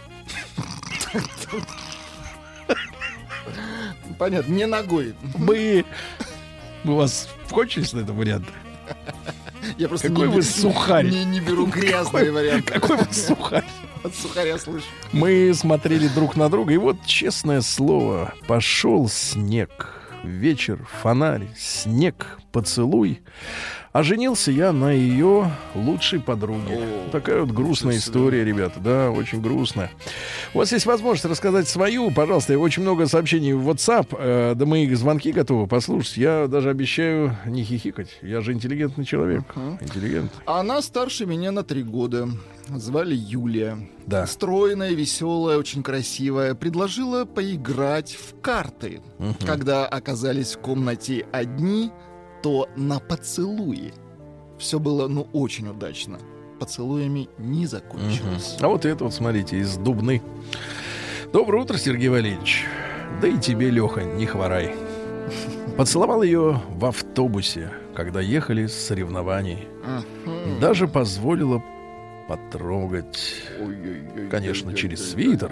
Понятно, не ногой. Мы у вас кончились на этом варианте? Я просто какой вы сухарь. Не беру грязный вариант. Какой вы сухарь. От сухаря слышу. Мы смотрели друг на друга, и вот, честное слово, пошел снег. Вечер, фонарь, снег, поцелуй. А женился я на ее лучшей подруге. Такая вот грустная история, ребята. Да, очень грустная. У вас есть возможность рассказать свою, пожалуйста. Очень много сообщений в WhatsApp. Да мы их звонки готовы послушать. Я даже обещаю не хихикать. Я же интеллигентный человек. Интеллигентный. Она старше меня на 3 года. Звали Юлия. Да. Стройная, веселая, очень красивая. Предложила поиграть в карты. Когда оказались в комнате одни, то на поцелуи. Все было, очень удачно. Поцелуями не закончилось. А вот это вот, смотрите, из Дубны. Доброе утро, Сергей Валерьевич. Да и тебе, Леха, не хворай. Поцеловал ее в автобусе, когда ехали с соревнований. Даже позволила потрогать, конечно, через свитер.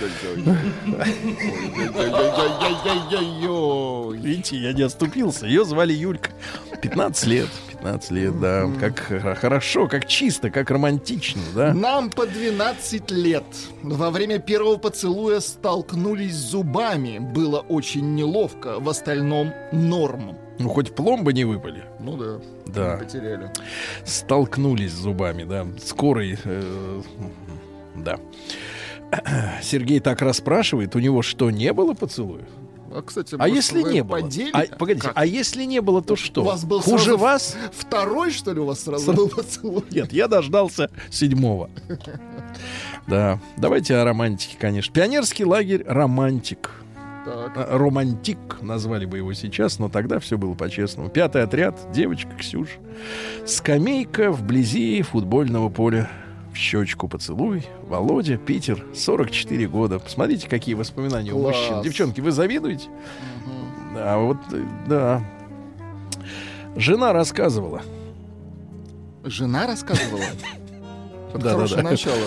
Видите, я не оступился. Ее звали Юлька. 15 лет, да. Как хорошо, как чисто, как романтично, да. Нам по 12 лет. Во время первого поцелуя столкнулись зубами. Было очень неловко. В остальном норм. Ну, хоть пломбы не выпали. Ну да. Да. Потеряли. Столкнулись зубами, да. Скорой, да. Сергей так расспрашивает, у него что, не было поцелуев? А, кстати, если не было? Погодите, а если не было, то что? У вас был хуже вас? Второй, что ли, у вас сразу был поцелуй? Нет, я дождался 7-го. Да, давайте о романтике, конечно. Пионерский лагерь «Романтик». Романтик назвали бы его сейчас, но тогда все было по-честному. 5-й отряд, девочка Ксюша. Скамейка вблизи футбольного поля. В щечку поцелуй. Володя, Питер, 44 года. Посмотрите, какие воспоминания у мужчин. Девчонки, вы завидуете? Да, вот, да. Жена рассказывала. Жена рассказывала? Да. Начало.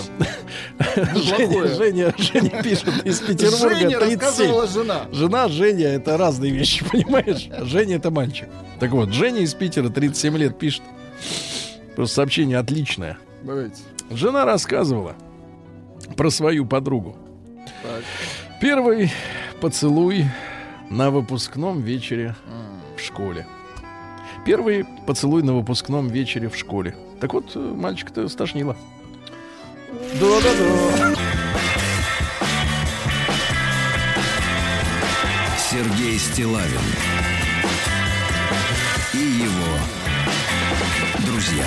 Женя пишет из Петербурга. Женя рассказывала жена. Жена, Женя, это разные вещи, понимаешь? Женя — это мальчик. Так вот, Женя из Питера, 37 лет, пишет. Просто сообщение отличное. Давайте. Жена рассказывала про свою подругу. Так. Первый поцелуй на выпускном вечере в школе. Первый поцелуй на выпускном вечере в школе. Так вот, мальчик-то стошнило. Да-да-да. Сергей Стиллавин и его друзья.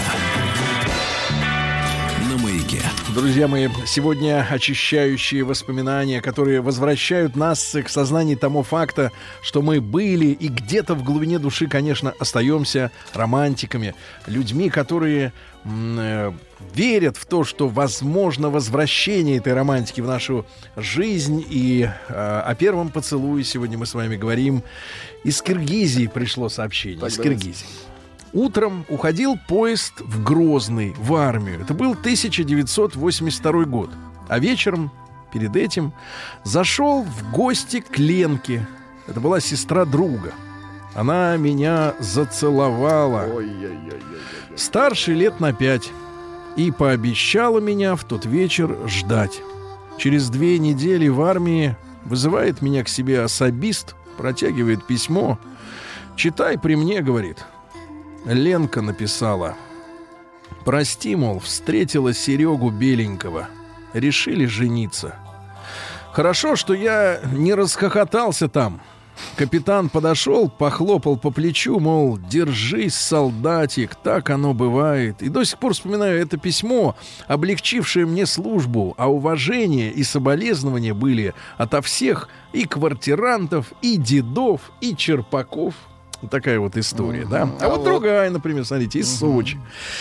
На маяке. Друзья мои, сегодня очищающие воспоминания, которые возвращают нас к сознанию тому факта, что мы были и где-то в глубине души, конечно, остаемся романтиками, людьми, которые верят в то, что возможно возвращение этой романтики в нашу жизнь. И о первом поцелуе сегодня мы с вами говорим. Из Киргизии пришло сообщение. Из Киргизии. Утром уходил поезд в Грозный, в армию. Это был 1982 год. А вечером, перед этим, зашел в гости к Ленке. Это была сестра друга. Она меня зацеловала. Старше лет на 5. И пообещала меня в тот вечер ждать. Через 2 недели в армии вызывает меня к себе особист, протягивает письмо. «Читай при мне», — говорит. Ленка написала: «Прости, мол, встретила Серегу Беленького. Решили жениться. Хорошо, что я не расхохотался там. Капитан подошел, похлопал по плечу, мол, держись, солдатик, так оно бывает. И до сих пор вспоминаю это письмо, облегчившее мне службу, а уважение и соболезнования были ото всех, и квартирантов, и дедов, и черпаков». Такая вот история, да? А вот другая, например, смотрите, из Сочи.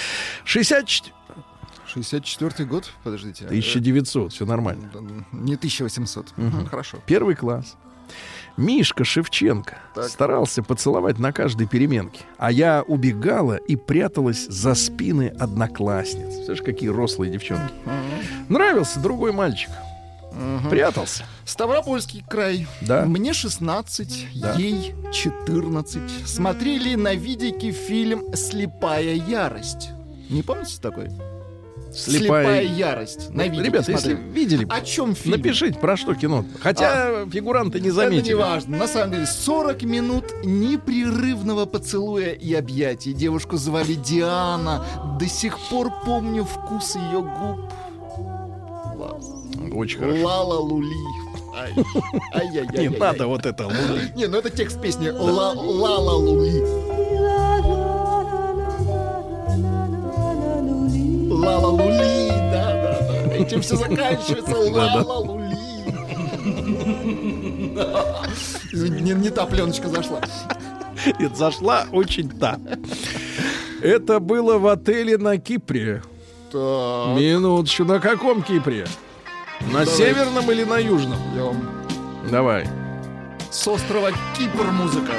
64-й год, подождите. 1900, все нормально. Не 1800. Хорошо. 1 класс. Мишка Шевченко старался поцеловать на каждой переменке, а я убегала и пряталась за спины одноклассниц. Слышишь, какие рослые девчонки. Нравился другой мальчик. Прятался. Ставропольский край. Да. Мне 16, ей 14. Смотрели на видике фильм «Слепая ярость». Не помните такой? «Слепая ярость». На видике. Ребята, смотрели. если видели, о чем фильм? Напишите, про что кино. Хотя фигуранты не заметили. Это не важно. На самом деле 40 минут непрерывного поцелуя и объятий. Девушку звали Диана. До сих пор помню вкус ее губ. Очень хорошо. Лала Лули. Не надо вот это Лули. Не, ну это текст песни. Лала Лули. Лала Лули, да. Этим все заканчивается. Лала Лули. Не та пленочка зашла. Нет, зашла очень та. Это было в отеле на Кипре. Так. Минуточку, на каком Кипре? На северном или на южном? Давай. С острова Кипр музыка.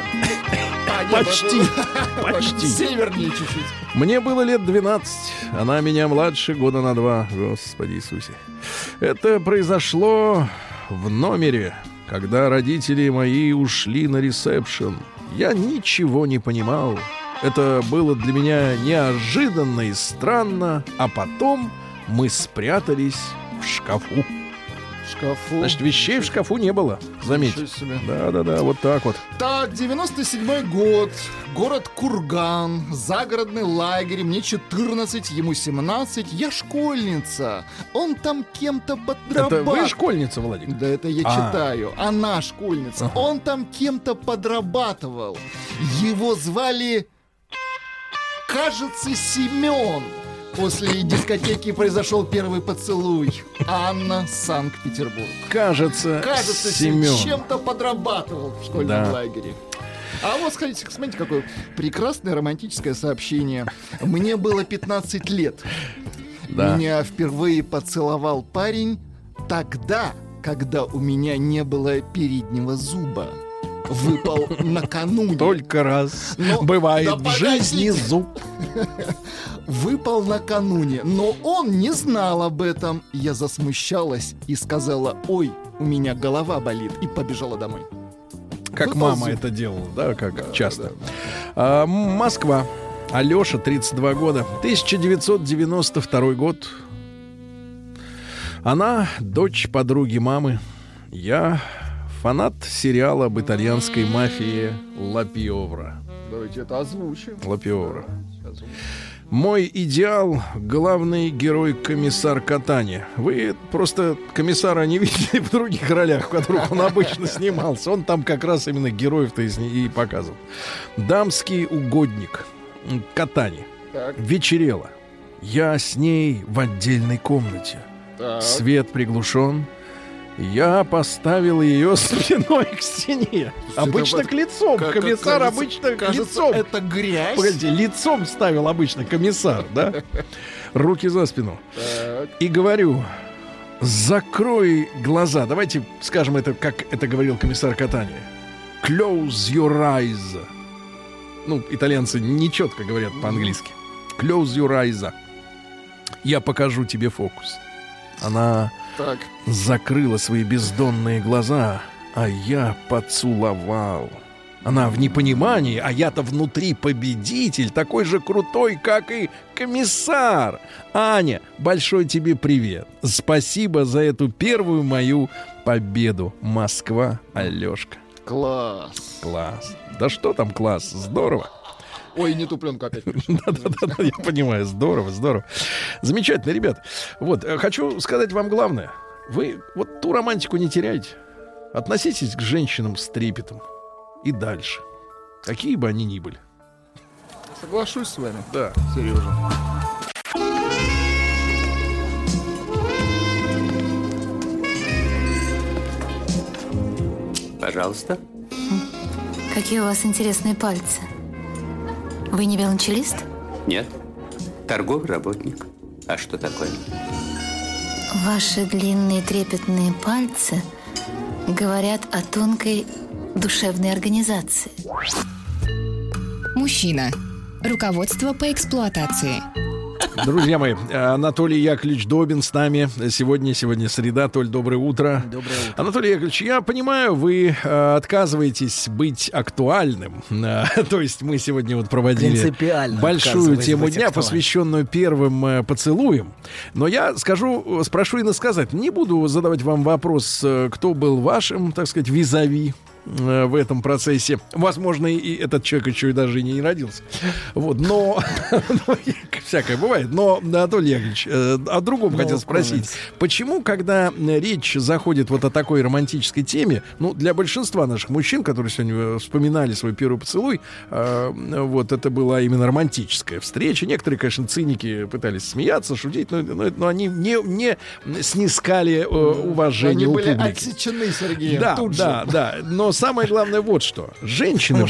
Почти. Севернее чуть-чуть. Мне было лет 12. Она меня младше года на 2. Господи Иисусе. Это произошло в номере, когда родители мои ушли на ресепшн. Я ничего не понимал. Это было для меня неожиданно и странно. А потом мы спрятались в шкафу. Значит, вещей в шкафу не было. Заметьте. Да, вот так вот. Так, 97-й год. Город Курган. Загородный лагерь. Мне 14, ему 17. Я школьница. Он там кем-то подрабатывал. Это вы школьница, Владимир? Да это я читаю. Она школьница. Он там кем-то подрабатывал. Его звали, кажется, Семен. После дискотеки произошел первый поцелуй. Анна, Санкт-Петербург. Кажется, Семен чем-то подрабатывал в школьном лагере. А вот, смотрите, какое прекрасное романтическое сообщение. Мне было 15 лет. Меня впервые поцеловал парень тогда, когда у меня не было переднего зуба. Выпал накануне. Только раз бывает в жизни зуб. Выпал накануне, но он не знал об этом. Я засмущалась и сказала: ой, у меня голова болит, и побежала домой. Как мама это делала, да, как часто. Москва. Алёша, 32 года. 1992 год. Она дочь подруги мамы. Я фанат сериала об итальянской мафии «Ла Пиовра». Давайте это озвучим. «Ла Пиовра». Мой идеал — главный герой комиссар Катани. Вы просто комиссара не видели в других ролях, в которых он обычно снимался. Он там как раз именно героев-то и показывал. Дамский угодник Катани. Вечерело. Я с ней в отдельной комнате. Свет приглушен. Я поставил ее спиной к стене. Обычно к лицом. Комиссар обычно к лицом. Это грязь. Погодите, лицом ставил обычно комиссар, да? Руки за спину. И говорю: закрой глаза. Давайте скажем это, как это говорил комиссар Катани. Close your eyes. Ну, итальянцы нечетко говорят по-английски. Close your eyes. Я покажу тебе фокус. Она закрыла свои бездонные глаза, а я поцеловал. Она в непонимании, а я-то внутри победитель, такой же крутой, как и комиссар. Аня, большой тебе привет. Спасибо за эту первую мою победу. Москва, Алешка. Класс. Класс. Да что там класс? Здорово. Ой, не ту пленку опять. Да, я понимаю. Здорово, здорово. Замечательно, ребят. Вот, хочу сказать вам главное. Вы вот ту романтику не теряйте. Относитесь к женщинам с трепетом. И дальше. Какие бы они ни были. Соглашусь с вами. Да. Сережа. Пожалуйста. Какие у вас интересные пальцы. Вы не велончелист? Нет. Торговый работник. А что такое? Ваши длинные трепетные пальцы говорят о тонкой душевной организации. Мужчина. Руководство по эксплуатации. Друзья мои, Анатолий Яковлевич Добин с нами. Сегодня среда. Толь, доброе утро. Доброе утро. Анатолий Яковлевич, я понимаю, вы отказываетесь быть актуальным. То есть мы сегодня вот проводили большую тему дня, посвященную первым поцелуям. Но я спрошу иносказательно. Не буду задавать вам вопрос, кто был вашим, так сказать, визави в этом процессе. Возможно, и этот человек еще и даже не родился. Вот, но всякое бывает. Но, Анатолий Яковлевич, о другом хотел спросить. Почему, когда речь заходит вот о такой романтической теме, ну, для большинства наших мужчин, которые сегодня вспоминали свой первый поцелуй, вот это была именно романтическая встреча. Некоторые, конечно, циники пытались смеяться, шутить, но они не снискали уважения у публики. Они были отсечены Сергеем. Да. Но самое главное вот что. Женщины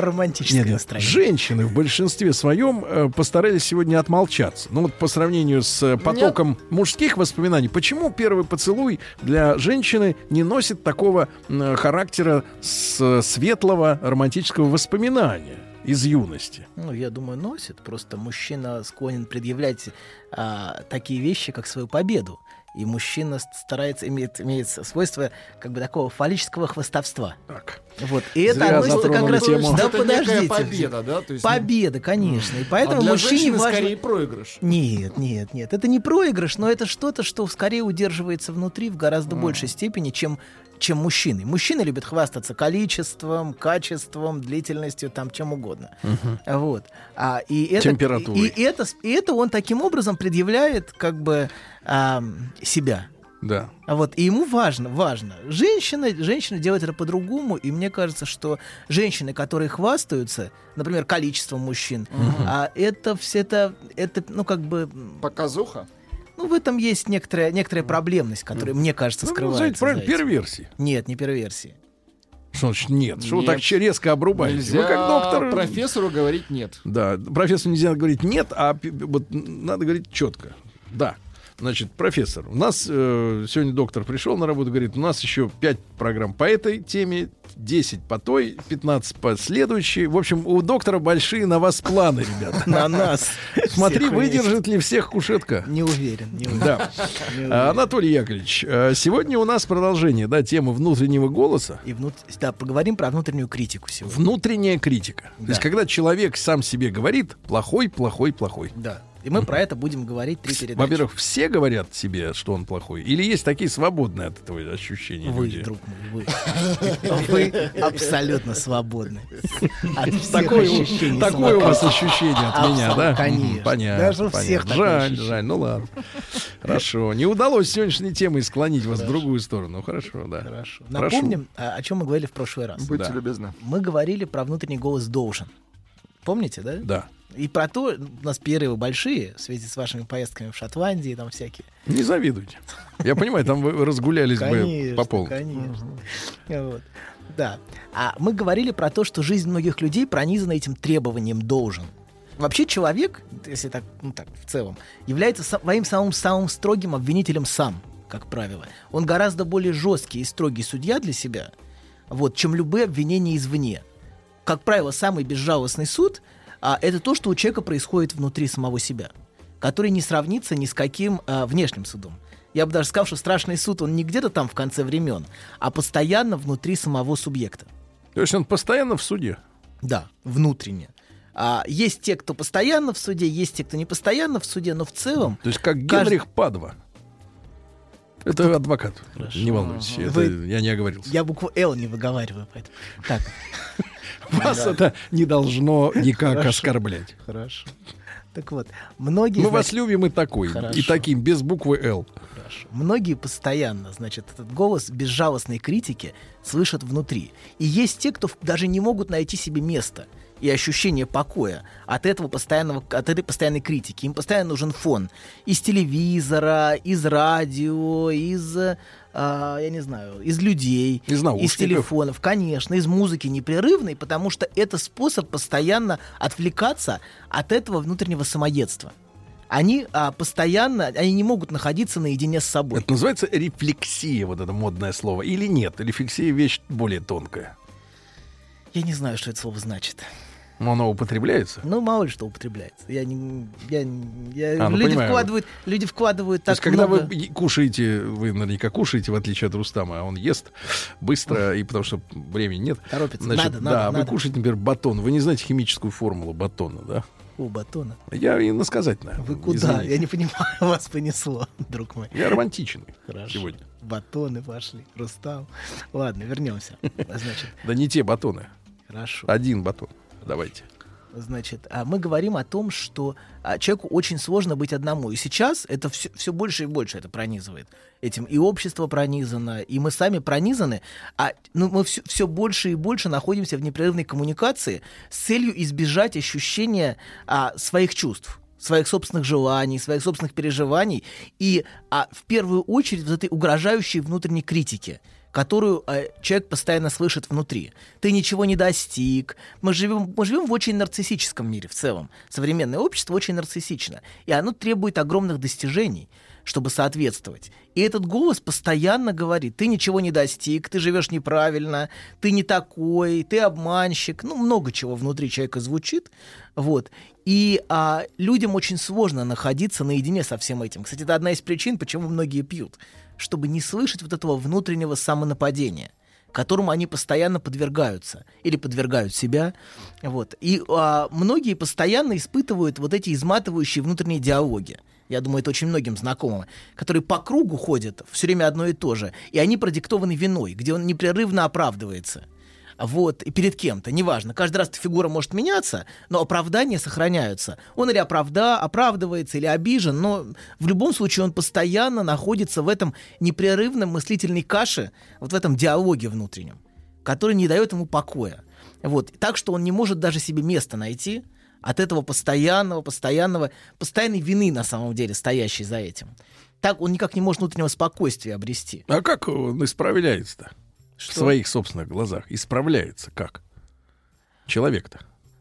в большинстве своем постарались сегодня отмолчаться. Ну вот по сравнению с потоком мужских воспоминаний, почему первый поцелуй для женщины не носит такого характера светлого романтического воспоминания из юности? Ну, я думаю, носит. Просто мужчина склонен предъявлять такие вещи, как свою победу. И мужчина старается, имеет свойство как бы такого фаллического хвастовства. Так. Вот. И это относится как раз... Да, подождите. Победа, да? То есть... Победа, конечно. И поэтому для мужчине важно... скорее проигрыш. Нет. Это не проигрыш, но это что-то, что скорее удерживается внутри в гораздо большей степени, чем мужчины. Мужчины любят хвастаться количеством, качеством, длительностью, там, чем угодно. Вот. Температурой. И это он таким образом предъявляет как бы себя. Да. Вот, и ему важно. Женщина делает это по-другому, и мне кажется, что женщины, которые хвастаются, например, количеством мужчин, это ну, как бы... Показуха? Ну, в этом есть некоторая проблемность, которая, мне кажется, скрывается. Правильно, перверсии. Нет, не перверсии. Что значит нет? Что вы так резко обрубаете? Нельзя вы как доктор... профессору говорить нет. Да, профессору нельзя говорить нет, а вот надо говорить четко. Да. Значит, профессор, у нас сегодня доктор пришел на работу, говорит, у нас еще 5 программ по этой теме, 10 по той, 15 по следующей. В общем, у доктора большие на вас планы, ребята. На нас. Смотри, выдержит ли всех кушетка. Не уверен. Да. Анатолий Яковлевич, сегодня у нас продолжение, темы внутреннего голоса. Да, поговорим про внутреннюю критику сегодня. Внутренняя критика. То есть, когда человек сам себе говорит плохой. Да. И мы про это будем говорить 3 передачи. Во-первых, все говорят себе, что он плохой? Или есть такие свободные от этого ощущения люди? Вы, друг мой, вы абсолютно свободны. Такое у вас ощущение от меня, да? Конечно. Понятно. Даже у всех такое. Жаль, ну ладно. Хорошо. Не удалось сегодняшней темой склонить вас в другую сторону. Хорошо, да. Хорошо. Напомним, о чем мы говорили в прошлый раз. Будьте любезны. Мы говорили про внутренний голос должен. Помните, да? Да. И про то, у нас перерывы большие в связи с вашими поездками в Шотландии, там всякие. Не завидуйте. Я понимаю, там вы разгулялись бы по полу. Конечно. Вот. Да. А мы говорили про то, что жизнь многих людей пронизана этим требованием «должен». Вообще человек, если так, в целом, является своим самым строгим обвинителем сам, как правило. Он гораздо более жесткий и строгий судья для себя, чем любые обвинения извне. как правило, самый безжалостный суд это то, что у человека происходит внутри самого себя, который не сравнится ни с каким внешним судом. Я бы даже сказал, что страшный суд, он не где-то там в конце времен, а постоянно внутри самого субъекта. То есть он постоянно в суде? Да, внутренне. Есть те, кто постоянно в суде, есть те, кто не постоянно в суде, но в целом... То есть как Генрих Падва. Это адвокат. Хорошо. Не волнуйтесь, я не оговорился. Я букву «Л» не выговариваю, поэтому... Так. Вас это не должно никак оскорблять. Хорошо. Так вот, многие... Мы вас любим и такой, и таким, без буквы «Л». Хорошо. Многие постоянно, значит, этот голос безжалостной критики слышат внутри. И есть те, кто даже не могут найти себе места и ощущение покоя от этой постоянной критики. Им постоянно нужен фон из телевизора, из радио, из... я не знаю, из людей, из телефонов, конечно, из музыки непрерывной, потому что это способ постоянно отвлекаться от этого внутреннего самоедства. Они постоянно, они не могут находиться наедине с собой. Это называется рефлексия, вот это модное слово, или нет? Рефлексия — вещь более тонкая. Я не знаю, что это слово значит. Но оно употребляется? Ну, мало ли что употребляется. Люди вкладывают так много. Когда вы кушаете, вы наверняка кушаете, в отличие от Рустама, а он ест быстро, и потому что времени нет. Торопится. Значит, вы кушаете, например, батон. Вы не знаете химическую формулу батона, да? Батона? Я иносказательно. Вы куда? Извините. Я не понимаю, вас понесло, друг мой. Я романтичный. Хорошо. Сегодня. Батоны пошли. Рустам. Ладно, вернемся. Значит. Да не те батоны. Хорошо. Один батон. Давайте. Значит, мы говорим о том, что человеку очень сложно быть одному. И сейчас это все больше и больше это пронизывает. Этим и общество пронизано, и мы сами пронизаны. Мы все больше и больше находимся в непрерывной коммуникации с целью избежать ощущения своих чувств, своих собственных желаний, своих собственных переживаний. И в первую очередь вот этой угрожающей внутренней критики, которую человек постоянно слышит внутри. Ты ничего не достиг. Мы живем в очень нарциссическом мире в целом. Современное общество очень нарциссично. И оно требует огромных достижений, чтобы соответствовать. И этот голос постоянно говорит: ты ничего не достиг, ты живешь неправильно, ты не такой, ты обманщик. Много чего внутри человека звучит. Вот. И людям очень сложно находиться наедине со всем этим. Кстати, это одна из причин, почему многие пьют. Чтобы не слышать вот этого внутреннего самонападения, которому они постоянно подвергаются или подвергают себя. Вот. И многие постоянно испытывают вот эти изматывающие внутренние диалоги. Я думаю, это очень многим знакомо, которые по кругу ходят, все время одно и то же. И они продиктованы виной, где он непрерывно оправдывается. Вот, и перед кем-то, неважно. Каждый раз эта фигура может меняться, но оправдания сохраняются. Он или оправдывается, или обижен, но в любом случае он постоянно находится в этом непрерывном мыслительной каше, вот в этом диалоге внутреннем, который не дает ему покоя. Вот, так что он не может даже себе места найти от этого постоянной вины, на самом деле, стоящей за этим. Так он никак не может внутреннего спокойствия обрести. А как он исправляется-то? В своих собственных глазах исправляется как? Человек-то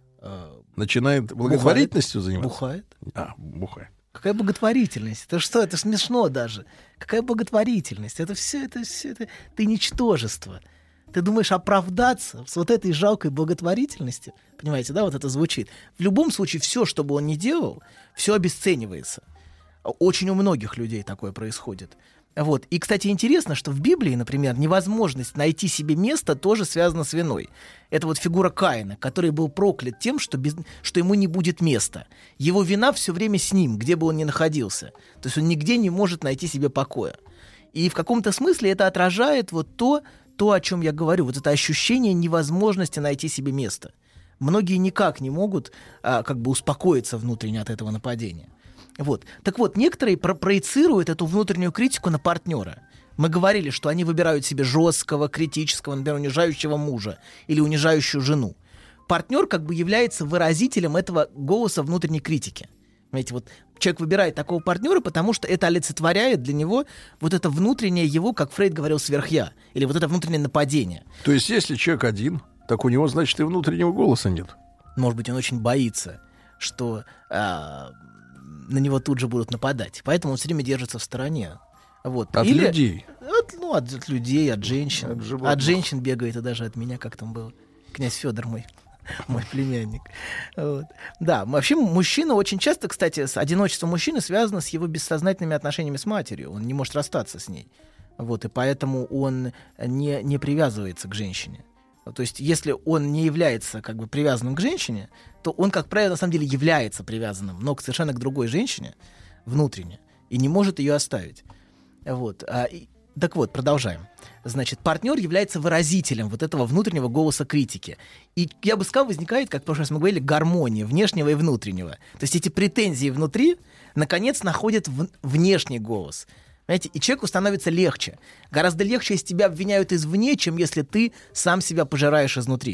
начинает благотворительностью заниматься? Бухает. Бухает. Какая благотворительность? Это что? Это смешно даже. Какая благотворительность? Это все ты ничтожество. Ты думаешь оправдаться с вот этой жалкой благотворительностью? Понимаете, да, вот это звучит. В любом случае, все, что бы он ни делал, все обесценивается. Очень у многих людей такое происходит. Вот. И, кстати, интересно, что в Библии, например, невозможность найти себе место тоже связана с виной. Это вот фигура Каина, который был проклят тем, что ему не будет места. Его вина все время с ним, где бы он ни находился. То есть он нигде не может найти себе покоя. И в каком-то смысле это отражает вот то, о чем я говорю, вот это ощущение невозможности найти себе место. Многие никак не могут успокоиться внутренне от этого нападения. Вот. Так вот, некоторые проецируют эту внутреннюю критику на партнера. Мы говорили, что они выбирают себе жесткого, критического, например, унижающего мужа или унижающую жену. Партнер является выразителем этого голоса внутренней критики. Понимаете, вот человек выбирает такого партнера, потому что это олицетворяет для него вот это внутреннее его, как Фрейд говорил, сверхя, или вот это внутреннее нападение. То есть, если человек один, так у него, значит, и внутреннего голоса нет. Может быть, он очень боится, что на него тут же будут нападать. Поэтому он все время держится в стороне. Вот. От людей? От людей, от женщин. От женщин бегает, и даже от меня, как там было. Князь Федор мой. Мой племянник. Вот. Да, вообще мужчина очень часто, кстати, одиночество мужчины связано с его бессознательными отношениями с матерью. Он не может расстаться с ней. Вот, и поэтому он не привязывается к женщине. То есть, если он не является как бы привязанным к женщине, то он, как правило, на самом деле является привязанным, но совершенно к другой женщине внутренне, и не может ее оставить. Вот. Так вот, продолжаем. Значит, партнер является выразителем вот этого внутреннего голоса критики. И, я бы сказал, возникает, как в прошлый раз мы говорили, гармония внешнего и внутреннего. То есть эти претензии внутри, наконец, находят внешний голос. Понимаете? И человеку становится легче. Гораздо легче, если тебя обвиняют извне, чем если ты сам себя пожираешь изнутри.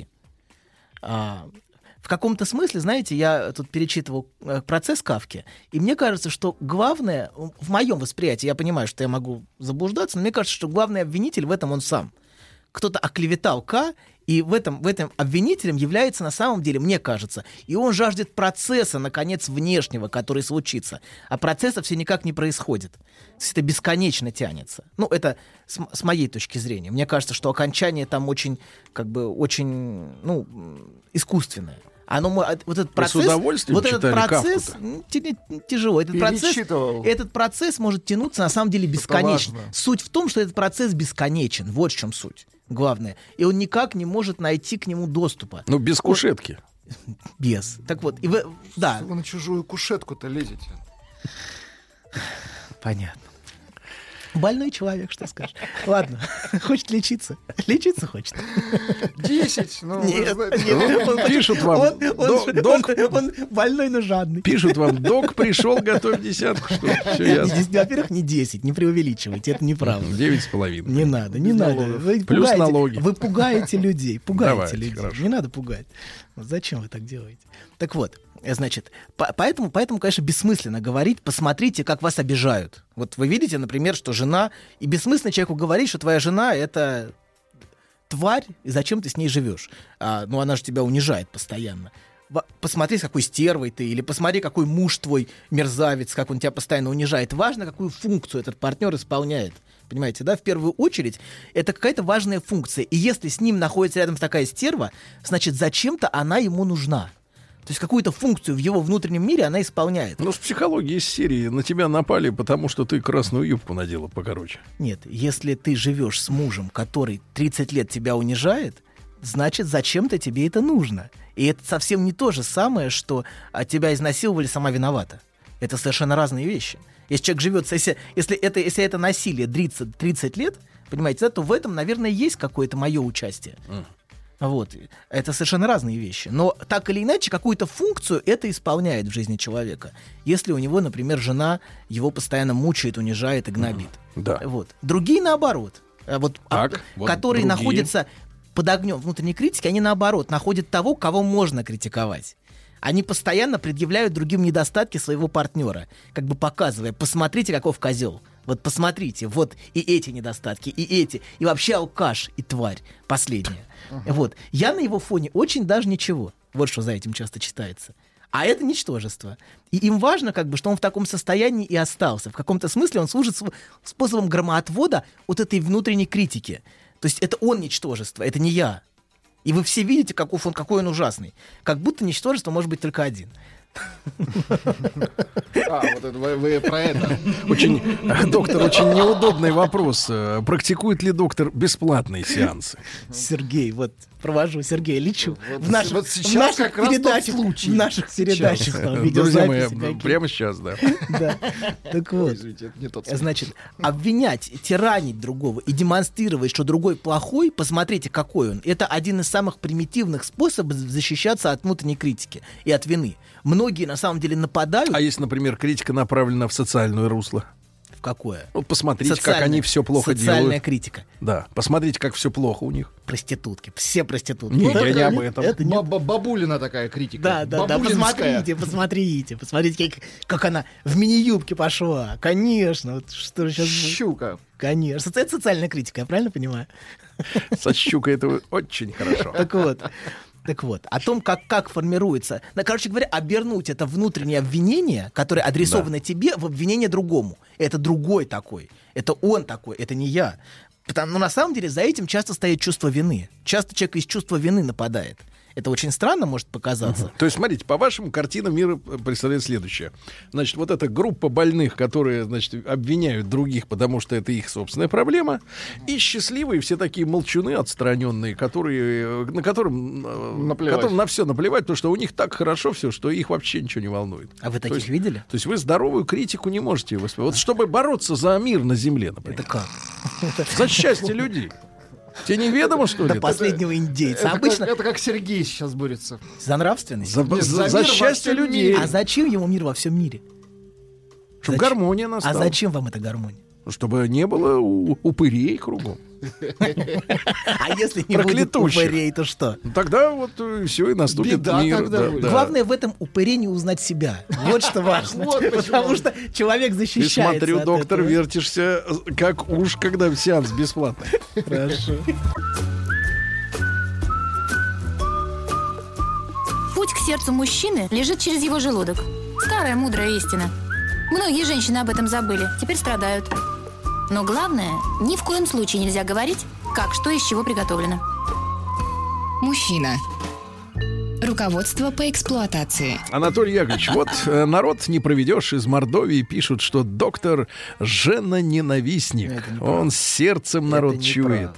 В каком-то смысле, знаете, я тут перечитывал процесс Кафки, и мне кажется, что главное, в моем восприятии, я понимаю, что я могу заблуждаться, но мне кажется, что главный обвинитель в этом он сам. Кто-то оклеветал К, и в этом обвинителем является на самом деле, мне кажется, и он жаждет процесса, наконец, внешнего, который случится. А процесса все никак не происходит. То есть это бесконечно тянется. Ну, это с моей точки зрения. Мне кажется, что окончание там очень, искусственное. Вот этот процесс, тяжело. Этот процесс может тянуться на самом деле бесконечно. Суть в том, что этот процесс бесконечен. Вот в чем суть. Главное. И он никак не может найти к нему доступа. Ну, без кушетки. Без. Так вот, и вы на чужую кушетку-то лезете. Понятно. Больной человек, что скажешь. Ладно, хочет лечиться. Лечиться хочет. 10. Нет, пишут вам. Он больной, но жадный. Пишут вам, док пришел, готовь десятку. Во-первых, не 10, не преувеличивайте, это неправда. 9,5. Не надо. Плюс налоги. Вы пугаете людей. Не надо пугать. Зачем вы так делаете? Так вот. Значит, поэтому, конечно, бессмысленно говорить, посмотрите, как вас обижают. Вот вы видите, например, что жена, и бессмысленно человеку говорить, что твоя жена — это тварь, и зачем ты с ней живешь? Она же тебя унижает постоянно. Посмотри, с какой стервой ты, или посмотри, какой муж твой мерзавец, как он тебя постоянно унижает. Важно, какую функцию этот партнер исполняет. Понимаете, да? В первую очередь, это какая-то важная функция. И если с ним находится рядом такая стерва, значит, зачем-то она ему нужна. То есть какую-то функцию в его внутреннем мире она исполняет. Ну, с психологией из серии на тебя напали, потому что ты красную юбку надела покороче. Нет, если ты живешь с мужем, который 30 лет тебя унижает, значит, зачем-то тебе это нужно. И это совсем не то же самое, что тебя изнасиловали, сама виновата. Это совершенно разные вещи. Если человек живет, если это насилие длится 30 лет, понимаете, да, то в этом, наверное, есть какое-то мое участие. Вот. Это совершенно разные вещи. Но так или иначе, какую-то функцию это исполняет в жизни человека. Если у него, например, жена его постоянно мучает, унижает и гнобит. Да. Вот. Другие наоборот. Которые находятся под огнем внутренней критики, они наоборот находят того, кого можно критиковать. Они постоянно предъявляют другим недостатки своего партнера, как бы показывая: посмотрите, каков козел. Вот посмотрите, вот и эти недостатки, и эти, и вообще алкаш, и тварь последняя. Вот. Я на его фоне очень даже ничего. Вот что за этим часто читается. А это ничтожество. И им важно, что он в таком состоянии и остался. В каком-то смысле он служит способом громоотвода вот этой внутренней критики. То есть это он ничтожество, это не я. И вы все видите, какой он ужасный. Как будто ничтожество может быть только один. Вот это вы про это. Доктор, очень неудобный вопрос. Практикует ли доктор бесплатные сеансы? Сергей, провожу Сергея, лечу. В наших передачах. Друзья мои, прямо сейчас, да. Так вот. Значит, обвинять, тиранить другого и демонстрировать, что другой плохой, посмотрите, какой он. Это один из самых примитивных способов защищаться от внутренней критики и от вины. Многие на самом деле нападают. А если, например, критика направлена в социальное русло? В какое? Вот посмотрите, как они все плохо делают. Социальная критика. Да, посмотрите, как все плохо у них. Проститутки, все проститутки. Нет, я не об этом. Бабулина такая критика. Да, посмотрите, как она в мини-юбке пошла. Конечно, вот что сейчас. Щука. Конечно, это социальная критика, я правильно понимаю? Со щукой это очень хорошо. Так вот, о том, как формируется... Короче говоря, обернуть это внутреннее обвинение, которое адресовано тебе, в обвинение другому. Это другой такой. Это он такой, это не я. Но на самом деле за этим часто стоит чувство вины. Часто человек из чувства вины нападает. Это очень странно может показаться. То есть, смотрите, по вашим картинам мира представляет следующее. Значит, вот эта группа больных, которые, значит, обвиняют других, потому что это их собственная проблема, и счастливые все такие молчуны отстраненные, на которым на все наплевать, потому что у них так хорошо все, что их вообще ничего не волнует. А вы таких видели? То есть вы здоровую критику не можете воспринимать. Вот чтобы бороться за мир на земле, например. Это как? За счастье людей. Тебе неведомо, что ли? До последнего индейца. Это как Сергей сейчас борется. За нравственность? За счастье людей. А зачем ему мир во всем мире? Чтобы гармония настала. А зачем вам эта гармония? Чтобы не было упырей кругом. А если не будет упырей, то что? Тогда вот все, и наступит мир. Главное в этом упыре не узнать себя. Вот что важно. Потому что человек защищается. Ты, смотрю, доктор, вертишься как уж, когда сеанс бесплатный. Хорошо. Путь к сердцу мужчины лежит через его желудок. Старая мудрая истина. Многие женщины об этом забыли, теперь страдают. Но главное, ни в коем случае нельзя говорить, как, что, из чего приготовлено. Мужчина. Руководство по эксплуатации. Анатолий Яковлевич, вот народ не проведешь, из Мордовии пишут, что доктор женоненавистник. Он сердцем народ чует.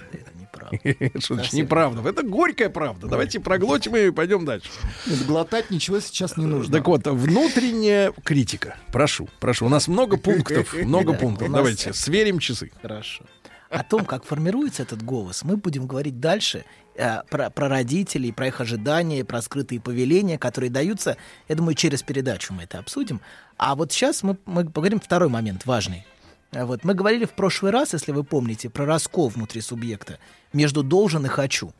Что значит неправда? Это горькая правда. Давайте проглотим ее и пойдем дальше. Глотать ничего сейчас не нужно. Так вот, внутренняя критика. Прошу. У нас много пунктов. Давайте сверим часы. Хорошо. О том, как формируется этот голос, мы будем говорить дальше. Про родителей, про их ожидания, про скрытые повеления, которые даются. Я думаю, через передачу мы это обсудим. А вот сейчас мы поговорим второй момент важный. Вот. Мы говорили в прошлый раз, если вы помните, про раскол внутри субъекта между должен и хочу.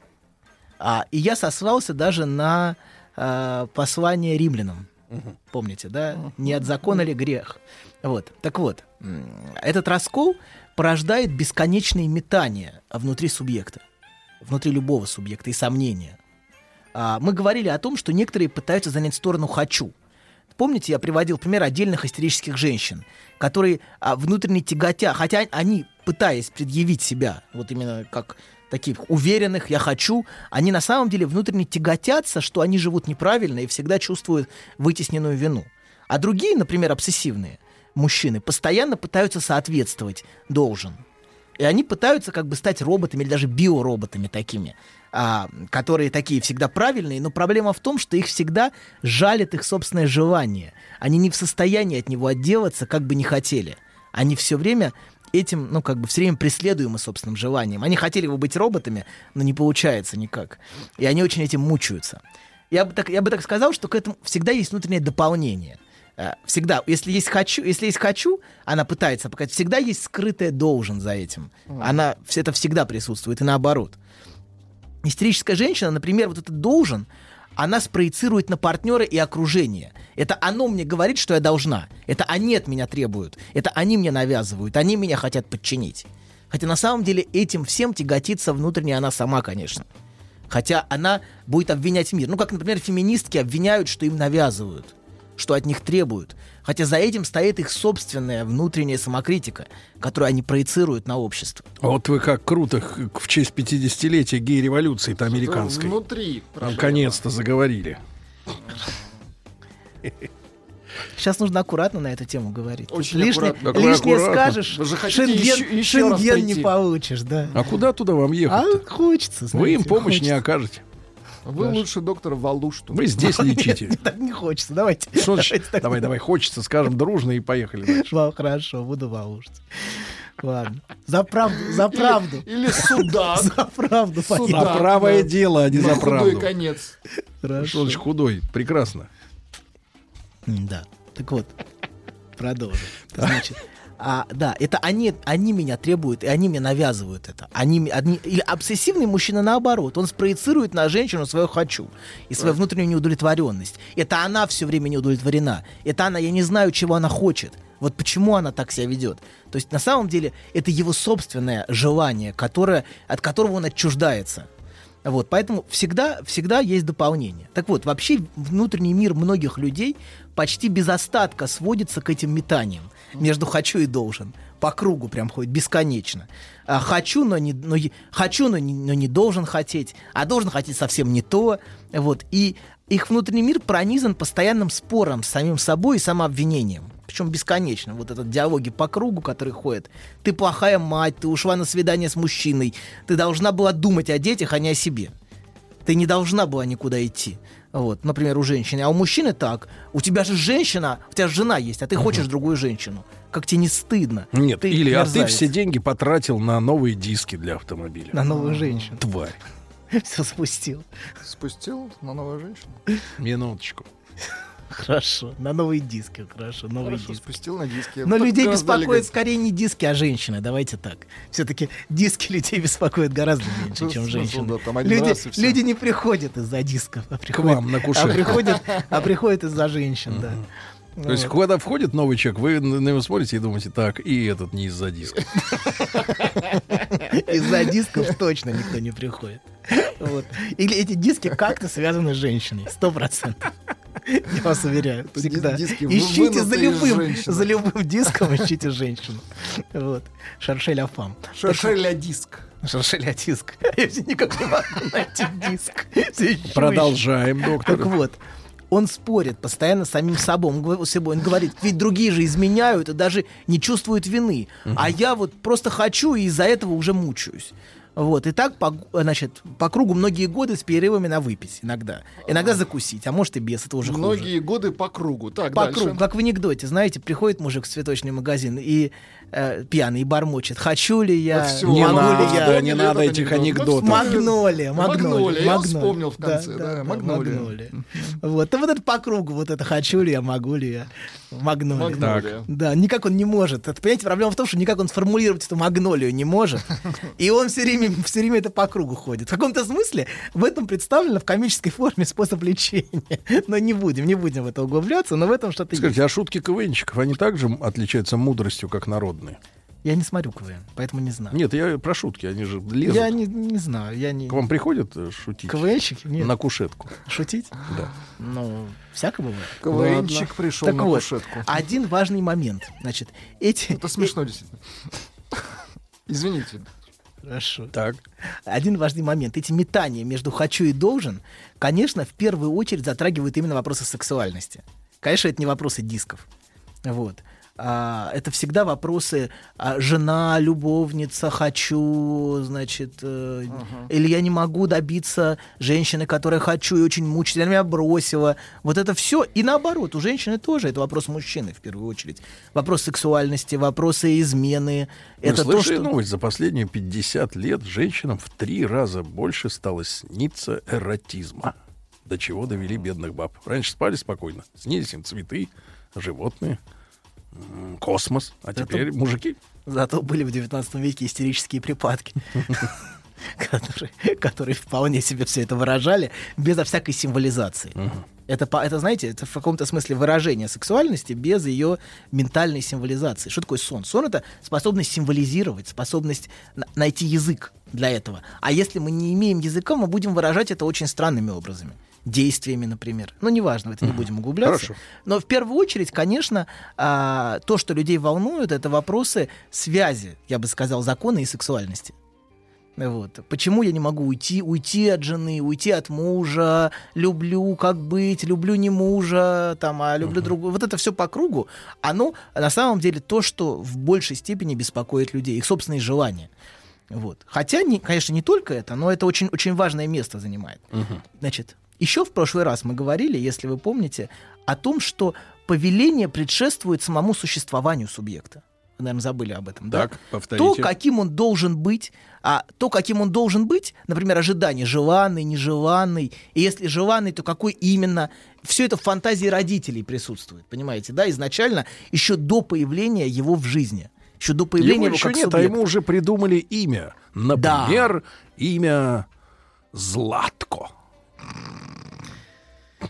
И я сослался даже на послание римлянам. Помните, да? Не от закона ли грех? Вот. Так вот, этот раскол порождает бесконечные метания внутри субъекта, внутри любого субъекта и сомнения. Мы говорили о том, что некоторые пытаются занять сторону «хочу». Помните, я приводил пример отдельных истерических женщин, которые внутренне тяготя, хотя они, пытаясь предъявить себя, вот именно как таких уверенных «я хочу», они на самом деле внутренне тяготятся, что они живут неправильно и всегда чувствуют вытесненную вину. А другие, например, обсессивные мужчины, постоянно пытаются соответствовать «должен». И они пытаются как бы стать роботами или даже биороботами такими, которые такие всегда правильные, но проблема в том, что их всегда жалит их собственное желание. Они не в состоянии от него отделаться, как бы не хотели. Они все время этим, все время преследуемы собственным желанием. Они хотели бы быть роботами, но не получается никак. И они очень этим мучаются. Я бы так сказал, что к этому всегда есть внутреннее дополнение. Всегда, если есть хочу, она пытается показать, всегда есть скрытое должен за этим. Это всегда присутствует, и наоборот. Истерическая женщина, например, вот этот должен, она спроецирует на партнера и окружение. Это оно мне говорит, что я должна. Это они от меня требуют. Это они мне навязывают. Они меня хотят подчинить. Хотя на самом деле этим всем тяготится внутренне она сама, конечно. Хотя она будет обвинять мир. Как, например, феминистки обвиняют, что им навязывают, что от них требуют. Хотя за этим стоит их собственная внутренняя самокритика, которую они проецируют на общество. Вот вы как круто в честь 50-летия гей-революции-то американской. Внутри. Наконец-то заговорили. Сейчас нужно аккуратно на эту тему говорить. Очень лишнее скажешь, шенген не получишь, да. А куда туда вам ехать? Хочется, знаете. Вы им помощь не окажете. Вы лучше доктора Валушту. Вы здесь лечите. Так не хочется, давайте. Давай, хочется, скажем дружно и поехали дальше. Хорошо, буду Валушту. Ладно. За правду. Или суда. За правду. За правое дело, а не за правду. Худой конец. Хорошо. Значит, худой. Прекрасно. Да. Так вот, продолжим. Значит, это они меня требуют, и они мне навязывают это. Или обсессивный мужчина наоборот. Он спроецирует на женщину свое «хочу» и свою внутреннюю неудовлетворенность. Это она все время не удовлетворена. Это она, я не знаю, чего она хочет. Вот почему она так себя ведет. То есть на самом деле это его собственное желание, от которого он отчуждается. Вот, поэтому всегда есть дополнение. Так вот, вообще внутренний мир многих людей почти без остатка сводится к этим метаниям между «хочу» и «должен». по кругу прям ходит бесконечно. Хочу, но не должен хотеть, а должен хотеть совсем не то. Вот. И их внутренний мир пронизан постоянным спором с самим собой и самообвинением. Причем бесконечно. Вот этот диалоги по кругу, которые ходят. Ты плохая мать, ты ушла на свидание с мужчиной. Ты должна была думать о детях, а не о себе. Ты не должна была никуда идти. Вот, например, у женщины. А у мужчины так. У тебя же женщина, у тебя же жена есть, а ты хочешь другую женщину. Как тебе не стыдно? Нет, ты или мерзавец. а ты все деньги потратил на новые диски для автомобиля. На новую женщину. Тварь. Все спустил. Спустил на новую женщину? Минуточку. Хорошо, на новые диски, хорошо, новые диски. Спустил на диски. Но людей беспокоят скорее не диски, а женщины, давайте так. Все-таки диски людей беспокоят гораздо меньше, чем женщины. Люди не приходят из-за дисков, к вам на кушетку. А приходят из-за женщин, да. То есть, когда входит новый человек, вы на него смотрите и думаете, так, и этот не из-за дисков. Из-за дисков точно никто не приходит. Вот. Или эти диски как-то связаны с женщиной, 100%. Я вас уверяю, всегда. Ищите за любым диском, ищите женщину. Вот. Шаршель Афам. Шаршель-диск. Шаршель-диск. Я все никак не могу найти диск. Продолжаем, доктор. Так вот. Он спорит постоянно с самим собой. Он говорит, ведь другие же изменяют и даже не чувствуют вины. А я вот просто хочу и из-за этого уже мучаюсь. Вот. И так, по кругу многие годы с перерывами на выпить иногда. Иногда закусить, а может и без, это уже многие хуже. Многие годы по кругу. Так, по дальше. кругу, как в анекдоте. Знаете, приходит мужик в цветочный магазин и пьяный и бормочет. Хочу ли я, не могу ли я. Не надо этих анекдотов. Магнолия. Я вспомнил в конце. Да, Магнолия. Вот. А вот это по кругу. Вот это хочу ли я, могу ли я. Магнолия. Да, никак он не может. Это, понимаете, проблема в том, что никак он сформулировать эту магнолию не может. И он все время это по кругу ходит. В каком-то смысле в этом представлено в комической форме способ лечения. Но не будем в это углубляться, но в этом что-то есть. Скажите, а шутки КВНщиков, они также отличаются мудростью, как народные? Я не смотрю КВН, поэтому не знаю. Нет, я про шутки, они же лезут. Я не знаю. К вам приходят шутить? КВНщики? Нет. На кушетку. Шутить? Да. Ну, всяко бывает. КВНщик пришел так на вот, кушетку. Один важный момент. Значит, это смешно, действительно. Извините. Хорошо. Так. Один важный момент. Эти метания между «хочу» и «должен», конечно, в первую очередь затрагивают именно вопросы сексуальности. Конечно, это не вопросы дисков. Вот. Это всегда вопросы жена, любовница, хочу, значит, или я не могу добиться женщины, которую хочу, и очень мучает, она меня бросила. Вот это все. И наоборот, у женщины тоже это вопрос мужчины, в первую очередь. Вопрос сексуальности, вопросы измены. Вы слышали новость? За последние 50 лет женщинам в 3 раза больше стало сниться эротизма. До чего довели бедных баб. Раньше спали спокойно, снились им цветы, животные, космос, а теперь мужики. Зато были в 19 веке истерические припадки, которые вполне себе все это выражали безо всякой символизации. Это, знаете, это в каком-то смысле выражение сексуальности без ее ментальной символизации. Что такое сон? Сон — это способность символизировать, способность найти язык для этого. А если мы не имеем языка, мы будем выражать это очень странными образами. Действиями, например. Ну, неважно, в это не будем углубляться. Хорошо. Но в первую очередь, конечно, то, что людей волнует, это вопросы связи, я бы сказал, закона и сексуальности. Вот. Почему я не могу уйти от жены, уйти от мужа, люблю, как быть, люблю не мужа, а люблю другого. Вот это все по кругу, оно на самом деле то, что в большей степени беспокоит людей, их собственные желания. Вот. Хотя, конечно, не только это, но это очень, очень важное место занимает. Значит, еще в прошлый раз мы говорили, если вы помните, о том, что повеление предшествует самому существованию субъекта. Вы, наверное, забыли об этом. Так, да? повторите. То, каким он должен быть, например, ожидание, желанный, нежеланный. И если желанный, то какой именно. Все это в фантазии родителей присутствует, понимаете, да, изначально, еще до появления его в жизни. Еще до появления его как субъекта. А ему уже придумали имя. Например, имя Златко.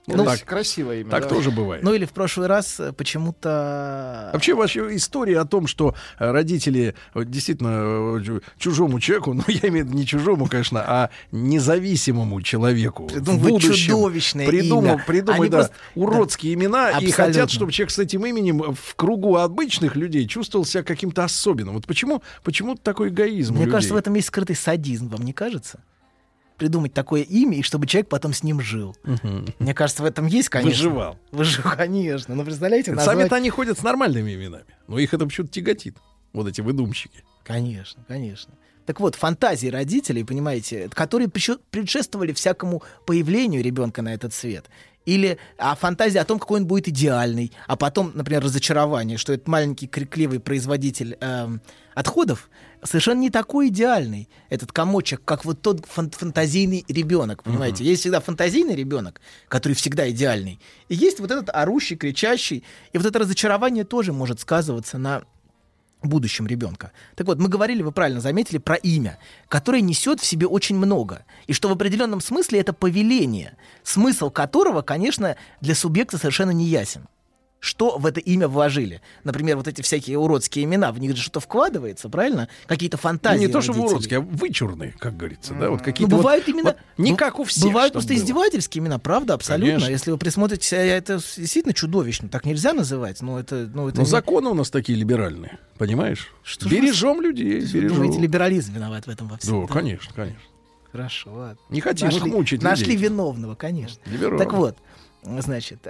Ну, так, красивое имя. Так тоже бывает. Ну или в прошлый раз почему-то... Вообще история о том, что родители действительно чужому человеку, ну я имею в виду не чужому, конечно, а независимому человеку в будущем придумывают уродские имена и хотят, чтобы человек с этим именем в кругу обычных людей чувствовал себя каким-то особенным. Вот почему такой эгоизм? Мне кажется, в этом есть скрытый садизм, вам не кажется? Придумать такое имя, и чтобы человек потом с ним жил. Мне кажется, в этом есть, конечно. Выживал, конечно. Но представляете, сами-то они ходят с нормальными именами. Но их это почему-то тяготит. Вот эти выдумщики. Конечно. Так вот, фантазии родителей, понимаете, которые предшествовали всякому появлению ребенка на этот свет. Или фантазия о том, какой он будет идеальный, а потом, например, разочарование, что этот маленький крикливый производитель отходов совершенно не такой идеальный, этот комочек, как вот тот фантазийный ребенок, понимаете? Есть всегда фантазийный ребенок, который всегда идеальный, и есть вот этот орущий, кричащий, и вот это разочарование тоже может сказываться на будущем ребенка. Так вот, мы говорили, вы правильно заметили, про имя, которое несет в себе очень много, и что в определенном смысле это повеление, смысл которого, конечно, для субъекта совершенно не ясен. Что в это имя вложили? Например, вот эти всякие уродские имена, в них же что-то вкладывается, правильно? Какие-то фантазии. Не то, что уродские, а вычурные, как говорится. Да? Вот какие-то бывают имена... не как у всех. Бывают просто издевательские имена, правда, абсолютно. Конечно. Если вы присмотритесь, это действительно чудовищно. Так нельзя называть. Но законы у нас такие либеральные, понимаешь? Что бережем людей. Вы думаете, либерализм виноват в этом во всем? Да, конечно. Хорошо, ладно. Не хотим их мучить людей. Нашли виновного, конечно. Либералы. Так вот. Значит,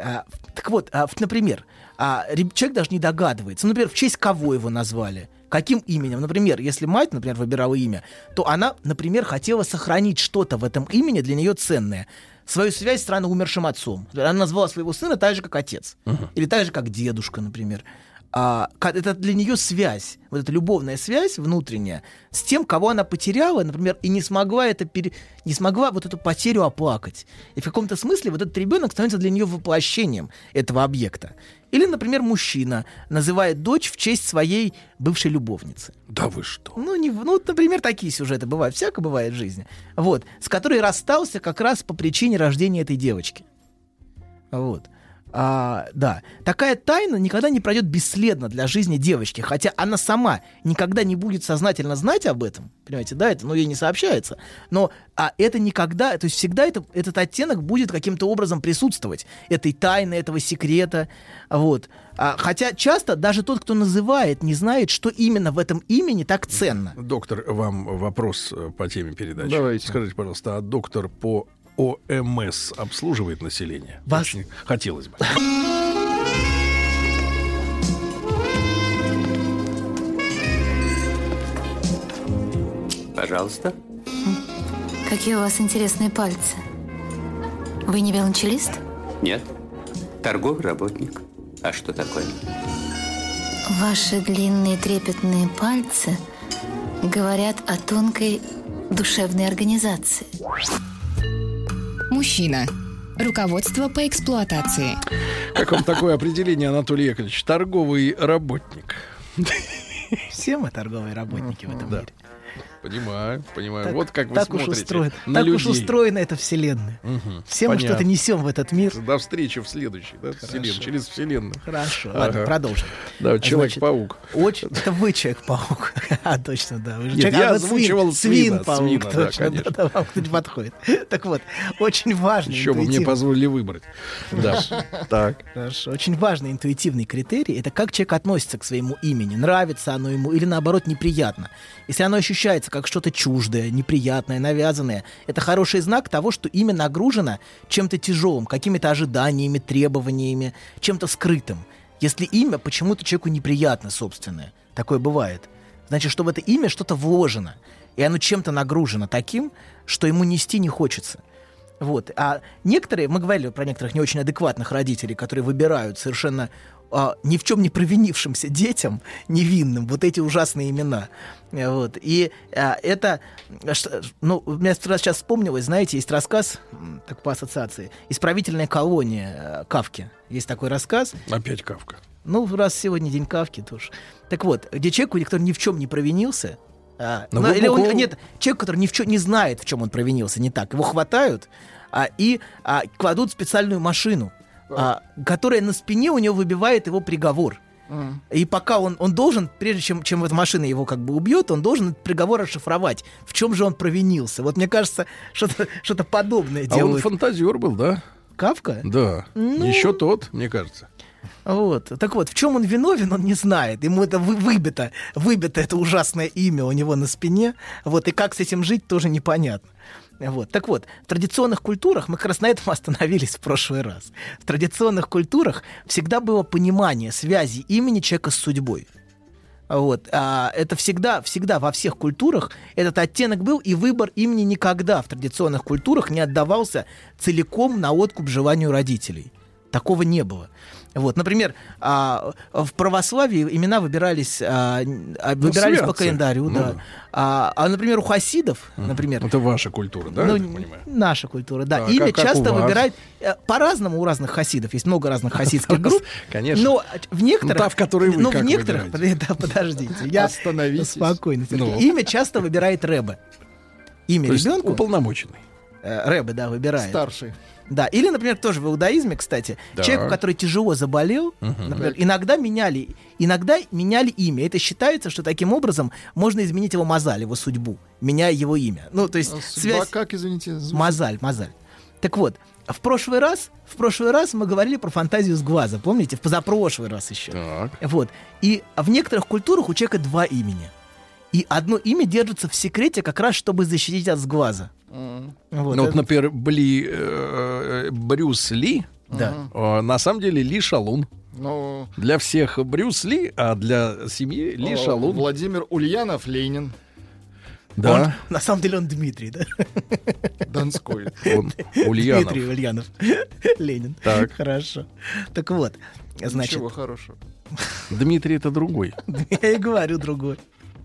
например, человек даже не догадывается, например, в честь кого его назвали, каким именем. Например, если мать, например, выбирала имя, то она, например, хотела сохранить что-то в этом имени для нее ценное. Свою связь с рано умершим отцом. Она назвала своего сына так же, как отец. Или так же, как дедушка, например. Это для нее связь, вот эта любовная связь внутренняя с тем, кого она потеряла, например, и не смогла вот эту потерю оплакать. И в каком-то смысле вот этот ребенок становится для нее воплощением этого объекта. Или, например, мужчина называет дочь в честь своей бывшей любовницы. Да вы что? Например, такие сюжеты бывают, всякое бывает в жизни. Вот, с которой расстался как раз по причине рождения этой девочки. Вот. Да, такая тайна никогда не пройдет бесследно для жизни девочки, хотя она сама никогда не будет сознательно знать об этом, понимаете, да, это, ей не сообщается, но это никогда, то есть всегда этот оттенок будет каким-то образом присутствовать, этой тайны, этого секрета, вот. Хотя часто даже тот, кто называет, не знает, что именно в этом имени так ценно. Доктор, вам вопрос по теме передачи. Давайте. Скажите, пожалуйста, доктор по ОМС обслуживает население? Очень хотелось бы. Пожалуйста. Какие у вас интересные пальцы. Вы не велончелист? Нет. Торговый работник. А что такое? Ваши длинные трепетные пальцы говорят о тонкой душевной организации. Мужчина. Руководство по эксплуатации. Как вам такое определение, Анатолий Яковлевич? Торговый работник. Все мы торговые работники в этом мире. Понимаю. Вот как вы смотрите на людей. Так уж устроена эта вселенная. Все мы что-то несем в этот мир. До встречи в следующей, через вселенную. Хорошо, ладно, продолжим. Да, Человек-паук. Это вы Человек-паук. Точно, да. Я озвучивал Свин-паук, точно. Да, вам кто-нибудь подходит. Так вот, очень важно. Еще бы мне позволили выбрать. Да, так. Хорошо. Очень важный интуитивный критерий — это как человек относится к своему имени. Нравится оно ему или, наоборот, неприятно. Если оно ощущается как что-то чуждое, неприятное, навязанное, это хороший знак того, что имя нагружено чем-то тяжелым, какими-то ожиданиями, требованиями, чем-то скрытым. Если имя почему-то человеку неприятно собственное, такое бывает, значит, что в это имя что-то вложено, и оно чем-то нагружено таким, что ему нести не хочется. Вот. А некоторые, мы говорили про некоторых не очень адекватных родителей, которые выбирают совершенно ни в чем не провинившимся детям, невинным, вот эти ужасные имена. Вот. И это... мне сейчас вспомнилось, знаете, есть рассказ, так по ассоциации, «Исправительная колония» Кафки. Есть такой рассказ. Опять Кафка. Раз сегодня день Кафки тоже. Так вот, где человек, который ни в чем не провинился, Нет, человек, который не знает, в чем он провинился, не так. Его хватают и кладут в специальную машину, которая на спине у него выбивает его приговор. И пока он должен, прежде чем эта машина его как бы убьет, он должен этот приговор расшифровать. В чем же он провинился? Вот мне кажется, что-то подобное делает. А он фантазер был, да? Кафка? Да. Еще тот, мне кажется. Вот. Так вот, в чем он виновен, он не знает. Ему это выбито это ужасное имя у него на спине. Вот. И как с этим жить, тоже непонятно. Вот. Так вот, в традиционных культурах, мы как раз на этом остановились в прошлый раз, в традиционных культурах всегда было понимание связи имени человека с судьбой. Вот. Это всегда во всех культурах этот оттенок был, и выбор имени никогда в традиционных культурах не отдавался целиком на откуп желанию родителей. Такого не было. Вот, например, в православии имена выбирались по календарю. Например, у хасидов, например... Это ваша культура, да? Я понимаю? Наша культура, да. Имя часто выбирают по-разному у разных хасидов. Есть много разных хасидских групп. Конечно. Но в некоторых... Та, в которой вы как выбираете? Подождите. Остановитесь. Спокойно. Имя часто выбирает ребе. Имя ребенка... Уполномоченный. Ребе, да, выбирает. Старший. Да, или, например, тоже в иудаизме, кстати, человеку, который тяжело заболел, например, иногда меняли имя. Это считается, что таким образом можно изменить его мазаль, его судьбу, меняя его имя. Ну, то есть связь... как, извините? Мазаль. Так вот, в прошлый раз мы говорили про фантазию с глаза, помните? В позапрошлый раз еще. Так. Вот. И в некоторых культурах у человека два имени. И одно имя держится в секрете как раз, чтобы защитить от сглаза. Вот, например, Брюс Ли, на самом деле Ли Шалун. Для всех Брюс Ли, а для семьи Ли Шалун. Владимир Ульянов Ленин. Да. На самом деле он Дмитрий, да? Донской. Он Ульянов. Дмитрий Ульянов. Ленин. Так. Хорошо. Так вот, значит... Ничего хорошего. Дмитрий — это другой. Я и говорю другой.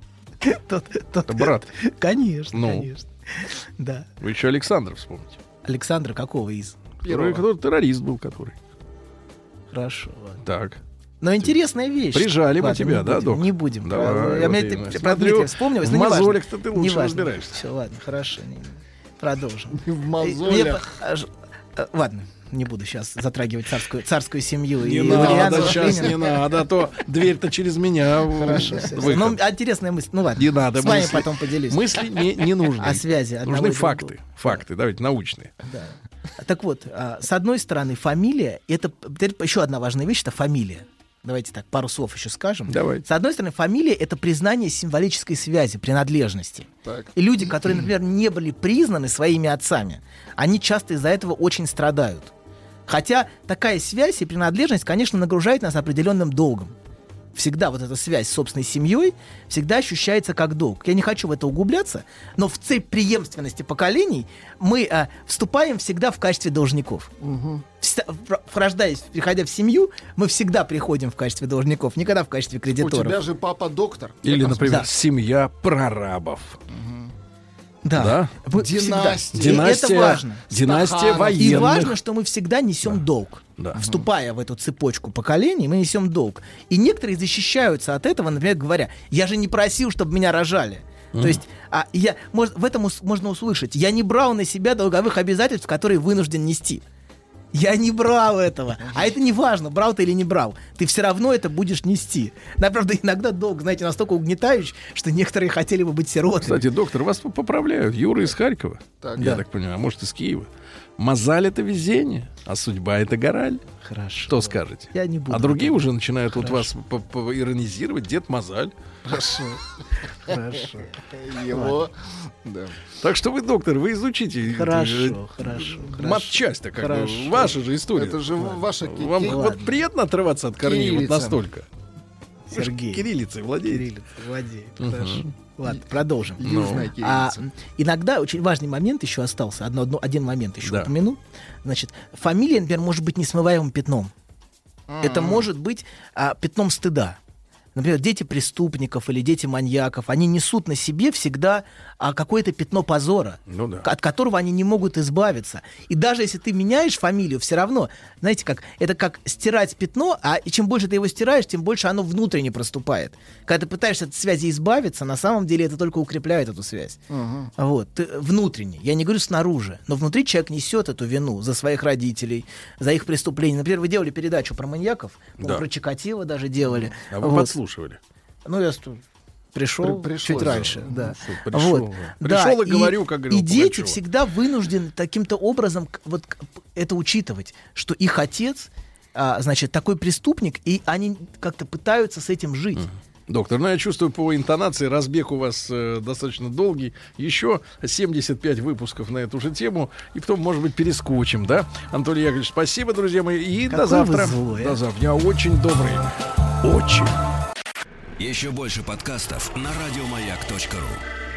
Это брат. Конечно, конечно. Да. Вы еще Александра вспомните. Александра какого из? Который террорист был, который. Хорошо. Ладно. Так. Но интересная вещь. Прижали мы тебя, да, док? Не будем. Давай, я про Дмитрия вспомнилось, но не важно. В мозолях-то ты лучше разбираешься. Все, ладно, хорошо. Продолжим. В мозолях. Ладно. Не буду сейчас затрагивать царскую семью. Не надо, сейчас не надо, а то дверь-то через меня. Хорошо. Ну, интересная мысль. Ну ладно, не надо с вами потом поделюсь. Мысли не нужны. О связи. Нужны факты. Факты, давайте, научные. Да. Так вот, с одной стороны, фамилия, это еще одна важная вещь, это фамилия. Давайте так, пару слов еще скажем. Давайте. С одной стороны, фамилия — это признание символической связи, принадлежности. Так. И люди, которые, например, не были признаны своими отцами, они часто из-за этого очень страдают. Хотя такая связь и принадлежность, конечно, нагружает нас определенным долгом. Всегда вот эта связь с собственной семьей всегда ощущается как долг. Я не хочу в это углубляться, но в цепь преемственности поколений мы вступаем всегда в качестве должников. Рождаясь, приходя в семью, мы всегда приходим в качестве должников, никогда в качестве кредиторов. У тебя же папа доктор. Или, например, семья прорабов. Да. Династия. Это важно. Династия военных. И важно, что мы всегда несем долг. Да. Вступая в эту цепочку поколений, мы несем долг. И некоторые защищаются от этого, например, говоря: я же не просил, чтобы меня рожали. То есть в этом можно услышать: я не брал на себя долговых обязательств, которые вынужден нести. Я не брал этого. А это не важно, брал ты или не брал. Ты все равно это будешь нести. Правда, иногда долг, знаете, настолько угнетающий, что некоторые хотели бы быть сиротами. Кстати, доктор, вас поправляют. Юра из Харькова. Я так понимаю, а может, из Киева. Мозаль — это везение, а судьба — это гораль. Хорошо. Что скажете? Я не буду. А другие уже начинают вот вас иронизировать. Дед Мозаль. Хорошо. Его... Так что вы, доктор, вы изучите. Хорошо. Матчасть-то как бы. Ваша же история. Это же ваша... Вам вот приятно отрываться от корней вот настолько? Сергей. Кириллицей владеет. Хорошо. Ладно, продолжим. Иногда очень важный момент еще остался. Один момент еще упомяну. Значит, фамилия, например, может быть несмываемым пятном. Это может быть пятном стыда. например, дети преступников или дети маньяков, они несут на себе всегда какое-то пятно позора, от которого они не могут избавиться. И даже если ты меняешь фамилию, все равно, знаете, это как стирать пятно, и чем больше ты его стираешь, тем больше оно внутренне проступает. Когда ты пытаешься от связи избавиться, на самом деле это только укрепляет эту связь. Вот, внутренне. Я не говорю снаружи, но внутри человек несет эту вину за своих родителей, за их преступления. Например, вы делали передачу про маньяков, про Чикатило даже делали. А вы подслушивали? Ну, я пришел чуть раньше. Да. Пришел и говорю, как говорил И дети всегда вынуждены таким-то образом это учитывать, что их отец, значит, такой преступник, и они как-то пытаются с этим жить. Доктор, я чувствую по интонации, разбег у вас достаточно долгий. Еще 75 выпусков на эту же тему. И потом, может быть, перескочим, да? Анатолий Яковлевич, спасибо, друзья мои. И до завтра. До завтра. Я очень добрый. Очень. Еще больше подкастов на радиомаяк.ру.